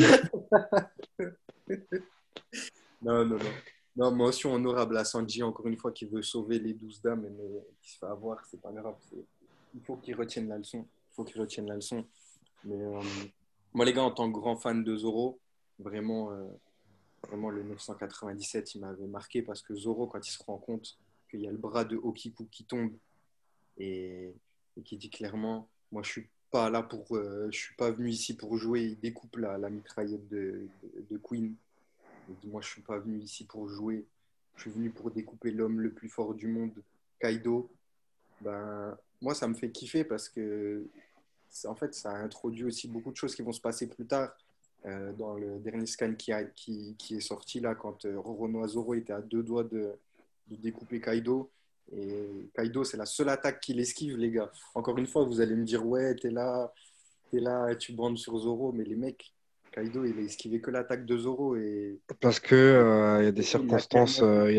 Non. Non, mention honorable à Sanji, encore une fois, qui veut sauver les 12 dames, mais qui se fait avoir, c'est pas grave. Il faut qu'il retienne la leçon. Mais moi, les gars, en tant que grand fan de Zoro, vraiment, le 997, il m'avait marqué parce que Zoro, quand il se rend compte qu'il y a le bras de Okiku qui tombe et qui dit clairement, moi, je suis pas venu ici pour jouer. Il découpe la mitraillette de Queen. Il dit, moi, je ne suis pas venu ici pour jouer. Je suis venu pour découper l'homme le plus fort du monde, Kaido. Ben, moi, ça me fait kiffer parce que, en fait, ça a introduit aussi beaucoup de choses qui vont se passer plus tard. Dans le dernier scan qui est sorti, là, quand Roronoa Zoro était à 2 doigts de découper Kaido. Et Kaido, c'est la seule attaque qu'il esquive, les gars. Encore une fois, vous allez me dire, ouais, t'es là, tu bandes sur Zoro. Mais les mecs, Kaido, il a esquivé que l'attaque de Zoro. Parce que il y a des circonstances.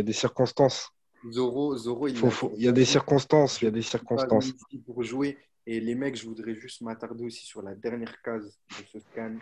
Zoro, Il y a des circonstances. pas venu ici pour jouer. Et les mecs, je voudrais juste m'attarder aussi sur la dernière case de ce scan.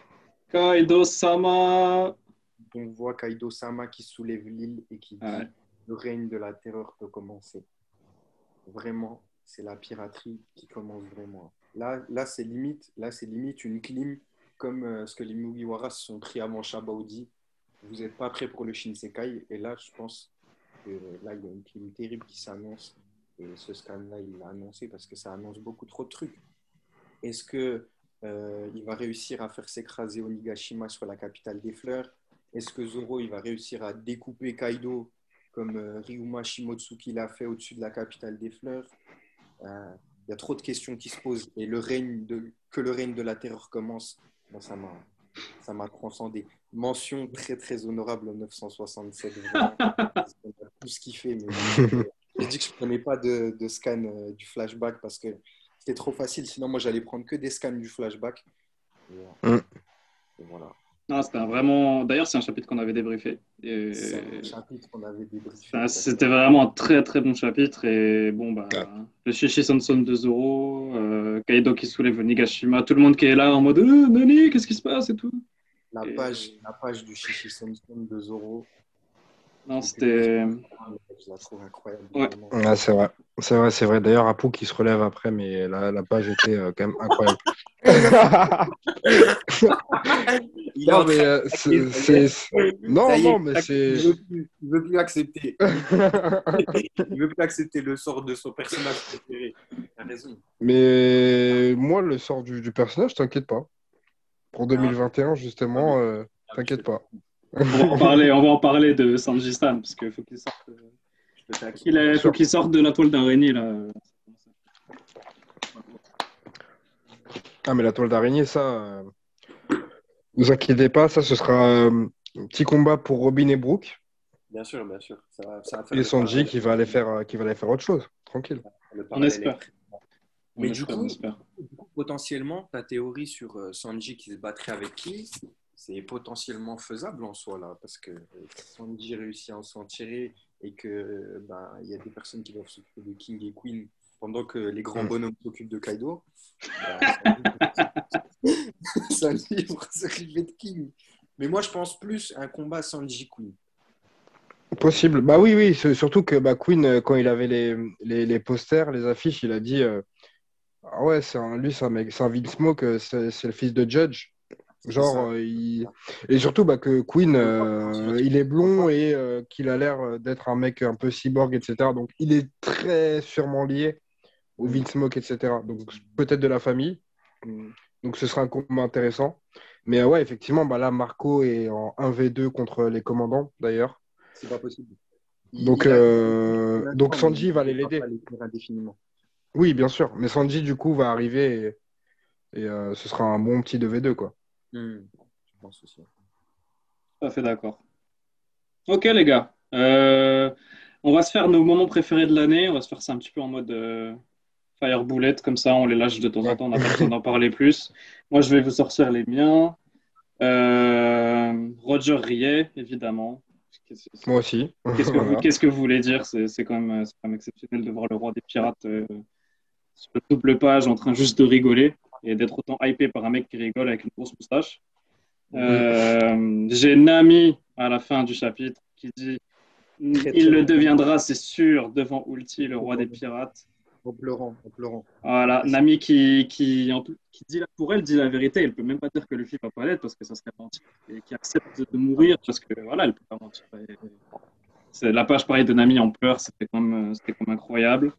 Kaido-sama. On voit Kaido-sama qui soulève l'île et qui dit le règne de la terreur peut commencer. Vraiment, c'est la piraterie qui commence vraiment. Là, c'est limite une clim comme ce que les Mugiwara se sont pris avant Shabaudi. Vous n'êtes pas prêts pour le Shinsekai. Et là, je pense que là, il y a une clim terrible qui s'annonce. Et ce scan-là, il l'a annoncé parce que ça annonce beaucoup trop de trucs. Est-ce que il va réussir à faire s'écraser Onigashima sur la capitale des fleurs? Est-ce que Zoro il va réussir à découper Kaido comme Ryuma Shimotsuki l'a fait au-dessus de la capitale des fleurs? Il y a trop de questions qui se posent. Et que le règne de la terreur commence, ben, ça m'a transcendé. Mention très très honorable au 967. Vraiment. On a tout ce qu'il fait. Mais j'ai dit que je ne prenais pas de scan du flashback parce que c'était trop facile. Sinon, moi, j'allais prendre que des scans du flashback. Et voilà. Non, c'était vraiment. D'ailleurs, c'est un chapitre qu'on avait débriefé. C'est un chapitre qu'on avait débriefé. C'était vraiment un très très bon chapitre. Et bon, le Shishi Sanson de Zoro, Kaido qui soulève Nigashima, tout le monde qui est là en mode Nani, qu'est-ce qui se passe et tout. La page du Shishi Sanson de Zoro. Non, c'était. Je la trouve incroyable. Ouais. Ah, c'est vrai. D'ailleurs, Apu qui se relève après, mais la page était quand même incroyable. Non, mais c'est. Il veut plus accepter. Il veut plus accepter le sort de son personnage préféré. T'as raison. Mais moi, le sort du personnage, t'inquiète pas. Pour 2021, justement, t'inquiète pas. On va en parler de Sanji-san, parce qu'il faut qu'il sorte. Faut qu'il sorte de la toile d'araignée, là. Ah, mais la toile d'araignée, ça. Ne vous inquiétez pas, ça, ce sera un petit combat pour Robin et Brooke. Bien sûr. Ça va faire et Sanji qui va aller faire autre chose. Tranquille. On espère. Mais du coup, potentiellement, ta théorie sur Sanji qui se battrait avec King, c'est potentiellement faisable en soi, là, parce que Sanji réussit à s'en tirer et que il y a des personnes qui doivent s'occuper de King et Queen pendant que les grands bonhommes s'occupent de Kaido. Sanji va s'occuper de King. Mais moi, je pense plus à un combat Sanji-Queen. Possible. Bah oui, surtout que Queen, quand il avait les posters, les affiches, il a dit ah ouais, c'est un Vince Smoke, c'est le fils de Judge. Genre, et surtout que Queen, il est blond et qu'il a l'air d'être un mec un peu cyborg, etc. Donc, il est très sûrement lié au Vince Smoke, etc. Donc, peut-être de la famille. Donc ce sera un combat intéressant. Mais ouais, effectivement, bah là, Marco est en 1v2 contre les commandants, d'ailleurs. C'est pas possible. Donc, Il a donc mais Sanji va il aller ne va l'aider. pas les tenir indéfiniment. Oui, bien sûr. Mais Sanji, du coup, va arriver et ce sera un bon petit 2v2, quoi. Je pense aussi. Tout à fait d'accord. Ok, les gars. On va se faire nos moments préférés de l'année. On va se faire ça un petit peu en mode fire bullet, comme ça, on les lâche de temps en Ouais. temps. On n'a pas besoin d'en parler plus. Moi, je vais vous sortir les miens. Roger riait, évidemment. Qu'est-ce Moi aussi. Voilà. qu'est-ce que vous voulez dire? C'est quand même exceptionnel de voir le roi des pirates sur la double page en train juste de rigoler et d'être autant hypé par un mec qui rigole avec une grosse moustache. J'ai Nami à la fin du chapitre qui dit il le deviendra, c'est sûr, devant Ulti, le roi des pirates. En pleurant, en pleurant. Voilà, Nami qui dit pour elle dit la vérité. Elle peut même pas dire que Luffy va pas l'être parce que ça serait mentir et qui accepte de mourir parce que voilà, elle peut pas mentir. C'est la page pareil de Nami en pleurs, c'était comme incroyable.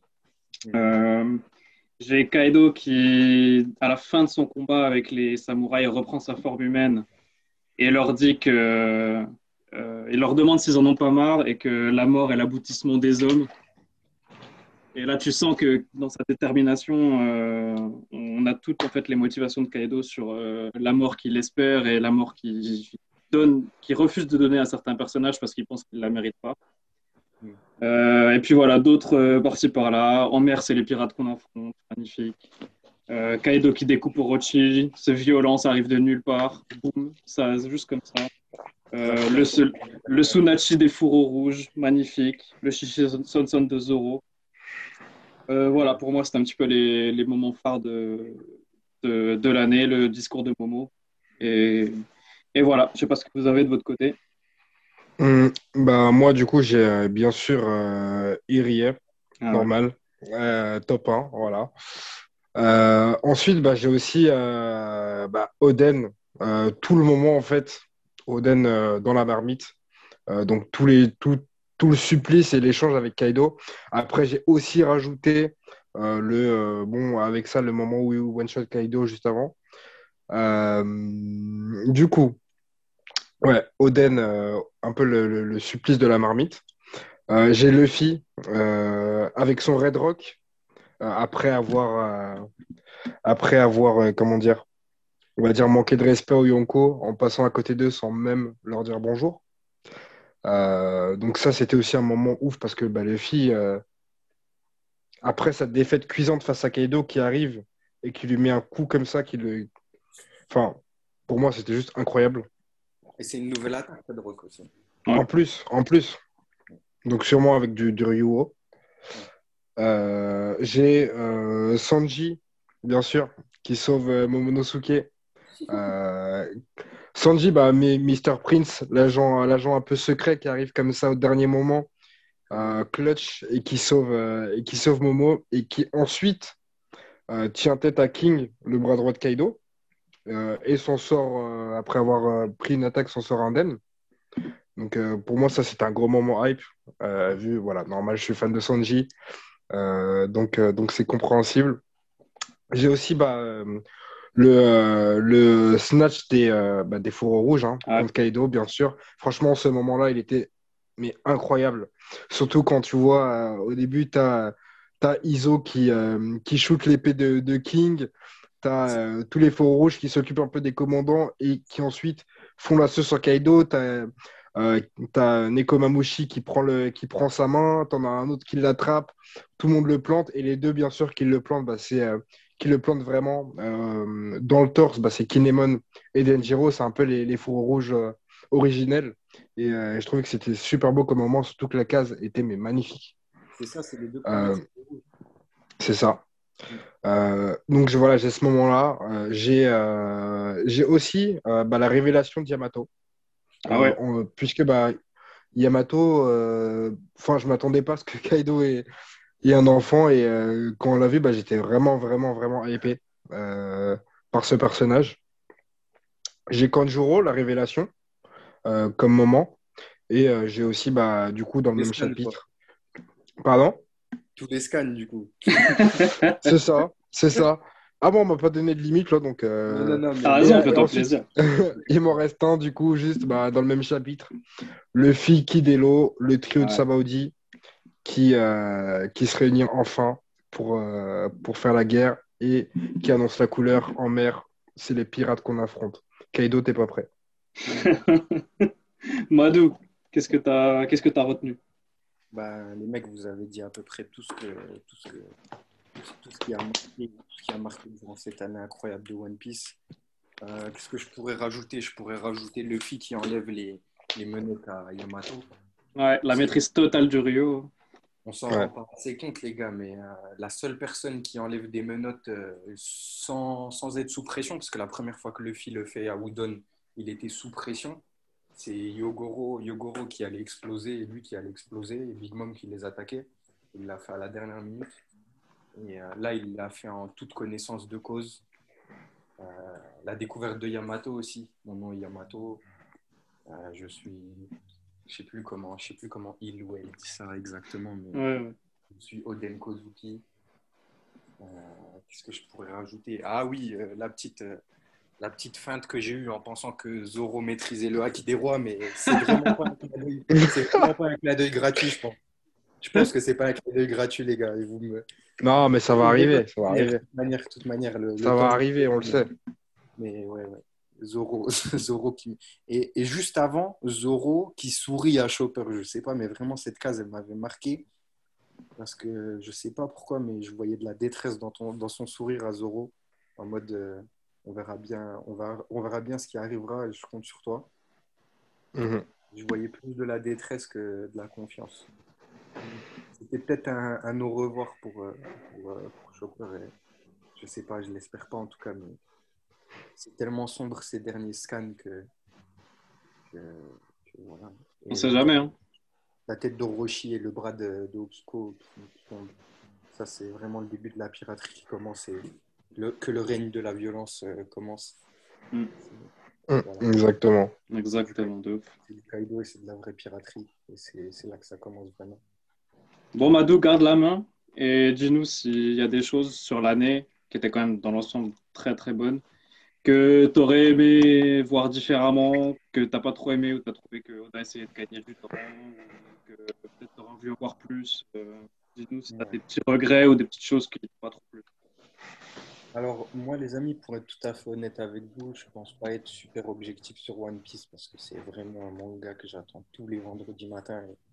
J'ai Kaido qui, à la fin de son combat avec les samouraïs, reprend sa forme humaine et leur dit que il leur demande s'ils en ont pas marre et que la mort est l'aboutissement des hommes. Et là, tu sens que dans sa détermination, on a toutes en fait les motivations de Kaido sur la mort qu'il espère et la mort qu'il refuse de donner à certains personnages parce qu'il pense qu'ils ne la méritent pas. Et puis voilà, d'autres par-ci par-là. En mer, c'est les pirates qu'on affronte, magnifique. Kaido qui découpe Orochi, ce violent, ça arrive de nulle part. Boum, ça juste comme ça. Le Tsunachi des fourreaux rouges, magnifique. Le Shishisanson de Zoro. Voilà, pour moi, c'est un petit peu les moments phares de l'année, le discours de Momo. Et voilà, je ne sais pas ce que vous avez de votre côté. Bah, moi, du coup, j'ai bien sûr Irie, normal. Top 1, voilà. Ensuite, bah, j'ai aussi Oden, tout le moment, en fait, Oden dans la marmite. Donc, tout le supplice et l'échange avec Kaido. Après, j'ai aussi rajouté bon, avec ça, le moment où il one-shot Kaido juste avant. Du coup, ouais, Oden, un peu le supplice de la marmite. J'ai Luffy avec son Red Rock, après avoir comment dire, on va dire, manqué de respect aux Yonko en passant à côté d'eux sans même leur dire bonjour. Donc ça, c'était aussi un moment ouf parce que bah, Luffy, après sa défaite cuisante face à Kaido qui arrive et qui lui met un coup comme ça, enfin, pour moi, c'était juste incroyable. Et c'est une nouvelle attaque, Red Rock aussi. Ouais. En plus. Donc sûrement avec du Ryuo. J'ai Sanji, bien sûr, qui sauve Momonosuke. Sanji, bah, Mr. Prince, l'agent un peu secret qui arrive comme ça au dernier moment, clutch, et qui sauve Momo, et qui ensuite tient tête à King, le bras droit de Kaido, et s'en sort, après avoir pris une attaque, s'en sort indemne. Donc pour moi, ça, c'est un gros moment hype. Voilà, normal, je suis fan de Sanji. Donc c'est compréhensible. J'ai aussi le snatch des fourreaux rouges contre Kaido, bien sûr. Franchement, ce moment-là, il était incroyable. Surtout quand tu vois, au début, tu as Izo qui shoot l'épée de King. Tu as tous les fourreaux rouges qui s'occupent un peu des commandants et qui ensuite font l'assaut sur Kaido. T'as Nekomamushi qui prend sa main, t'en as un autre qui l'attrape, tout le monde le plante, et les deux, bien sûr, qui le plantent, qui le plantent vraiment dans le torse, c'est Kinemon et Denjiro, c'est un peu les fourreaux rouges originels. Et je trouvais que c'était super beau comme moment, surtout que la case était magnifique. C'est ça, c'est les deux premiers. C'est ça. Donc voilà, j'ai ce moment-là. J'ai aussi la révélation de Yamato. Puisque Yamato, je m'attendais pas à ce que Kaido ait un enfant et quand on l'a vu, j'étais vraiment, vraiment, vraiment hypé par ce personnage. J'ai Kanjuro, la révélation, comme moment, et j'ai aussi, du coup, dans le même chapitre. Pardon? Tous les scans, du coup. C'est ça. Ah bon, on m'a pas donné de limite là, donc. Non, mais T'as raison, Et fais-toi ensuite, plaisir. il m'en reste un, du coup, juste dans le même chapitre. Le Kidelo, le trio de Ouais. Sabaody, qui se réunit enfin pour faire la guerre et qui annonce la couleur en mer. C'est les pirates qu'on affronte. Kaido, t'es pas prêt? Madou, qu'est-ce que t'as retenu? bah, les mecs, vous avez dit à peu près tout ce que, tout ce qui a marqué, tout ce qui a marqué durant cette année incroyable de One Piece. Qu'est-ce que je pourrais rajouter? Je pourrais rajouter Luffy qui enlève les menottes à Yamato. Ouais, la maîtrise totale du Rio. On s'en Ouais. rend pas assez compte, les gars, mais la seule personne qui enlève des menottes sans être sous pression, parce que la première fois que Luffy le fait à Udon, il était sous pression, c'est Yogoro qui allait exploser, et lui qui allait exploser, et Big Mom qui les attaquait. Il l'a fait à la dernière minute. Et là, il l'a fait en toute connaissance de cause. La découverte de Yamato aussi. Mon nom est Yamato. Je sais plus comment il ou elle dit ça exactement, mais Ouais. je suis Oden Kozuki. Qu'est-ce que je pourrais rajouter? Ah oui, la petite feinte que j'ai eue en pensant que Zoro maîtrisait le haki des rois, mais c'est vraiment pas un clin d'œil. C'est vraiment pas un clin d'œil gratuit, je pense. Je pense que c'est pas un clin d'œil gratuit, les gars. Et vous me... Non, mais ça va arriver, ça va arriver. De toute manière, le Ça va temps. arriver, on le sait. Mais ouais. Zoro, Zoro qui... et juste avant, Zoro qui sourit à Chopper. Je sais pas, mais vraiment, cette case, elle m'avait marqué. Parce que je sais pas pourquoi, mais je voyais de la détresse dans son sourire à Zoro. En mode, on verra bien ce qui arrivera et je compte sur toi. Mhm. Je voyais plus de la détresse que de la confiance. C'était peut-être un au revoir pour Chopper. Et je sais pas, je l'espère pas en tout cas, mais c'est tellement sombre ces derniers scans que, voilà. On Et sait jamais, hein. la tête d'Orochi et le bras de Obsco qui tombent. Ça, c'est vraiment le début de la piraterie qui commence et que le règne de la violence commence. Mm. Voilà. Exactement. Exactement, de ouf. C'est du Kaido et c'est de la vraie piraterie. Et c'est là que ça commence vraiment. Bon, Madou, garde la main et dis-nous s'il y a des choses sur l'année qui étaient quand même dans l'ensemble très très bonnes, que tu aurais aimé voir différemment, que tu n'as pas trop aimé ou tu as trouvé qu'on a essayé de gagner du temps, ou que peut-être tu aurais envie de voir plus. Dis-nous si tu as Ouais. des petits regrets ou des petites choses qui t'ont pas trop plu. Alors, moi, les amis, pour être tout à fait honnête avec vous, je pense pas être super objectif sur One Piece parce que c'est vraiment un manga que j'attends tous les vendredis matins. Et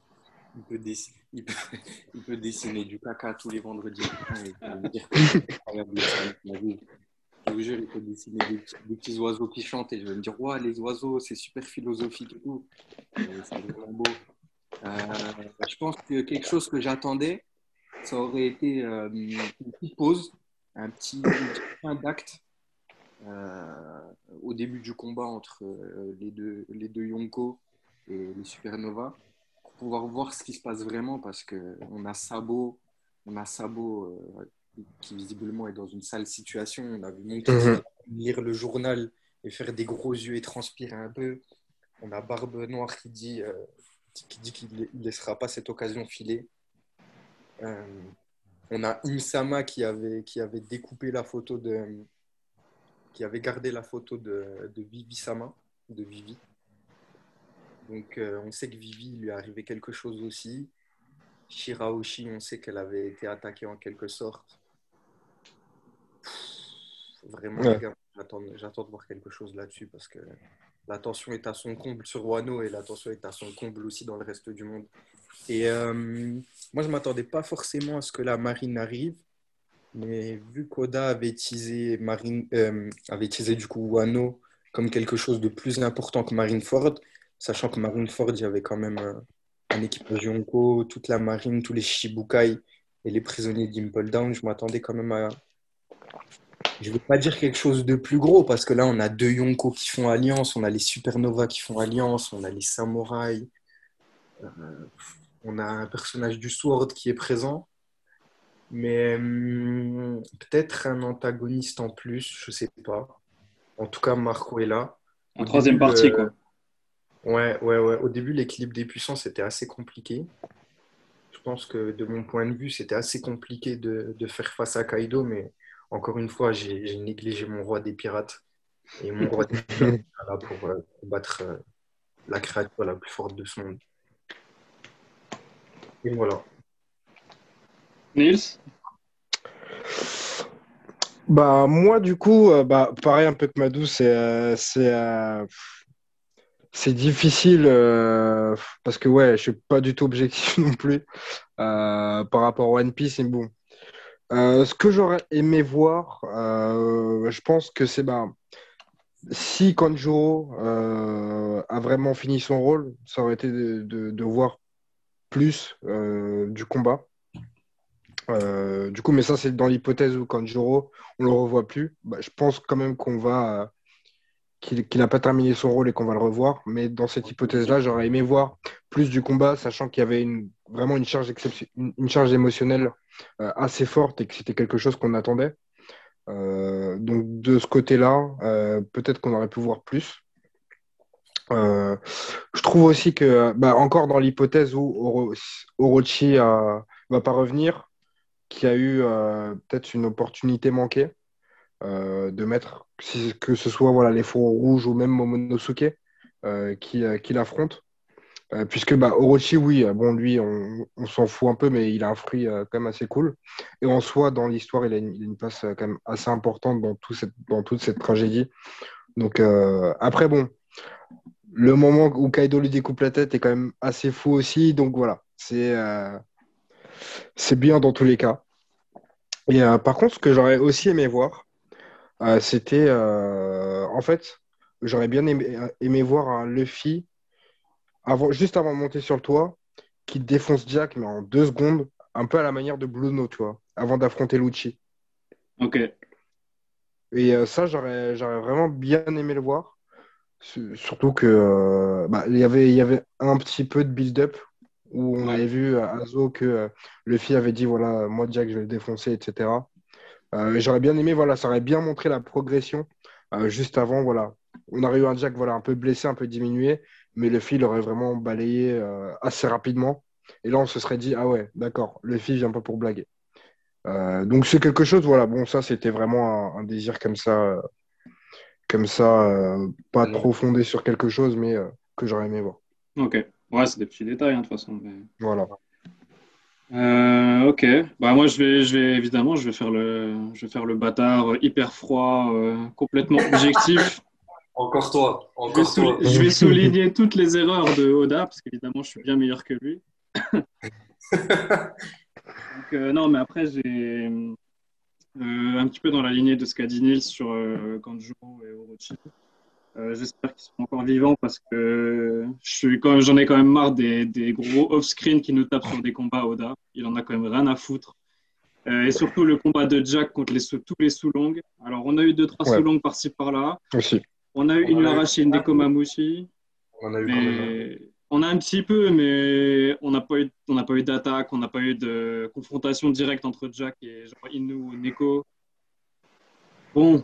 il peut dessiner du caca tous les vendredis matins et je vais me dire que c'est incroyable ma vie. Je vous jure, il peut dessiner des petits oiseaux qui chantent et je vais me dire, ouais, les oiseaux, c'est super philosophique et tout. Et c'est vraiment beau. Je pense que quelque chose que j'attendais, ça aurait été une petite pause, une petite fin d'acte au début du combat entre les deux Yonko et les Supernova pour pouvoir voir ce qui se passe vraiment parce qu'on a Sabo qui visiblement est dans une sale situation. On a vu Monkey Mhm. lire le journal et faire des gros yeux et transpirer un peu. On a Barbe Noire qui dit qu'il ne laissera pas cette occasion filer. On a Insama qui avait découpé la photo qui avait gardé la photo de Vivi Sama, de Vivi. Donc on sait que Vivi lui est arrivé quelque chose aussi. Shirahoshi, on sait qu'elle avait été attaquée en quelque sorte. Vraiment, Ouais. les gars, j'attends de voir quelque chose là-dessus parce que la tension est à son comble sur Wano et la tension est à son comble aussi dans le reste du monde. Et moi, je ne m'attendais pas forcément à ce que la marine arrive, mais vu qu'Oda avait teasé du coup Wano comme quelque chose de plus important que Marineford, sachant que Marineford, il y avait quand même un équipage Yonko, toute la marine, tous les Shichibukai et les prisonniers d'Impel Down, je m'attendais quand même à... Je ne vais pas dire quelque chose de plus gros, parce que là, on a deux Yonko qui font alliance, on a les Supernovas qui font alliance, on a les samouraïs, on a un personnage du Sword qui est présent, mais peut-être un antagoniste en plus, je ne sais pas. En tout cas, Marco est là. En Au troisième début, partie, quoi. Ouais. Au début, l'équilibre des puissances était assez compliqué. Je pense que de mon point de vue, c'était assez compliqué de faire face à Kaido, mais encore une fois, j'ai négligé mon roi des pirates. Et mon roi des pirates est là pour combattre la créature la plus forte de ce monde. Et voilà. Nils? Bah, moi, du coup, bah, pareil un peu que Madou, c'est difficile parce que, ouais, je suis pas du tout objectif non plus par rapport à One Piece. Mais bon, ce que j'aurais aimé voir, je pense que c'est bah, si Kanjuro a vraiment fini son rôle, ça aurait été de voir plus du combat. Du coup, mais ça, c'est dans l'hypothèse où Kanjuro, on le revoit plus. Bah, je pense quand même qu'il n'a pas terminé son rôle et qu'on va le revoir. Mais dans cette hypothèse-là, j'aurais aimé voir plus du combat, sachant qu'il y avait vraiment une charge émotionnelle assez forte et que c'était quelque chose qu'on attendait. Donc de ce côté-là, peut-être qu'on aurait pu voir plus. Je trouve aussi que, bah, encore dans l'hypothèse où Orochi va pas revenir, qu'il y a eu peut-être une opportunité manquée de mettre, que ce soit voilà, les Fourreaux Rouges ou même Momonosuke qui l'affrontent. Puisque bah, Orochi, oui, bon, lui, on s'en fout un peu, mais il a un fruit quand même assez cool. Et en soi, dans l'histoire, il a une place quand même assez importante dans toute cette tragédie. Donc, après, bon, le moment où Kaido lui découpe la tête est quand même assez fou aussi. Donc, voilà, c'est bien dans tous les cas. Et par contre, ce que j'aurais aussi aimé voir, c'était, en fait, j'aurais bien aimé voir un Luffy juste avant de monter sur le toit, qui défonce Jack, mais en 2 secondes, un peu à la manière de Blue Note, tu vois, avant d'affronter Lucci. Ok. Et ça, j'aurais vraiment bien aimé le voir. Surtout que bah, il y avait un petit peu de build-up où on Ouais. avait vu à Azo que Luffy avait dit voilà, moi Jack, je vais le défoncer, etc. Et j'aurais bien aimé, voilà, ça aurait bien montré la progression juste avant, voilà. On aurait eu un Jack voilà, un peu blessé, un peu diminué, mais Luffy l'aurait vraiment balayé assez rapidement. Et là, on se serait dit, ah ouais, d'accord, Luffy vient pas pour blaguer. Donc c'est quelque chose, voilà, bon, ça c'était vraiment un désir comme ça, pas trop fondé sur quelque chose, mais que j'aurais aimé voir. Ok. Ouais, c'est des petits détails, hein, de toute façon. Voilà. Ok. Bah moi, évidemment, je vais faire le bâtard hyper froid, complètement objectif. Encore toi, encore toi. Je vais souligner toutes les erreurs de Oda, parce qu'évidemment, je suis bien meilleur que lui. Donc, non, mais après, j'ai un petit peu dans la lignée de ce qu'a dit Nils sur Kanjuro et Orochi. J'espère qu'ils seront encore vivants parce que j'en ai quand même marre des gros off-screen qui nous tapent sur des combats Oda. Il en a quand même rien à foutre. Et surtout le combat de Jack contre tous les sous-longues. Alors, on a eu 2-3 Ouais. sous-longues par-ci par-là. Aussi. On a eu Inuyarashi et Nekomamushi. On en a eu quand même un. Mais on a un petit peu, mais on n'a pas eu d'attaque, on n'a pas eu de confrontation directe entre Jack et genre Inu ou Neko. Bon,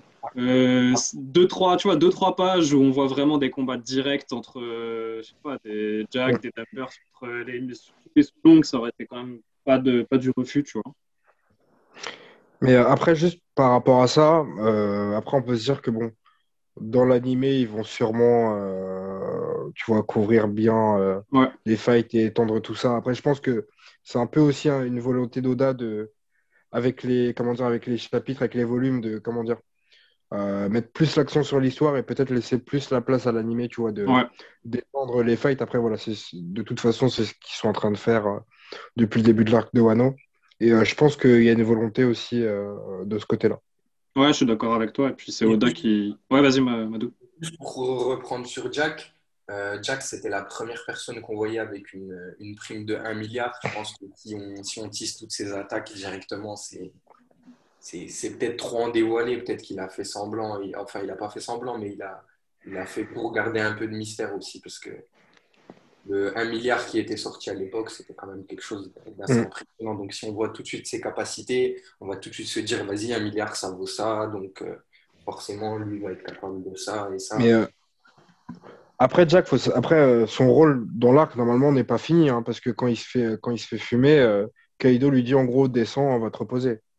2-3 pages où on voit vraiment des combats directs entre, je sais pas, des Jack, des Dappers, entre les sous-longues, ça aurait été quand même pas du refus, tu vois. Mais après, juste par rapport à ça, après, on peut se dire que bon, dans l'animé, ils vont sûrement, tu vois, couvrir bien Ouais. les fights et étendre tout ça. Après, je pense que c'est un peu aussi une volonté d'Oda avec avec les chapitres, avec les volumes, comment dire, mettre plus l'accent sur l'histoire et peut-être laisser plus la place à l'animé, tu vois, Ouais. d'étendre les fights. Après, voilà, de toute façon, c'est ce qu'ils sont en train de faire depuis le début de l'arc de Wano. Et je pense qu'il y a une volonté aussi de ce côté-là. Ouais, je suis d'accord avec toi. Et puis c'est Oda qui. Ouais, vas-y, Madou. Juste pour reprendre sur Jack, Jack, c'était la première personne qu'on voyait avec une prime de 1 milliard. Je pense que si on tisse toutes ces attaques directement, c'est peut-être trop en dévoilé. Peut-être qu'il a fait semblant. Enfin, il n'a pas fait semblant, mais il a fait pour garder un peu de mystère aussi. Parce que le 1 milliard qui était sorti à l'époque, c'était quand même quelque chose d'assez impressionnant. Donc, si on voit tout de suite ses capacités, on va tout de suite se dire, vas-y, 1 milliard, ça vaut ça. Donc, forcément, lui va être capable de ça et ça. Mais après, Jack, son rôle dans l'arc, normalement, n'est pas fini. Hein, parce que quand il se fait fumer, Kaido lui dit en gros, descends, on va te reposer.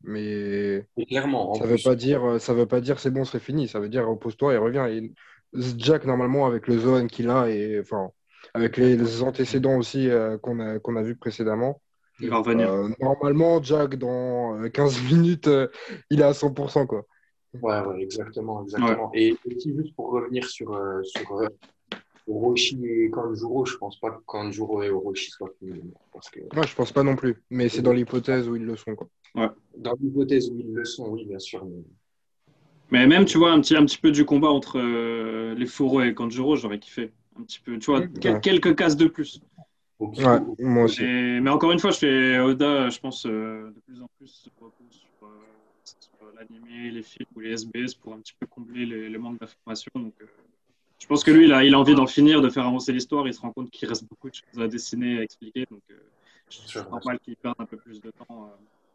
mais Et clairement, en ça veut plus, pas dire, ça veut pas dire c'est bon, c'est fini. Ça veut dire repose-toi et reviens. Et Jack, normalement, avec le zone qu'il a et enfin, avec les antécédents aussi qu'on a vu précédemment, Il va revenir. normalement, Jack, dans 15 minutes, il est à 100%, quoi. ouais, ouais, exactement, Ouais. exactement. Et aussi, juste pour revenir sur Orochi et Kanjuro, je pense pas que Kanjuro et Orochi soient finis. Parce que Moi, je pense pas non plus, mais c'est dans l'hypothèse où ils le sont, quoi. Ouais. dans l'hypothèse où ils le sont, oui, bien sûr. Mais même, tu vois, un petit peu du combat entre les Furo et Kanjuro, j'aurais kiffé. Un petit peu, tu vois, Ouais, quelques cases de plus. ouais, moi aussi. Mais encore une fois, je fais Oda, je pense, de plus en plus se repose sur l'animé, les films ou les SBS pour un petit peu combler les manques d'informations. Donc, je pense que lui, il a envie d'en finir, de faire avancer l'histoire. Il se rend compte qu'il reste beaucoup de choses à dessiner, à expliquer. Donc, c'est normal qu'il perde un peu plus de temps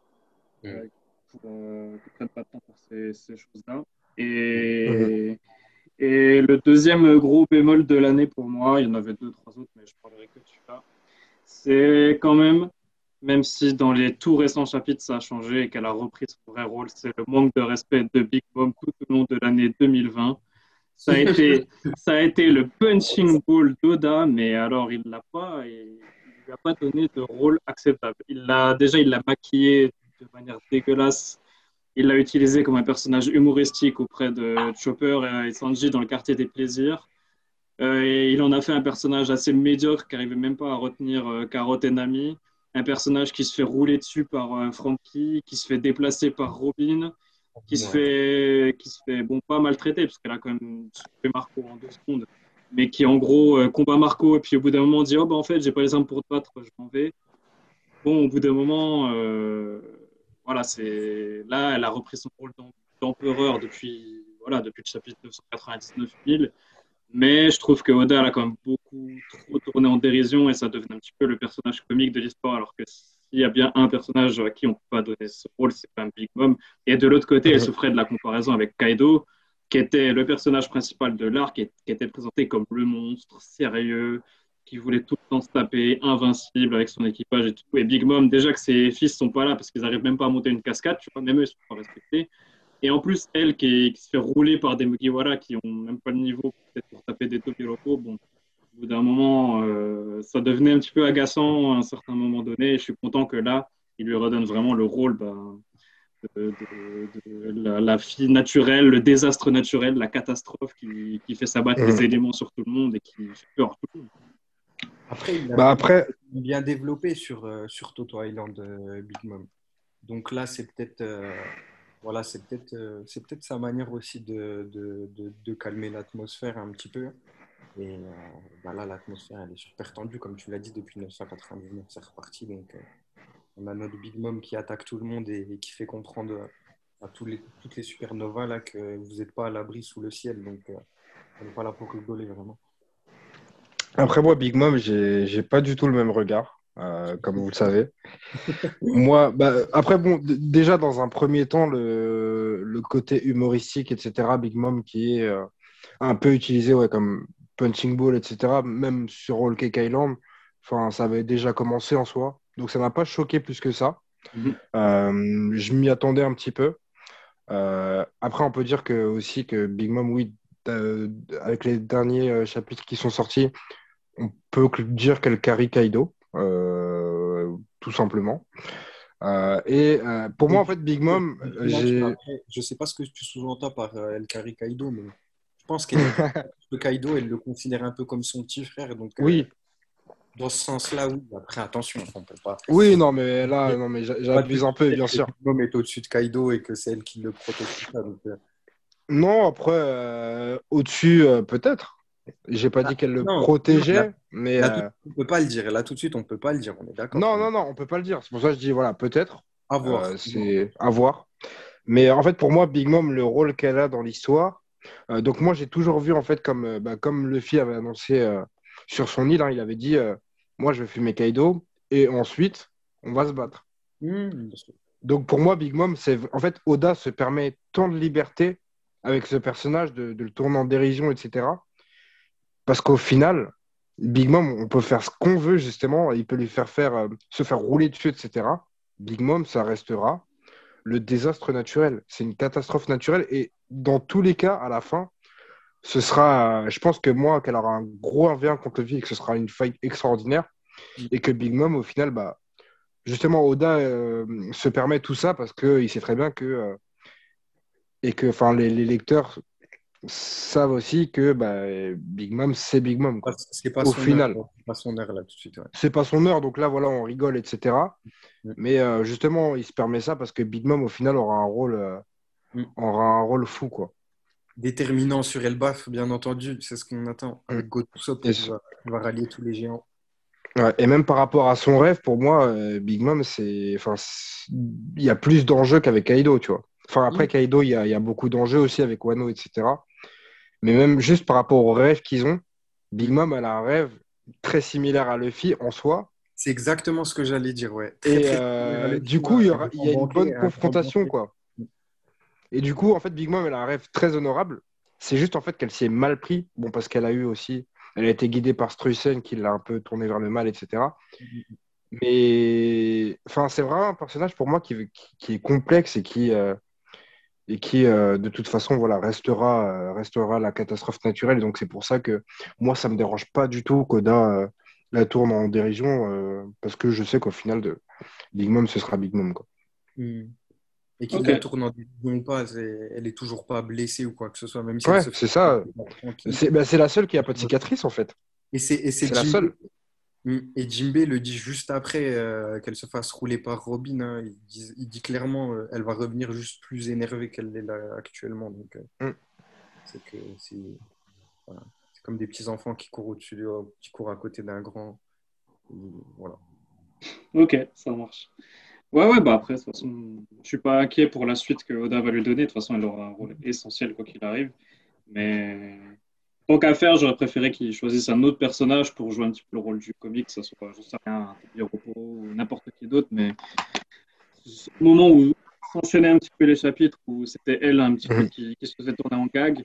qu'il prenne pas de temps pour ces choses-là. Mhm. Et le deuxième gros bémol de l'année pour moi, il y en avait deux, trois autres, mais je parlerai que de celui-là. C'est quand même si dans les tout récents chapitres ça a changé et qu'elle a repris son vrai rôle, c'est le manque de respect de Big Mom tout au long de l'année 2020. Ça a été le punching ball d'Oda, mais alors il l'a pas, il lui a pas donné de rôle acceptable. Il l'a maquillé de manière dégueulasse. Il l'a utilisé comme un personnage humoristique auprès de Chopper et Sanji dans le quartier des plaisirs. Et il en a fait un personnage assez médiocre qui n'arrivait même pas à retenir Carrot et Nami. Un personnage qui se fait rouler dessus par Frankie, qui se fait déplacer par Robin, qui se fait bon, pas maltraiter, parce qu'elle a quand même tué Marco en 2 secondes, mais qui en gros combat Marco, et puis au bout d'un moment dit oh, bah, en fait, j'ai pas les armes pour te battre, je m'en vais. Bon, au bout d'un moment, voilà, là, elle a repris son rôle d'empereur depuis le chapitre 999 000. Mais je trouve que Oda elle a quand même beaucoup trop tourné en dérision et ça devenait un petit peu le personnage comique de l'histoire, alors que s'il y a bien un personnage à qui on ne peut pas donner ce rôle, c'est quand même Big Mom. Et de l'autre côté, elle Mhm. souffrait de la comparaison avec Kaido, qui était le personnage principal de l'arc et qui était présenté comme le monstre sérieux, qui voulait tout le temps se taper, invincible avec son équipage et tout. Et Big Mom, déjà que ses fils sont pas là parce qu'ils n'arrivent même pas à monter une cascade, tu vois, même eux, ils sont pas respectés. Et en plus, elle qui se fait rouler par des Mugiwara qui ont même pas le niveau peut-être pour taper des Tobiroko, bon, au bout d'un moment, ça devenait un petit peu agaçant à un certain moment donné. Et je suis content que là, il lui redonne vraiment le rôle de la fille naturelle, le désastre naturel, la catastrophe qui fait s'abattre les Mhm. éléments sur tout le monde et qui fait peur à tout le monde. Après, il a Bah après, bien développé sur Toto Island, Big Mom. Donc là, c'est peut-être voilà, c'est peut-être sa manière aussi de calmer l'atmosphère un petit peu. Et bah là, l'atmosphère, elle est super tendue, comme tu l'as dit, depuis 1999, c'est reparti. Donc, on a notre Big Mom qui attaque tout le monde et qui fait comprendre à toutes les supernovas là, que vous n'êtes pas à l'abri sous le ciel. Donc, on n'est pas là pour rigoler, vraiment. après moi, Big Mom, j'ai pas du tout le même regard, comme vous le savez. Moi, bah, après, bon, déjà dans un premier temps, le côté humoristique, etc., Big Mom qui est un peu utilisé ouais, comme punching ball, etc., même sur Whole Cake Island, enfin, ça avait déjà commencé en soi. Donc ça m'a pas choqué plus que ça. Mhm. Je m'y attendais un petit peu. Après, on peut dire que, aussi que Big Mom, oui, avec les derniers chapitres qui sont sortis, on peut dire qu'elle carry Kaido, tout simplement. Pour moi, en fait, Big Mom, j'ai. Après, je sais pas ce que tu sous-entends par El Kari Kaido, mais je pense qu'elle est le Kaido, elle le considère un peu comme son petit frère. Donc, Oui, dans ce sens-là, oui. Après, attention, on peut pas oui, non, mais là, dire non, mais pas tout j'abuse de un peu, suite bien que sûr. Big Mom est au-dessus de Kaido et que c'est elle qui le protège tout ça. Donc, Non, après, au-dessus, peut-être. J'ai pas dit qu'elle le non, non, protégeait, mais on peut pas le dire. Là, tout de suite, on peut pas le dire. On est d'accord. non, non, non, on peut pas le dire. C'est pour ça que je dis, voilà, peut-être. À voir. C'est à voir. Mais en fait, pour moi, Big Mom, le rôle qu'elle a dans l'histoire, donc moi, j'ai toujours vu, en fait, comme Luffy avait annoncé sur son île, hein, il avait dit, moi, je vais fumer Kaido, et ensuite, on va se battre. Bien sûr. Donc pour moi, Big Mom, c'est en fait, Oda se permet tant de liberté avec ce personnage, de le tourner en dérision, etc. Parce qu'au final, Big Mom, on peut faire ce qu'on veut, justement, il peut lui faire se faire rouler dessus, etc. Big Mom, ça restera le désastre naturel. C'est une catastrophe naturelle. Et dans tous les cas, à la fin, ce sera, je pense que moi, qu'elle aura un gros 1v1 contre Luffy et que ce sera une fight extraordinaire. Et que Big Mom, au final, bah, justement, Oda se permet tout ça parce qu'il sait très bien que, et que enfin, les lecteurs savent aussi que bah, Big Mom, c'est Big Mom, quoi. C'est pas Au son final, heure, c'est pas son heure là tout de suite. Ouais. c'est pas son heure, donc là, voilà, on rigole, etc. Mm. Mais justement, il se permet ça parce que Big Mom, au final, Mm. aura un rôle fou, quoi. Déterminant sur Elbaf, bien entendu, c'est ce qu'on attend. Avec Gotusop Et, qui va rallier tous les géants. ouais, et même par rapport à son rêve, pour moi, Big Mom, il y a plus d'enjeux qu'avec Kaido, tu vois. Enfin, après, Kaido, il y a beaucoup d'enjeux aussi avec Wano, etc. Mais même juste par rapport au rêve qu'ils ont, Big Mom, elle a un rêve très similaire à Luffy en soi. C'est exactement ce que j'allais dire, ouais. Et similaire à Luffy, du coup, un il y a une grand bonne banquet, un grand confrontation, banquet. quoi. Et du coup, en fait, Big Mom, elle a un rêve très honorable. C'est juste, en fait, qu'elle s'y est mal pris. Bon, parce qu'elle a eu aussi... Elle a été guidée par Struysen qui l'a un peu tournée vers le mal, etc. Mais enfin, c'est vraiment un personnage pour moi qui est complexe et qui de toute façon, voilà, restera la catastrophe naturelle. Donc, c'est pour ça que moi, ça me dérange pas du tout qu'Oda la tourne en dérision parce que je sais qu'au final, de Big Mom, ce sera Big Mom, quoi. Et qu'il la tourne en division ou pas, elle est toujours pas blessée ou quoi que ce soit, même si elle Ouais, se fait c'est ça. tranquille. C'est la seule qui a pas de cicatrice, en fait. Et c'est C'est la Jinbei. seule. Et Jinbei le dit juste après qu'elle se fasse rouler par Robin. Hein. Il dit clairement elle va revenir juste plus énervée qu'elle l'est là actuellement. Donc, c'est que voilà. C'est comme des petits enfants qui courent qui courent à côté d'un grand. Voilà. Ok, ça marche. Ouais, bah après, de toute façon, je suis pas inquiet pour la suite que Oda va lui donner. De toute façon, elle aura un rôle essentiel quoi qu'il arrive. Mais tant qu'à faire, j'aurais préféré qu'il choisisse un autre personnage pour jouer un petit peu le rôle du comique, que ce soit, je sais rien, un Tobiropo ou n'importe qui d'autre. Mais au moment où s'enchaînait un petit peu les chapitres, où c'était elle un petit peu qui se faisait tourner en gag,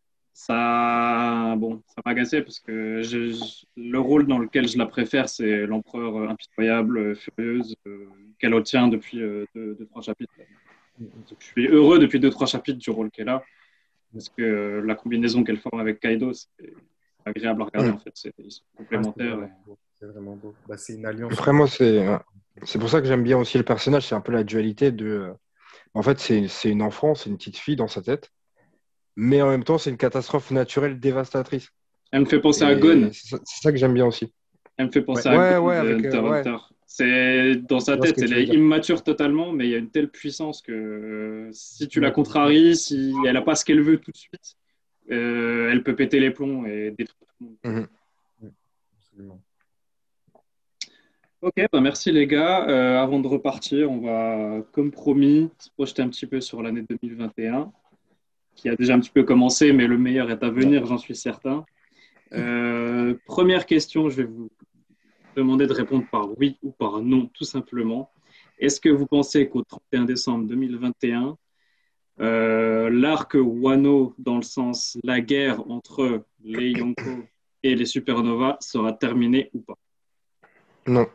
ça m'agaçait parce que le rôle dans lequel je la préfère, c'est l'empereur impitoyable, furieuse, qu'elle obtient depuis 2-3 chapitres. Donc, je suis heureux depuis 2-3 chapitres du rôle qu'elle a, parce que la combinaison qu'elle forme avec Kaido, c'est agréable à regarder en fait. Ils sont complémentaires. C'est vraiment beau. Bah, c'est une alliance. Vraiment, c'est pour ça que j'aime bien aussi le personnage. C'est un peu la dualité de. En fait, c'est une enfant, c'est une petite fille dans sa tête. Mais en même temps, c'est une catastrophe naturelle dévastatrice. Elle me fait penser à Gon. C'est ça que j'aime bien aussi. Elle me fait penser à Gon de Hunter x Hunter. C'est dans sa tête, elle est immature totalement, mais il y a une telle puissance que si tu la contraries, si elle n'a pas ce qu'elle veut tout de suite, elle peut péter les plombs et détruire tout le monde. Absolument. Ok, bah merci les gars. Avant de repartir, on va, comme promis, se projeter un petit peu sur l'année 2021, qui a déjà un petit peu commencé, mais le meilleur est à venir, j'en suis certain. Première question, je vais vous demander de répondre par oui ou par non, tout simplement. Est-ce que vous pensez qu'au 31 décembre 2021, l'arc Wano, dans le sens la guerre entre les Yonko et les Supernovas, sera terminé ou pas? Non.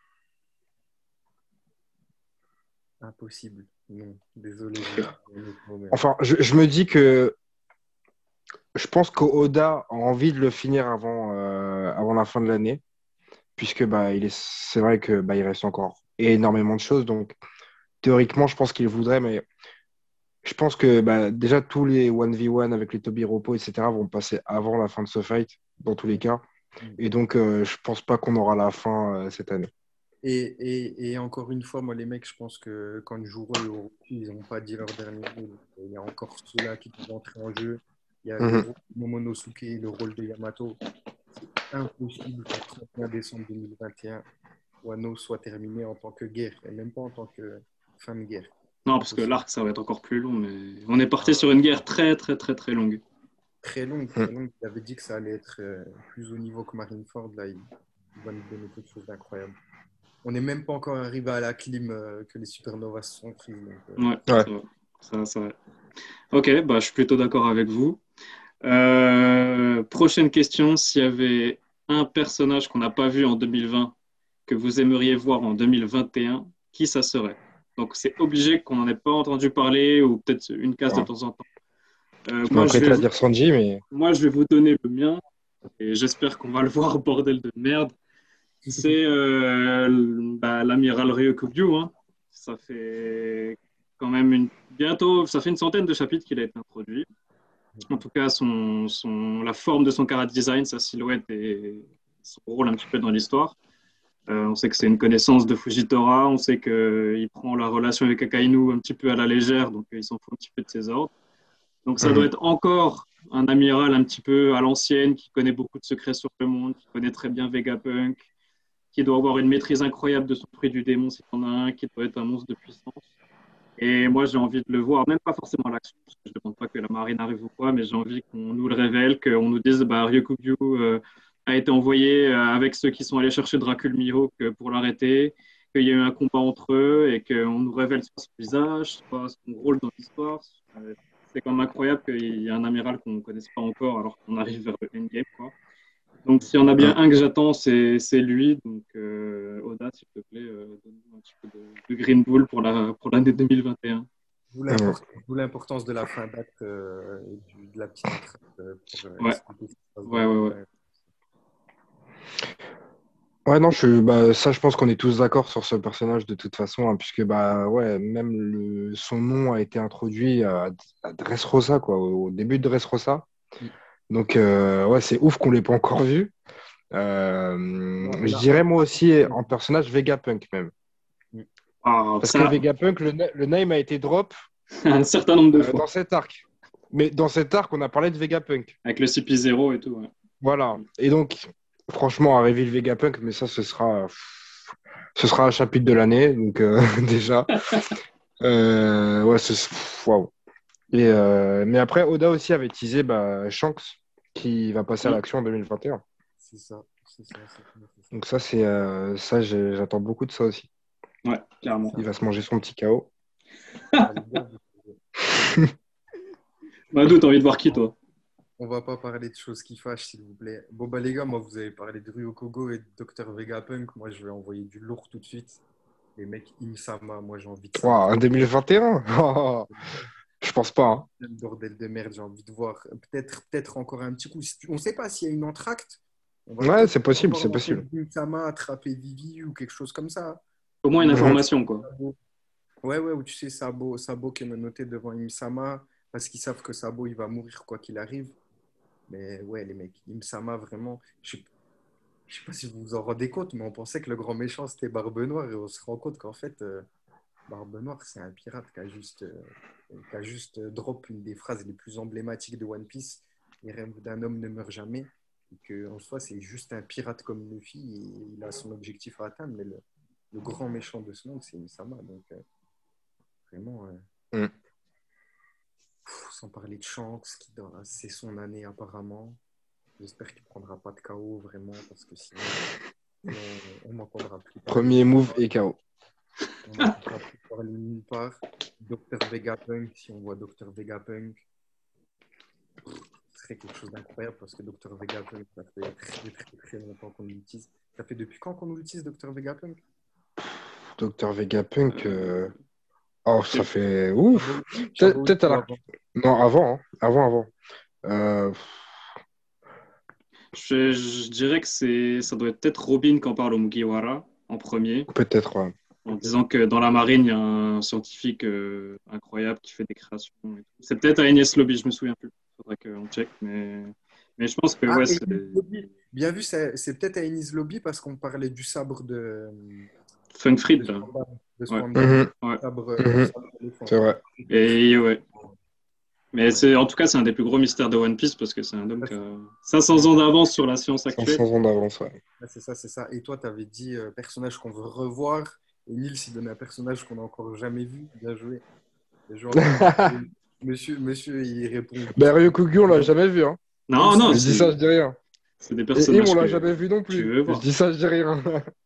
Impossible. Non, désolé. Enfin, je me dis que je pense qu'Oda a envie de le finir avant la fin de l'année, puisque c'est vrai que il reste encore énormément de choses. Donc, théoriquement, je pense qu'il voudrait, mais je pense que déjà tous les 1v1 avec les Tobiropo, etc., vont passer avant la fin de ce fight, dans tous les cas. Et donc, je pense pas qu'on aura la fin cette année. Et encore une fois, moi, les mecs, je pense que quand Juro et Orochi, ils n'ont pas dit leur dernier mot. Il y a encore ceux-là qui peuvent entrer en jeu. Il y a le rôle de Momonosuke, le rôle de Yamato. C'est impossible qu'au 31 décembre 2021, Wano soit terminé en tant que guerre, et même pas en tant que fin de guerre. Non, parce que l'arc, ça va être encore plus long, mais on est parti sur une guerre très, très, très, très longue. Très longue, très longue. Il avait dit que ça allait être plus haut niveau que Marineford. Là, il va nous donner quelque chose d'incroyable. On n'est même pas encore arrivé à la clim que les Supernovas se sont prises. Ouais. Ça va. Ok, je suis plutôt d'accord avec vous. Prochaine question, s'il y avait un personnage qu'on n'a pas vu en 2020 que vous aimeriez voir en 2021, qui ça serait? Donc, c'est obligé qu'on n'en ait pas entendu parler ou peut-être une case de temps en temps. Je m'apprête à dire Sanji, mais... Moi, je vais vous donner le mien et j'espère qu'on va le voir, bordel de merde. C'est l'amiral Ryokugyu. Hein. Ça fait quand même bientôt, ça fait une centaine de chapitres qu'il a été introduit. En tout cas, la forme de son chara design, sa silhouette et son rôle un petit peu dans l'histoire. On sait que c'est une connaissance de Fujitora, on sait qu'il prend la relation avec Akainu un petit peu à la légère, donc il s'en fout un petit peu de ses ordres. Donc ça doit être encore un amiral un petit peu à l'ancienne, qui connaît beaucoup de secrets sur le monde, qui connaît très bien Vegapunk, qui doit avoir une maîtrise incroyable de son fruit du démon s'il y en a un, qui doit être un monstre de puissance. Et moi, j'ai envie de le voir, même pas forcément à l'action, parce que je ne demande pas que la marine arrive ou quoi, mais j'ai envie qu'on nous le révèle, qu'on nous dise Ryokugyu a été envoyé avec ceux qui sont allés chercher Dracul Mihawk pour l'arrêter, qu'il y a eu un combat entre eux et qu'on nous révèle soit son visage, soit son rôle dans l'histoire. C'est quand même incroyable qu'il y ait un amiral qu'on ne connaisse pas encore alors qu'on arrive vers le endgame, quoi. Donc, s'il y en a bien un que j'attends, c'est lui. Donc, Oda, s'il te plaît, donne-nous un petit peu de Green Bull pour l'année 2021. D'où l'importance de la fin d'acte de la petite entrée. Ouais. Ouais, non, ça, je pense qu'on est tous d'accord sur ce personnage de toute façon, hein, puisque même son nom a été introduit à Dressrosa, quoi, au début de Dressrosa. Donc, c'est ouf qu'on ne l'ait pas encore vu. Je dirais moi aussi en personnage Vegapunk même. Parce que Vegapunk, le name a été drop un certain nombre de fois dans cet arc. Mais dans cet arc, on a parlé de Vegapunk. Avec le CP0 et tout. Ouais. Voilà. Et donc, franchement, arriver le Vegapunk, mais ça, ce sera un chapitre de l'année. Donc, déjà. Waouh. Mais après, Oda aussi avait teasé Shanks qui va passer à l'action en 2021. C'est ça. Donc ça, j'attends beaucoup de ça aussi. Ouais, clairement. Il va se manger son petit KO. Madou, t'as envie de voir qui, toi? On va pas parler de choses qui fâchent, s'il vous plaît. Bon, les gars, moi, vous avez parlé de Ryukogo et de Dr Vegapunk. Moi, je vais envoyer du lourd tout de suite. Les mecs, Im-sama, moi, j'ai envie de ça. En 2021 Je pense pas. Hein. Un bordel de merde, j'ai envie de voir. Peut-être encore un petit coup. On ne sait pas s'il y a une entracte. Ouais, c'est possible. Im-sama attraper Vivi ou quelque chose comme ça. Au moins une information, quoi. Ouais, où tu sais, Sabo qui est menotté devant Im-sama parce qu'ils savent que Sabo, il va mourir quoi qu'il arrive. Mais ouais, les mecs, Im-sama, vraiment, je sais pas si vous vous en rendez compte, mais on pensait que le grand méchant, c'était Barbe Noire et on se rend compte qu'en fait, Barbe Noire, c'est un pirate qui a juste drop une des phrases les plus emblématiques de One Piece. Les rêves d'un homme ne meurent jamais. Et qu'en soi, c'est juste un pirate comme Luffy et il a son objectif à atteindre, mais le grand méchant de ce monde, c'est Im-sama. Donc, vraiment, sans parler de Shanks, c'est son année apparemment. J'espère qu'il ne prendra pas de KO vraiment, parce que sinon on m'entendra plus. Premier move et KO. On m'entendra plus parler nulle part. Dr Vegapunk, si on voit Dr Vegapunk, ce serait quelque chose d'incroyable, parce que Dr Vegapunk, ça fait très très très longtemps qu'on l'utilise. Ça fait depuis quand qu'on l'utilise, Dr Vegapunk? Dr Vegapunk, ça fait ouf. Peut-être à la... Non, avant. Avant. Je dirais que ça doit être peut-être Robin qui en parle au Mugiwara en premier. Peut-être, ouais. En disant que dans la marine, il y a un scientifique incroyable qui fait des créations. Et tout. C'est peut-être à Enies Lobby, je me souviens plus. Il faudrait qu'on check, mais je pense que ouais, c'est... Bien vu, c'est peut-être à Enies Lobby parce qu'on parlait du sabre de... Funkfried, là. C'est vrai. Et ouais. Mais en tout cas, c'est un des plus gros mystères de One Piece parce que c'est un homme qui a 500 ans d'avance sur la science actuelle. 500 ans d'avance, ouais. C'est ça. Et toi, tu avais dit personnage qu'on veut revoir. Et Nils, il donne un personnage qu'on n'a encore jamais vu. Bien joué. Monsieur, il répond. Ryukugyu, on l'a jamais vu. Hein. Non. Je dis ça, je dis rien. C'est des personnages. Et on l'a jamais vu non plus. Je dis ça, je dis rien.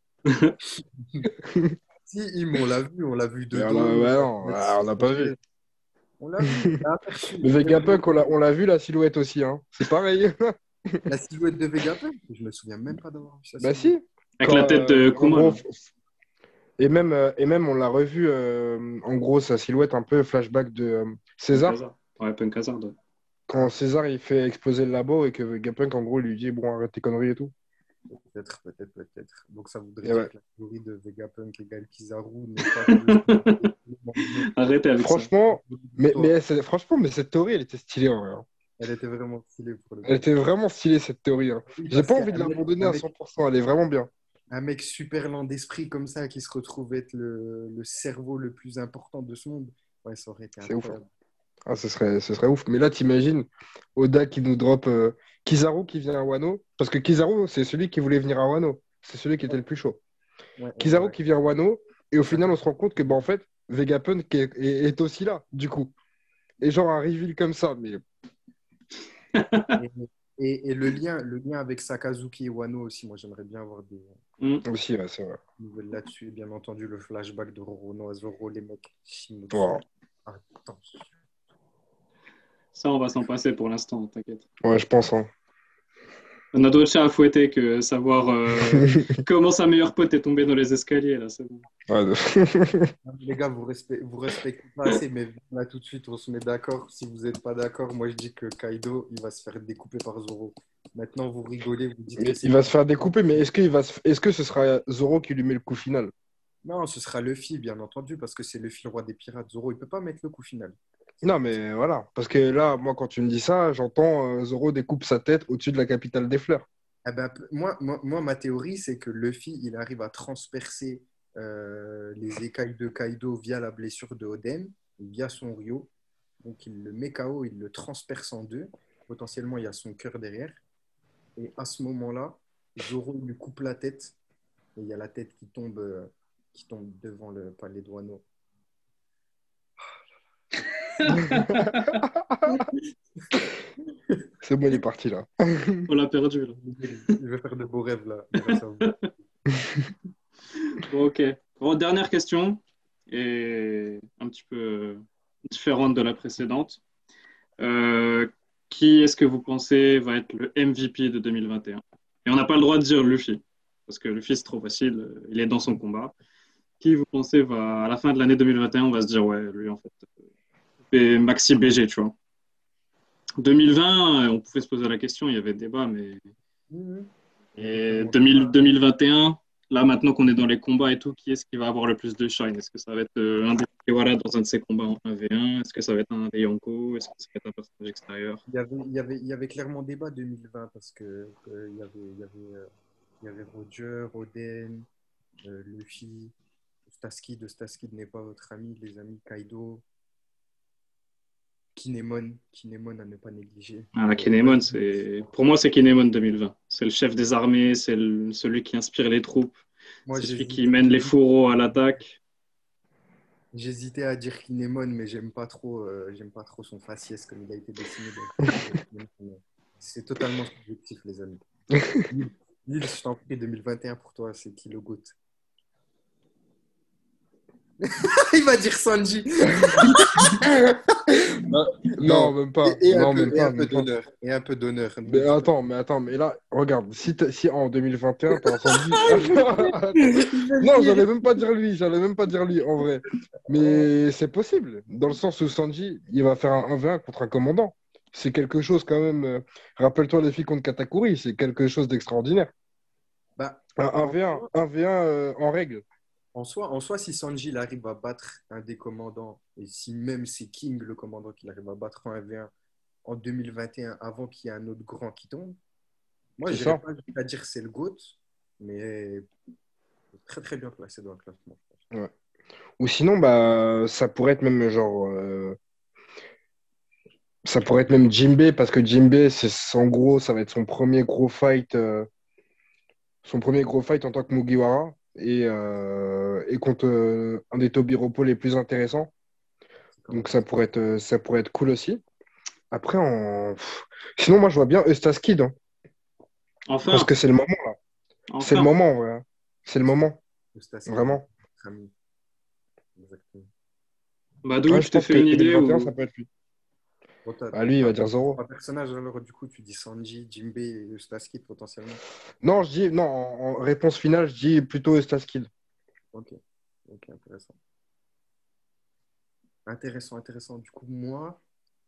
Si, on l'a vu de dos. On l'a pas vu. On l'a vu. Le Vegapunk, on l'a vu la silhouette aussi. Hein. C'est pareil. La silhouette de Vegapunk, je me souviens même pas d'avoir vu ça. Bah si. Avec la tête de Kuma. Et même, on l'a revu, en gros, sa silhouette, un peu flashback de César. Punk Hazard. Ouais, Punk Hazard. Quand César, il fait exploser le labo et que Vegapunk, en gros, lui dit, bon, arrête tes conneries et tout. Peut-être. Donc ça voudrait Et dire ouais. que la théorie de Vegapunk égale Kizaru n'est pas Arrêtez avec ça. Franchement, mais cette théorie, elle était stylée, en vrai, hein. Elle était vraiment stylée pour le Elle coup. était vraiment stylée, cette théorie, hein. Oui, J'ai parce pas qu'il y envie a de l'abandonner à 100%. Elle est vraiment bien. un mec super lent d'esprit comme ça qui se retrouve être le cerveau le plus important de ce monde. Ouais, ça aurait été C'est ouf, hein. incroyable. Ah, ce serait ouf. Mais là, t'imagines Oda qui nous drop Kizaru qui vient à Wano. Parce que Kizaru, c'est celui qui voulait venir à Wano. C'est celui qui était le plus chaud. Kizaru qui vient à Wano. Et au final, on se rend compte que, bah, en fait, Vegapunk est aussi là, du coup. Et genre, un reveal comme ça. Mais Et le lien avec Sakazuki et Wano aussi, moi j'aimerais bien avoir des aussi, ouais, c'est vrai. nouvelles là-dessus. Et bien entendu, le flashback de Roronoa Zoro, les mecs. Shimotsu. Wow. Attention. Ça, on va s'en passer pour l'instant, t'inquiète. Ouais, je pense, hein. On a d'autres chats à fouetter que savoir comment sa meilleure pote est tombée dans les escaliers, là, c'est bon. Ouais, Les gars, vous respectez pas assez, mais là tout de suite, on se met d'accord. Si vous n'êtes pas d'accord, moi je dis que Kaido, il va se faire découper par Zoro. Maintenant, vous rigolez, vous dites que c'est Il va se faire découper, mais est-ce que ce sera Zoro qui lui met le coup final? Non, ce sera Luffy, bien entendu, parce que c'est Luffy, le roi des pirates. Zoro, il peut pas mettre le coup final. Non, mais voilà. Parce que là, moi, quand tu me dis ça, j'entends Zoro découpe sa tête au-dessus de la capitale des fleurs. Eh ben, moi, ma théorie, c'est que Luffy, il arrive à transpercer les écailles de Kaido via la blessure de Oden, via son Ryo. Donc, il le met KO, il le transperce en deux. Potentiellement, il y a son cœur derrière. Et à ce moment-là, Zoro il lui coupe la tête. Et il y a la tête qui tombe devant le palais de Wano. C'est bon, il est parti là. On l'a perdu, là. Je vais faire de beaux rêves, là, grâce à vous. Bon, ok. Bon, dernière question, et un petit peu différente de la précédente. Qui est-ce que vous pensez va être le MVP de 2021? Et on n'a pas le droit de dire Luffy, parce que Luffy, c'est trop facile, il est dans son combat. Qui vous pensez va, à la fin de l'année 2021, on va se dire, ouais, lui, en fait, et Maxi BG, tu vois. 2020, on pouvait se poser la question, il y avait débat, mais et 2021, là maintenant qu'on est dans les combats et tout, qui est-ce qui va avoir le plus de shine? Est-ce que ça va être un des Fujiwara dans un de ses combats en 1v1? Est-ce que ça va être un des Yonko? Est-ce que ça va être un personnage extérieur? Il y avait clairement débat 2020 parce que il y avait Roger, Oden, Luffy, Staskid. Staskid n'est pas votre ami, les amis Kaido, Kinemon à ne pas négliger. Ah, Kinemon, pour moi, c'est Kinemon 2020. C'est le chef des armées, c'est celui qui inspire les troupes, Moi, c'est celui qui mène les fourreaux à l'attaque. j'hésitais à dire Kinemon, mais j'aime pas trop son faciès comme il a été dessiné. C'est totalement subjectif, les amis. Nils, je t'en prie, 2021 pour toi, c'est qui le GOAT? Il va dire Sanji. Non, même pas. Et Non, un peu, même pas, et un peu même pas. d'honneur. Et un peu d'honneur. Mais attends, mais là, regarde, si en 2021, t'as entendu. Non, j'allais même pas dire lui, en vrai. Mais c'est possible, dans le sens où Sanji, il va faire un 1v1 contre un commandant. C'est quelque chose quand même. Rappelle-toi les filles contre Katakuri, c'est quelque chose d'extraordinaire. Bah, Un 1v1 en règle. en soi, si Sanji il arrive à battre un des commandants, et si même c'est King, le commandant, qu'il arrive à battre en 1v1 en 2021, avant qu'il y ait un autre grand qui tombe, moi, C'est je ça. n'irais pas jusqu'à dire c'est le GOAT, mais très très bien placé dans le classement, je pense. Ouais. Ou sinon, bah, ça pourrait être même genre. Ça pourrait être même Jinbei, parce que Jinbei, en gros, ça va être son premier gros fight. Son premier gros fight en tant que Mugiwara. Et contre un des Tobiropo les plus intéressants. Donc ça pourrait être cool aussi. Après, sinon, moi, je vois bien Eustace Kid, hein. Enfin, Parce que c'est le moment, là. C'est le enfin. moment, ouais. C'est le moment. Eustace, Vraiment. notre ami. Exactement. Badou, Ouais, tu je t'es pense que fait une idée 2021, ou... ça peut être lui. Bon, Ah, lui, il va dire Zoro. un personnage, alors du coup, tu dis Sanji, Jinbei et Eustace Kid potentiellement. Non, en réponse finale, je dis plutôt Eustace Kid. Ok. Ok, intéressant. Intéressant. Du coup, moi,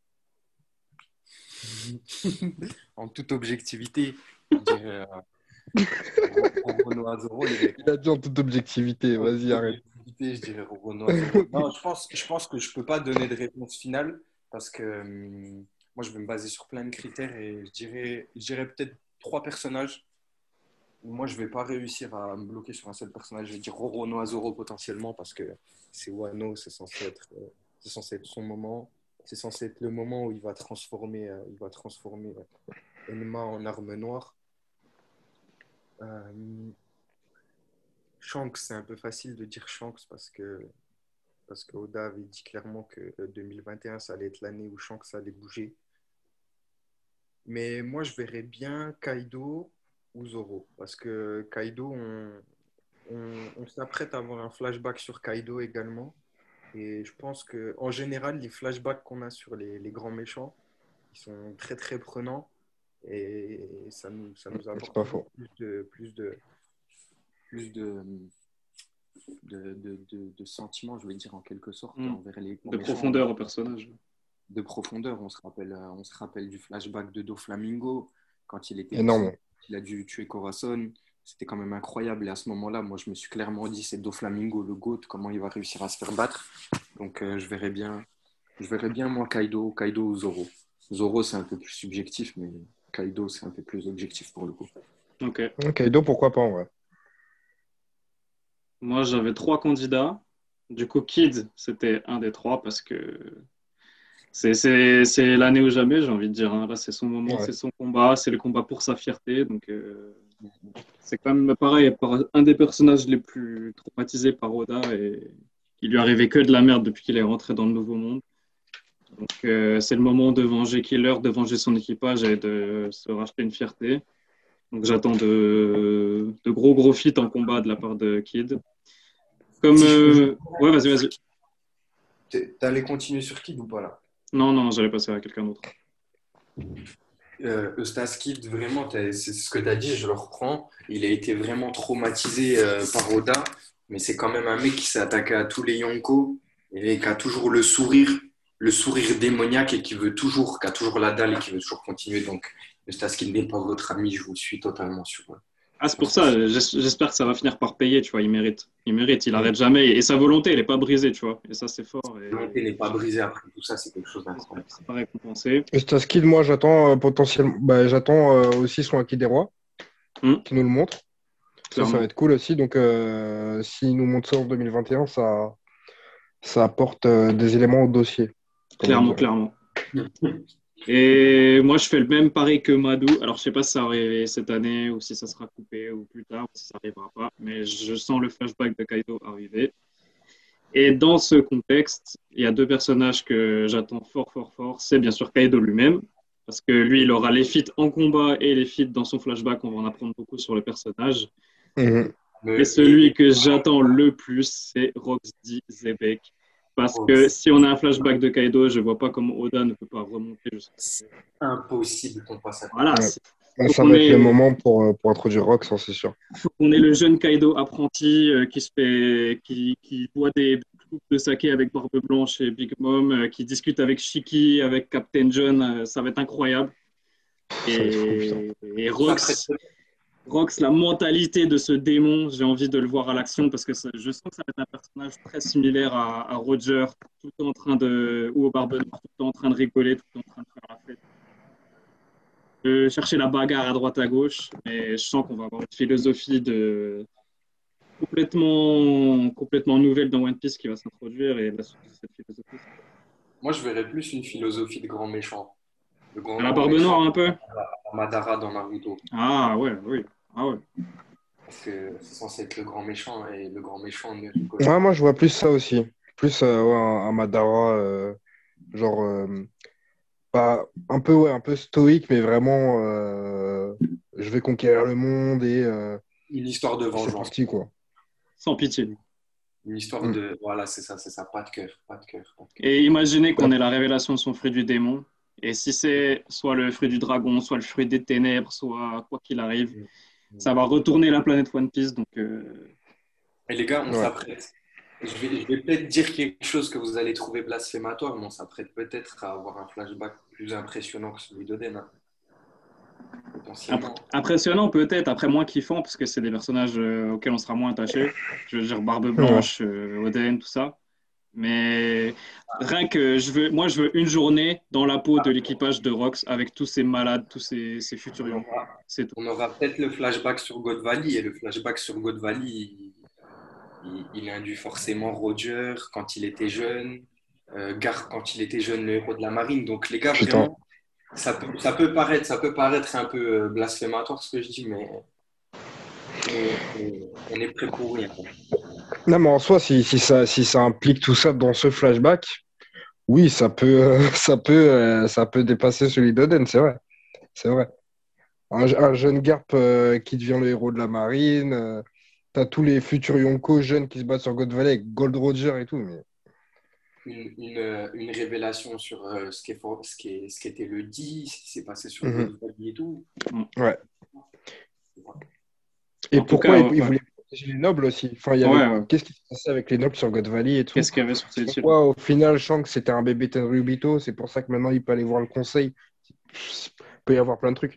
en toute objectivité, je dirais Roronoa Zoro, les mecs. Il a dit en toute objectivité, En toute vas-y, arrête. objectivité, je dirais Roronoa Zoro. Non, je pense que je peux pas donner de réponse finale parce que moi, je vais me baser sur plein de critères et je dirais peut-être trois personnages. Moi, je vais pas réussir à me bloquer sur un seul personnage. Je vais dire Roronoa Zoro potentiellement parce que c'est Wano, c'est censé être son moment. C'est censé être le moment où il va transformer Enma en arme noire. Shanks, c'est un peu facile de dire Shanks parce que Oda avait dit clairement que 2021, ça allait être l'année où Shanks allait bouger. Mais moi, je verrais bien Kaido ou Zoro. Parce que Kaido, on s'apprête à avoir un flashback sur Kaido également. Et je pense que en général, les flashbacks qu'on a sur les grands méchants, ils sont très très prenants. Et ça nous C'est pas apporte faux. plus de sentiments, je vais dire en quelque sorte, envers les grands De méchants. profondeur au personnage. De profondeur. On se rappelle du flashback de Doflamingo quand il était Énorme. petit, il a dû tuer Corazon. C'était quand même incroyable. Et à ce moment-là, moi, je me suis clairement dit, c'est Doflamingo, le GOAT, comment il va réussir à se faire battre. Donc, je verrais bien, moi, Kaido ou Zoro. Zoro, c'est un peu plus subjectif, mais Kaido, c'est un peu plus objectif pour le coup. Ok. Kaido, pourquoi pas, en vrai. Moi, j'avais 3 candidats. Du coup, Kid, c'était un des 3 parce que c'est l'année ou jamais, j'ai envie de dire, hein. Là, c'est son moment, Ouais. c'est son combat, c'est le combat pour sa fierté. Donc, c'est quand même pareil, un des personnages les plus traumatisés par Oda et il lui arrivait que de la merde depuis qu'il est rentré dans le nouveau monde. Donc, c'est le moment de venger Killer, de venger son équipage et de se racheter une fierté. Donc, j'attends de gros feats en combat de la part de Kid. Comme. Si je peux Ouais, vas-y. T'allais continuer sur Kid ou pas là? Non, j'allais passer à quelqu'un d'autre. Eustace Kid, vraiment, c'est ce que tu as dit, je le reprends. Il a été vraiment traumatisé par Oda, mais c'est quand même un mec qui s'est attaqué à tous les Yonko et qui a toujours le sourire démoniaque et qui a toujours la dalle et qui veut toujours continuer. Donc, Eustace Kid n'est pas votre ami, je vous suis totalement sur. Ah, c'est pour ça, j'espère que ça va finir par payer, tu vois, il mérite, il arrête jamais, et sa volonté, elle n'est pas brisée, tu vois, et ça, c'est fort. La volonté n'est pas brisée après tout ça, c'est quelque chose d'incroyable. C'est pas récompensé. Eustace Kid, moi, j'attends potentiellement. j'attends aussi son Acquis des Rois, qui nous le montre. Ça va être cool aussi. Donc, s'il nous montre ça en 2021, ça apporte des éléments au dossier. Clairement. Et moi, je fais le même pari que Madou. Alors, je sais pas si ça va arriver cette année ou si ça sera coupé ou plus tard, ou si ça n'arrivera pas. Mais je sens le flashback de Kaido arriver. Et dans ce contexte, il y a 2 personnages que j'attends fort. C'est bien sûr Kaido lui-même. Parce que lui, il aura les feats en combat et les feats dans son flashback. On va en apprendre beaucoup sur le personnage. Et celui que j'attends le plus, c'est Roxy Zebek. Parce que si on a un flashback de Kaido, je ne vois pas comment Oda ne peut pas remonter. C'est impossible qu'on passe à côté. Voilà. Ça va être le moment pour introduire Rox, c'est sûr. Il faut qu'on ait le jeune Kaido apprenti qui boit des coupes de saké avec Barbe Blanche et Big Mom, qui discute avec Shiki, avec Captain John. Ça va être incroyable. Et Rox, la mentalité de ce démon, j'ai envie de le voir à l'action parce que je sens que ça va être un personnage très similaire à Roger, tout le temps en train ou au Barbe Noire, tout le temps en train de rigoler, tout le temps en train de faire la fête. Chercher la bagarre à droite à gauche, mais je sens qu'on va avoir une philosophie complètement nouvelle dans One Piece qui va s'introduire et la suite de cette philosophie. Moi, je verrais plus une philosophie de grand méchant. À la Barbe Noire un peu. Madara dans Naruto. Ah ouais. Parce que c'est censé être le grand méchant et le grand méchant ne rigole. Ouais, moi je vois plus ça aussi. Plus un Madara, pas un peu stoïque, mais vraiment je vais conquérir le monde et une histoire de vengeance. C'est parti, quoi. Sans pitié. Une histoire de voilà, c'est ça, pas de cœur. Et imaginez qu'on ait la révélation de son fruit du démon. Et si c'est soit le fruit du dragon, soit le fruit des ténèbres, soit quoi qu'il arrive, ça va retourner la planète One Piece. Donc, Et les gars, on s'apprête. Je vais peut-être dire quelque chose que vous allez trouver blasphématoire, mais on s'apprête peut-être à avoir un flashback plus impressionnant que celui d'Oden, hein, potentiellement. Impressionnant peut-être, après moins kiffant, parce que c'est des personnages auxquels on sera moins attaché. Je veux dire Barbe Ouais. Blanche, Oden, tout ça. Mais rien que moi, je veux une journée dans la peau de l'équipage de Rox avec tous ces malades, tous ces futurions. C'est tout. On aura peut-être le flashback sur God Valley, et le flashback sur God Valley, il induit forcément Roger quand il était jeune, Gar quand il était jeune, le héros de la marine. Donc les gars, Putain. vraiment, ça peut paraître un peu blasphématoire ce que je dis, mais on est prêt pour rien. Non, mais en soi, si ça implique tout ça dans ce flashback, oui, ça peut dépasser celui d'Oden, c'est vrai. C'est vrai. Un jeune Garp qui devient le héros de la marine. T'as tous les futurs Yonko jeunes qui se battent sur God Valley avec Gold Roger et tout. Mais... Une révélation sur ce qu'était le 10, ce qui s'est passé sur Mhm. God Valley et tout. Ouais. Et En tout pourquoi cas, il ouais. voulait protéger les nobles aussi? Enfin, il y avait... Ouais. Qu'est-ce qui se passait avec les nobles sur God Valley et tout? Qu'est-ce qu'il y avait sur cette île? Pourquoi au final, Shanks c'était un bébé Tenryubito? C'est pour ça que maintenant il peut aller voir le conseil. Il peut y avoir plein de trucs.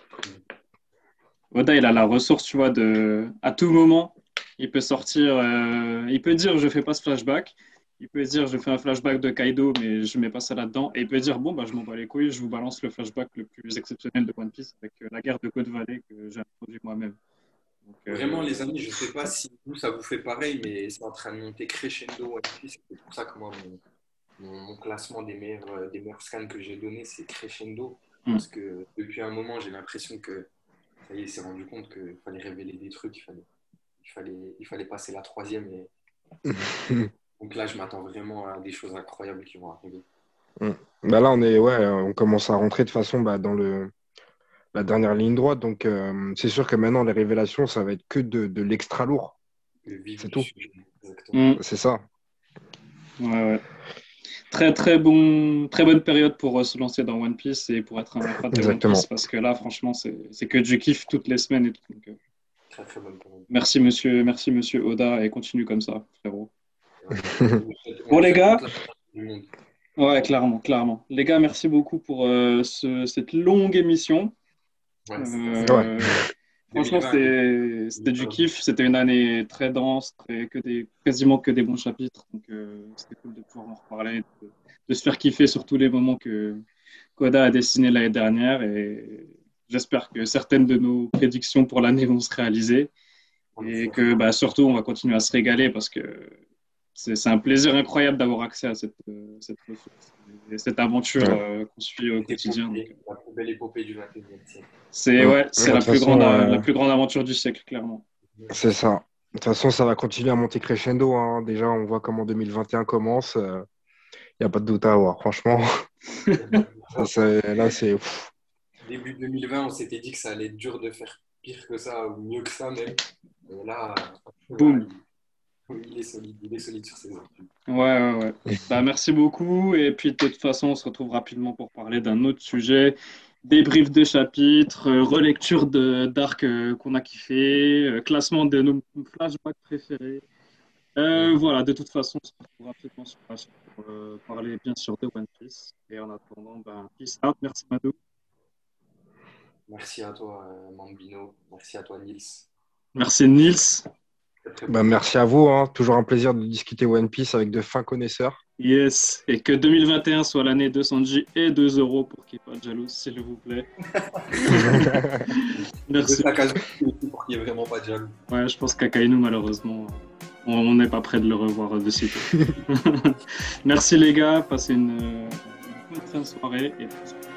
Oda, il a la ressource, tu vois, à tout moment, il peut sortir, il peut dire je fais pas ce flashback, il peut dire je fais un flashback de Kaido, mais je mets pas ça là-dedans, et il peut dire bon, bah, je m'en bats les couilles, je vous balance le flashback le plus exceptionnel de One Piece avec la guerre de God Valley que j'ai introduit moi-même. Donc, Vraiment, les amis, je sais pas si vous, ça vous fait pareil, mais c'est en train de monter crescendo One Piece. C'est pour ça que moi, mon classement des meilleurs scans que j'ai donné, c'est crescendo. Parce que depuis un moment, j'ai l'impression que ça y est, il s'est rendu compte qu'il fallait révéler des trucs, il fallait passer la troisième. Donc là, je m'attends vraiment à des choses incroyables qui vont arriver. Bah là, on commence à rentrer de façon dans la dernière ligne droite. Donc, c'est sûr que maintenant, les révélations, ça va être que de l'extra lourd. Le vif C'est du tout. sujet, exactement. C'est ça. ouais. Très bonne période pour se lancer dans One Piece et pour être un fan de One Exactement. Piece, parce que là, franchement, c'est que du kiff toutes les semaines et tout. Donc, Très bonne période. merci monsieur Oda, et continue comme ça, frérot. Bon, les gars. Ouais, clairement. Les gars, merci beaucoup pour cette longue émission. Ouais. Franchement, c'était du kiff. C'était une année très dense, quasiment que des bons chapitres. Donc, c'était cool de pouvoir en reparler, de se faire kiffer sur tous les moments que Koda a dessinés l'année dernière. Et j'espère que certaines de nos prédictions pour l'année vont se réaliser. Et que surtout, on va continuer à se régaler, parce que c'est un plaisir incroyable d'avoir accès à cette ressource et cette aventure qu'on suit au quotidien. La plus belle épopée du 21e siècle. C'est la plus grande aventure du siècle, clairement. C'est ça. De toute façon, ça va continuer à monter crescendo, hein. Déjà, on voit comment 2021 commence. Il n'y a pas de doute à avoir, franchement. Là, c'est... Début 2020, on s'était dit que ça allait être dur de faire pire que ça, ou mieux que ça même. Et là, boum. Il est solide sur ses actus. Ouais. Merci beaucoup. Et puis, de toute façon, on se retrouve rapidement pour parler d'un autre sujet. Débrief de chapitres, relecture d'arc qu'on a kiffé, classement de nos flashbacks préférés. Voilà, de toute façon, on se retrouve rapidement sur la chaîne pour parler bien sûr de One Piece. Et en attendant, peace out. Merci Madou. Merci à toi Mambino. Merci à toi Nils. Merci Nils. Merci à vous, hein. Toujours un plaisir de discuter One Piece avec de fins connaisseurs. Yes, et que 2021 soit l'année de Sanji et de Zoro pour qu'il n'y ait pas de jaloux, s'il vous plaît. Merci. Pour qu'il n'y ait vraiment pas de jaloux. Ouais, je pense qu'Akainu, malheureusement, on n'est pas prêt de le revoir de sitôt. Merci les gars, passez une bonne fin de soirée et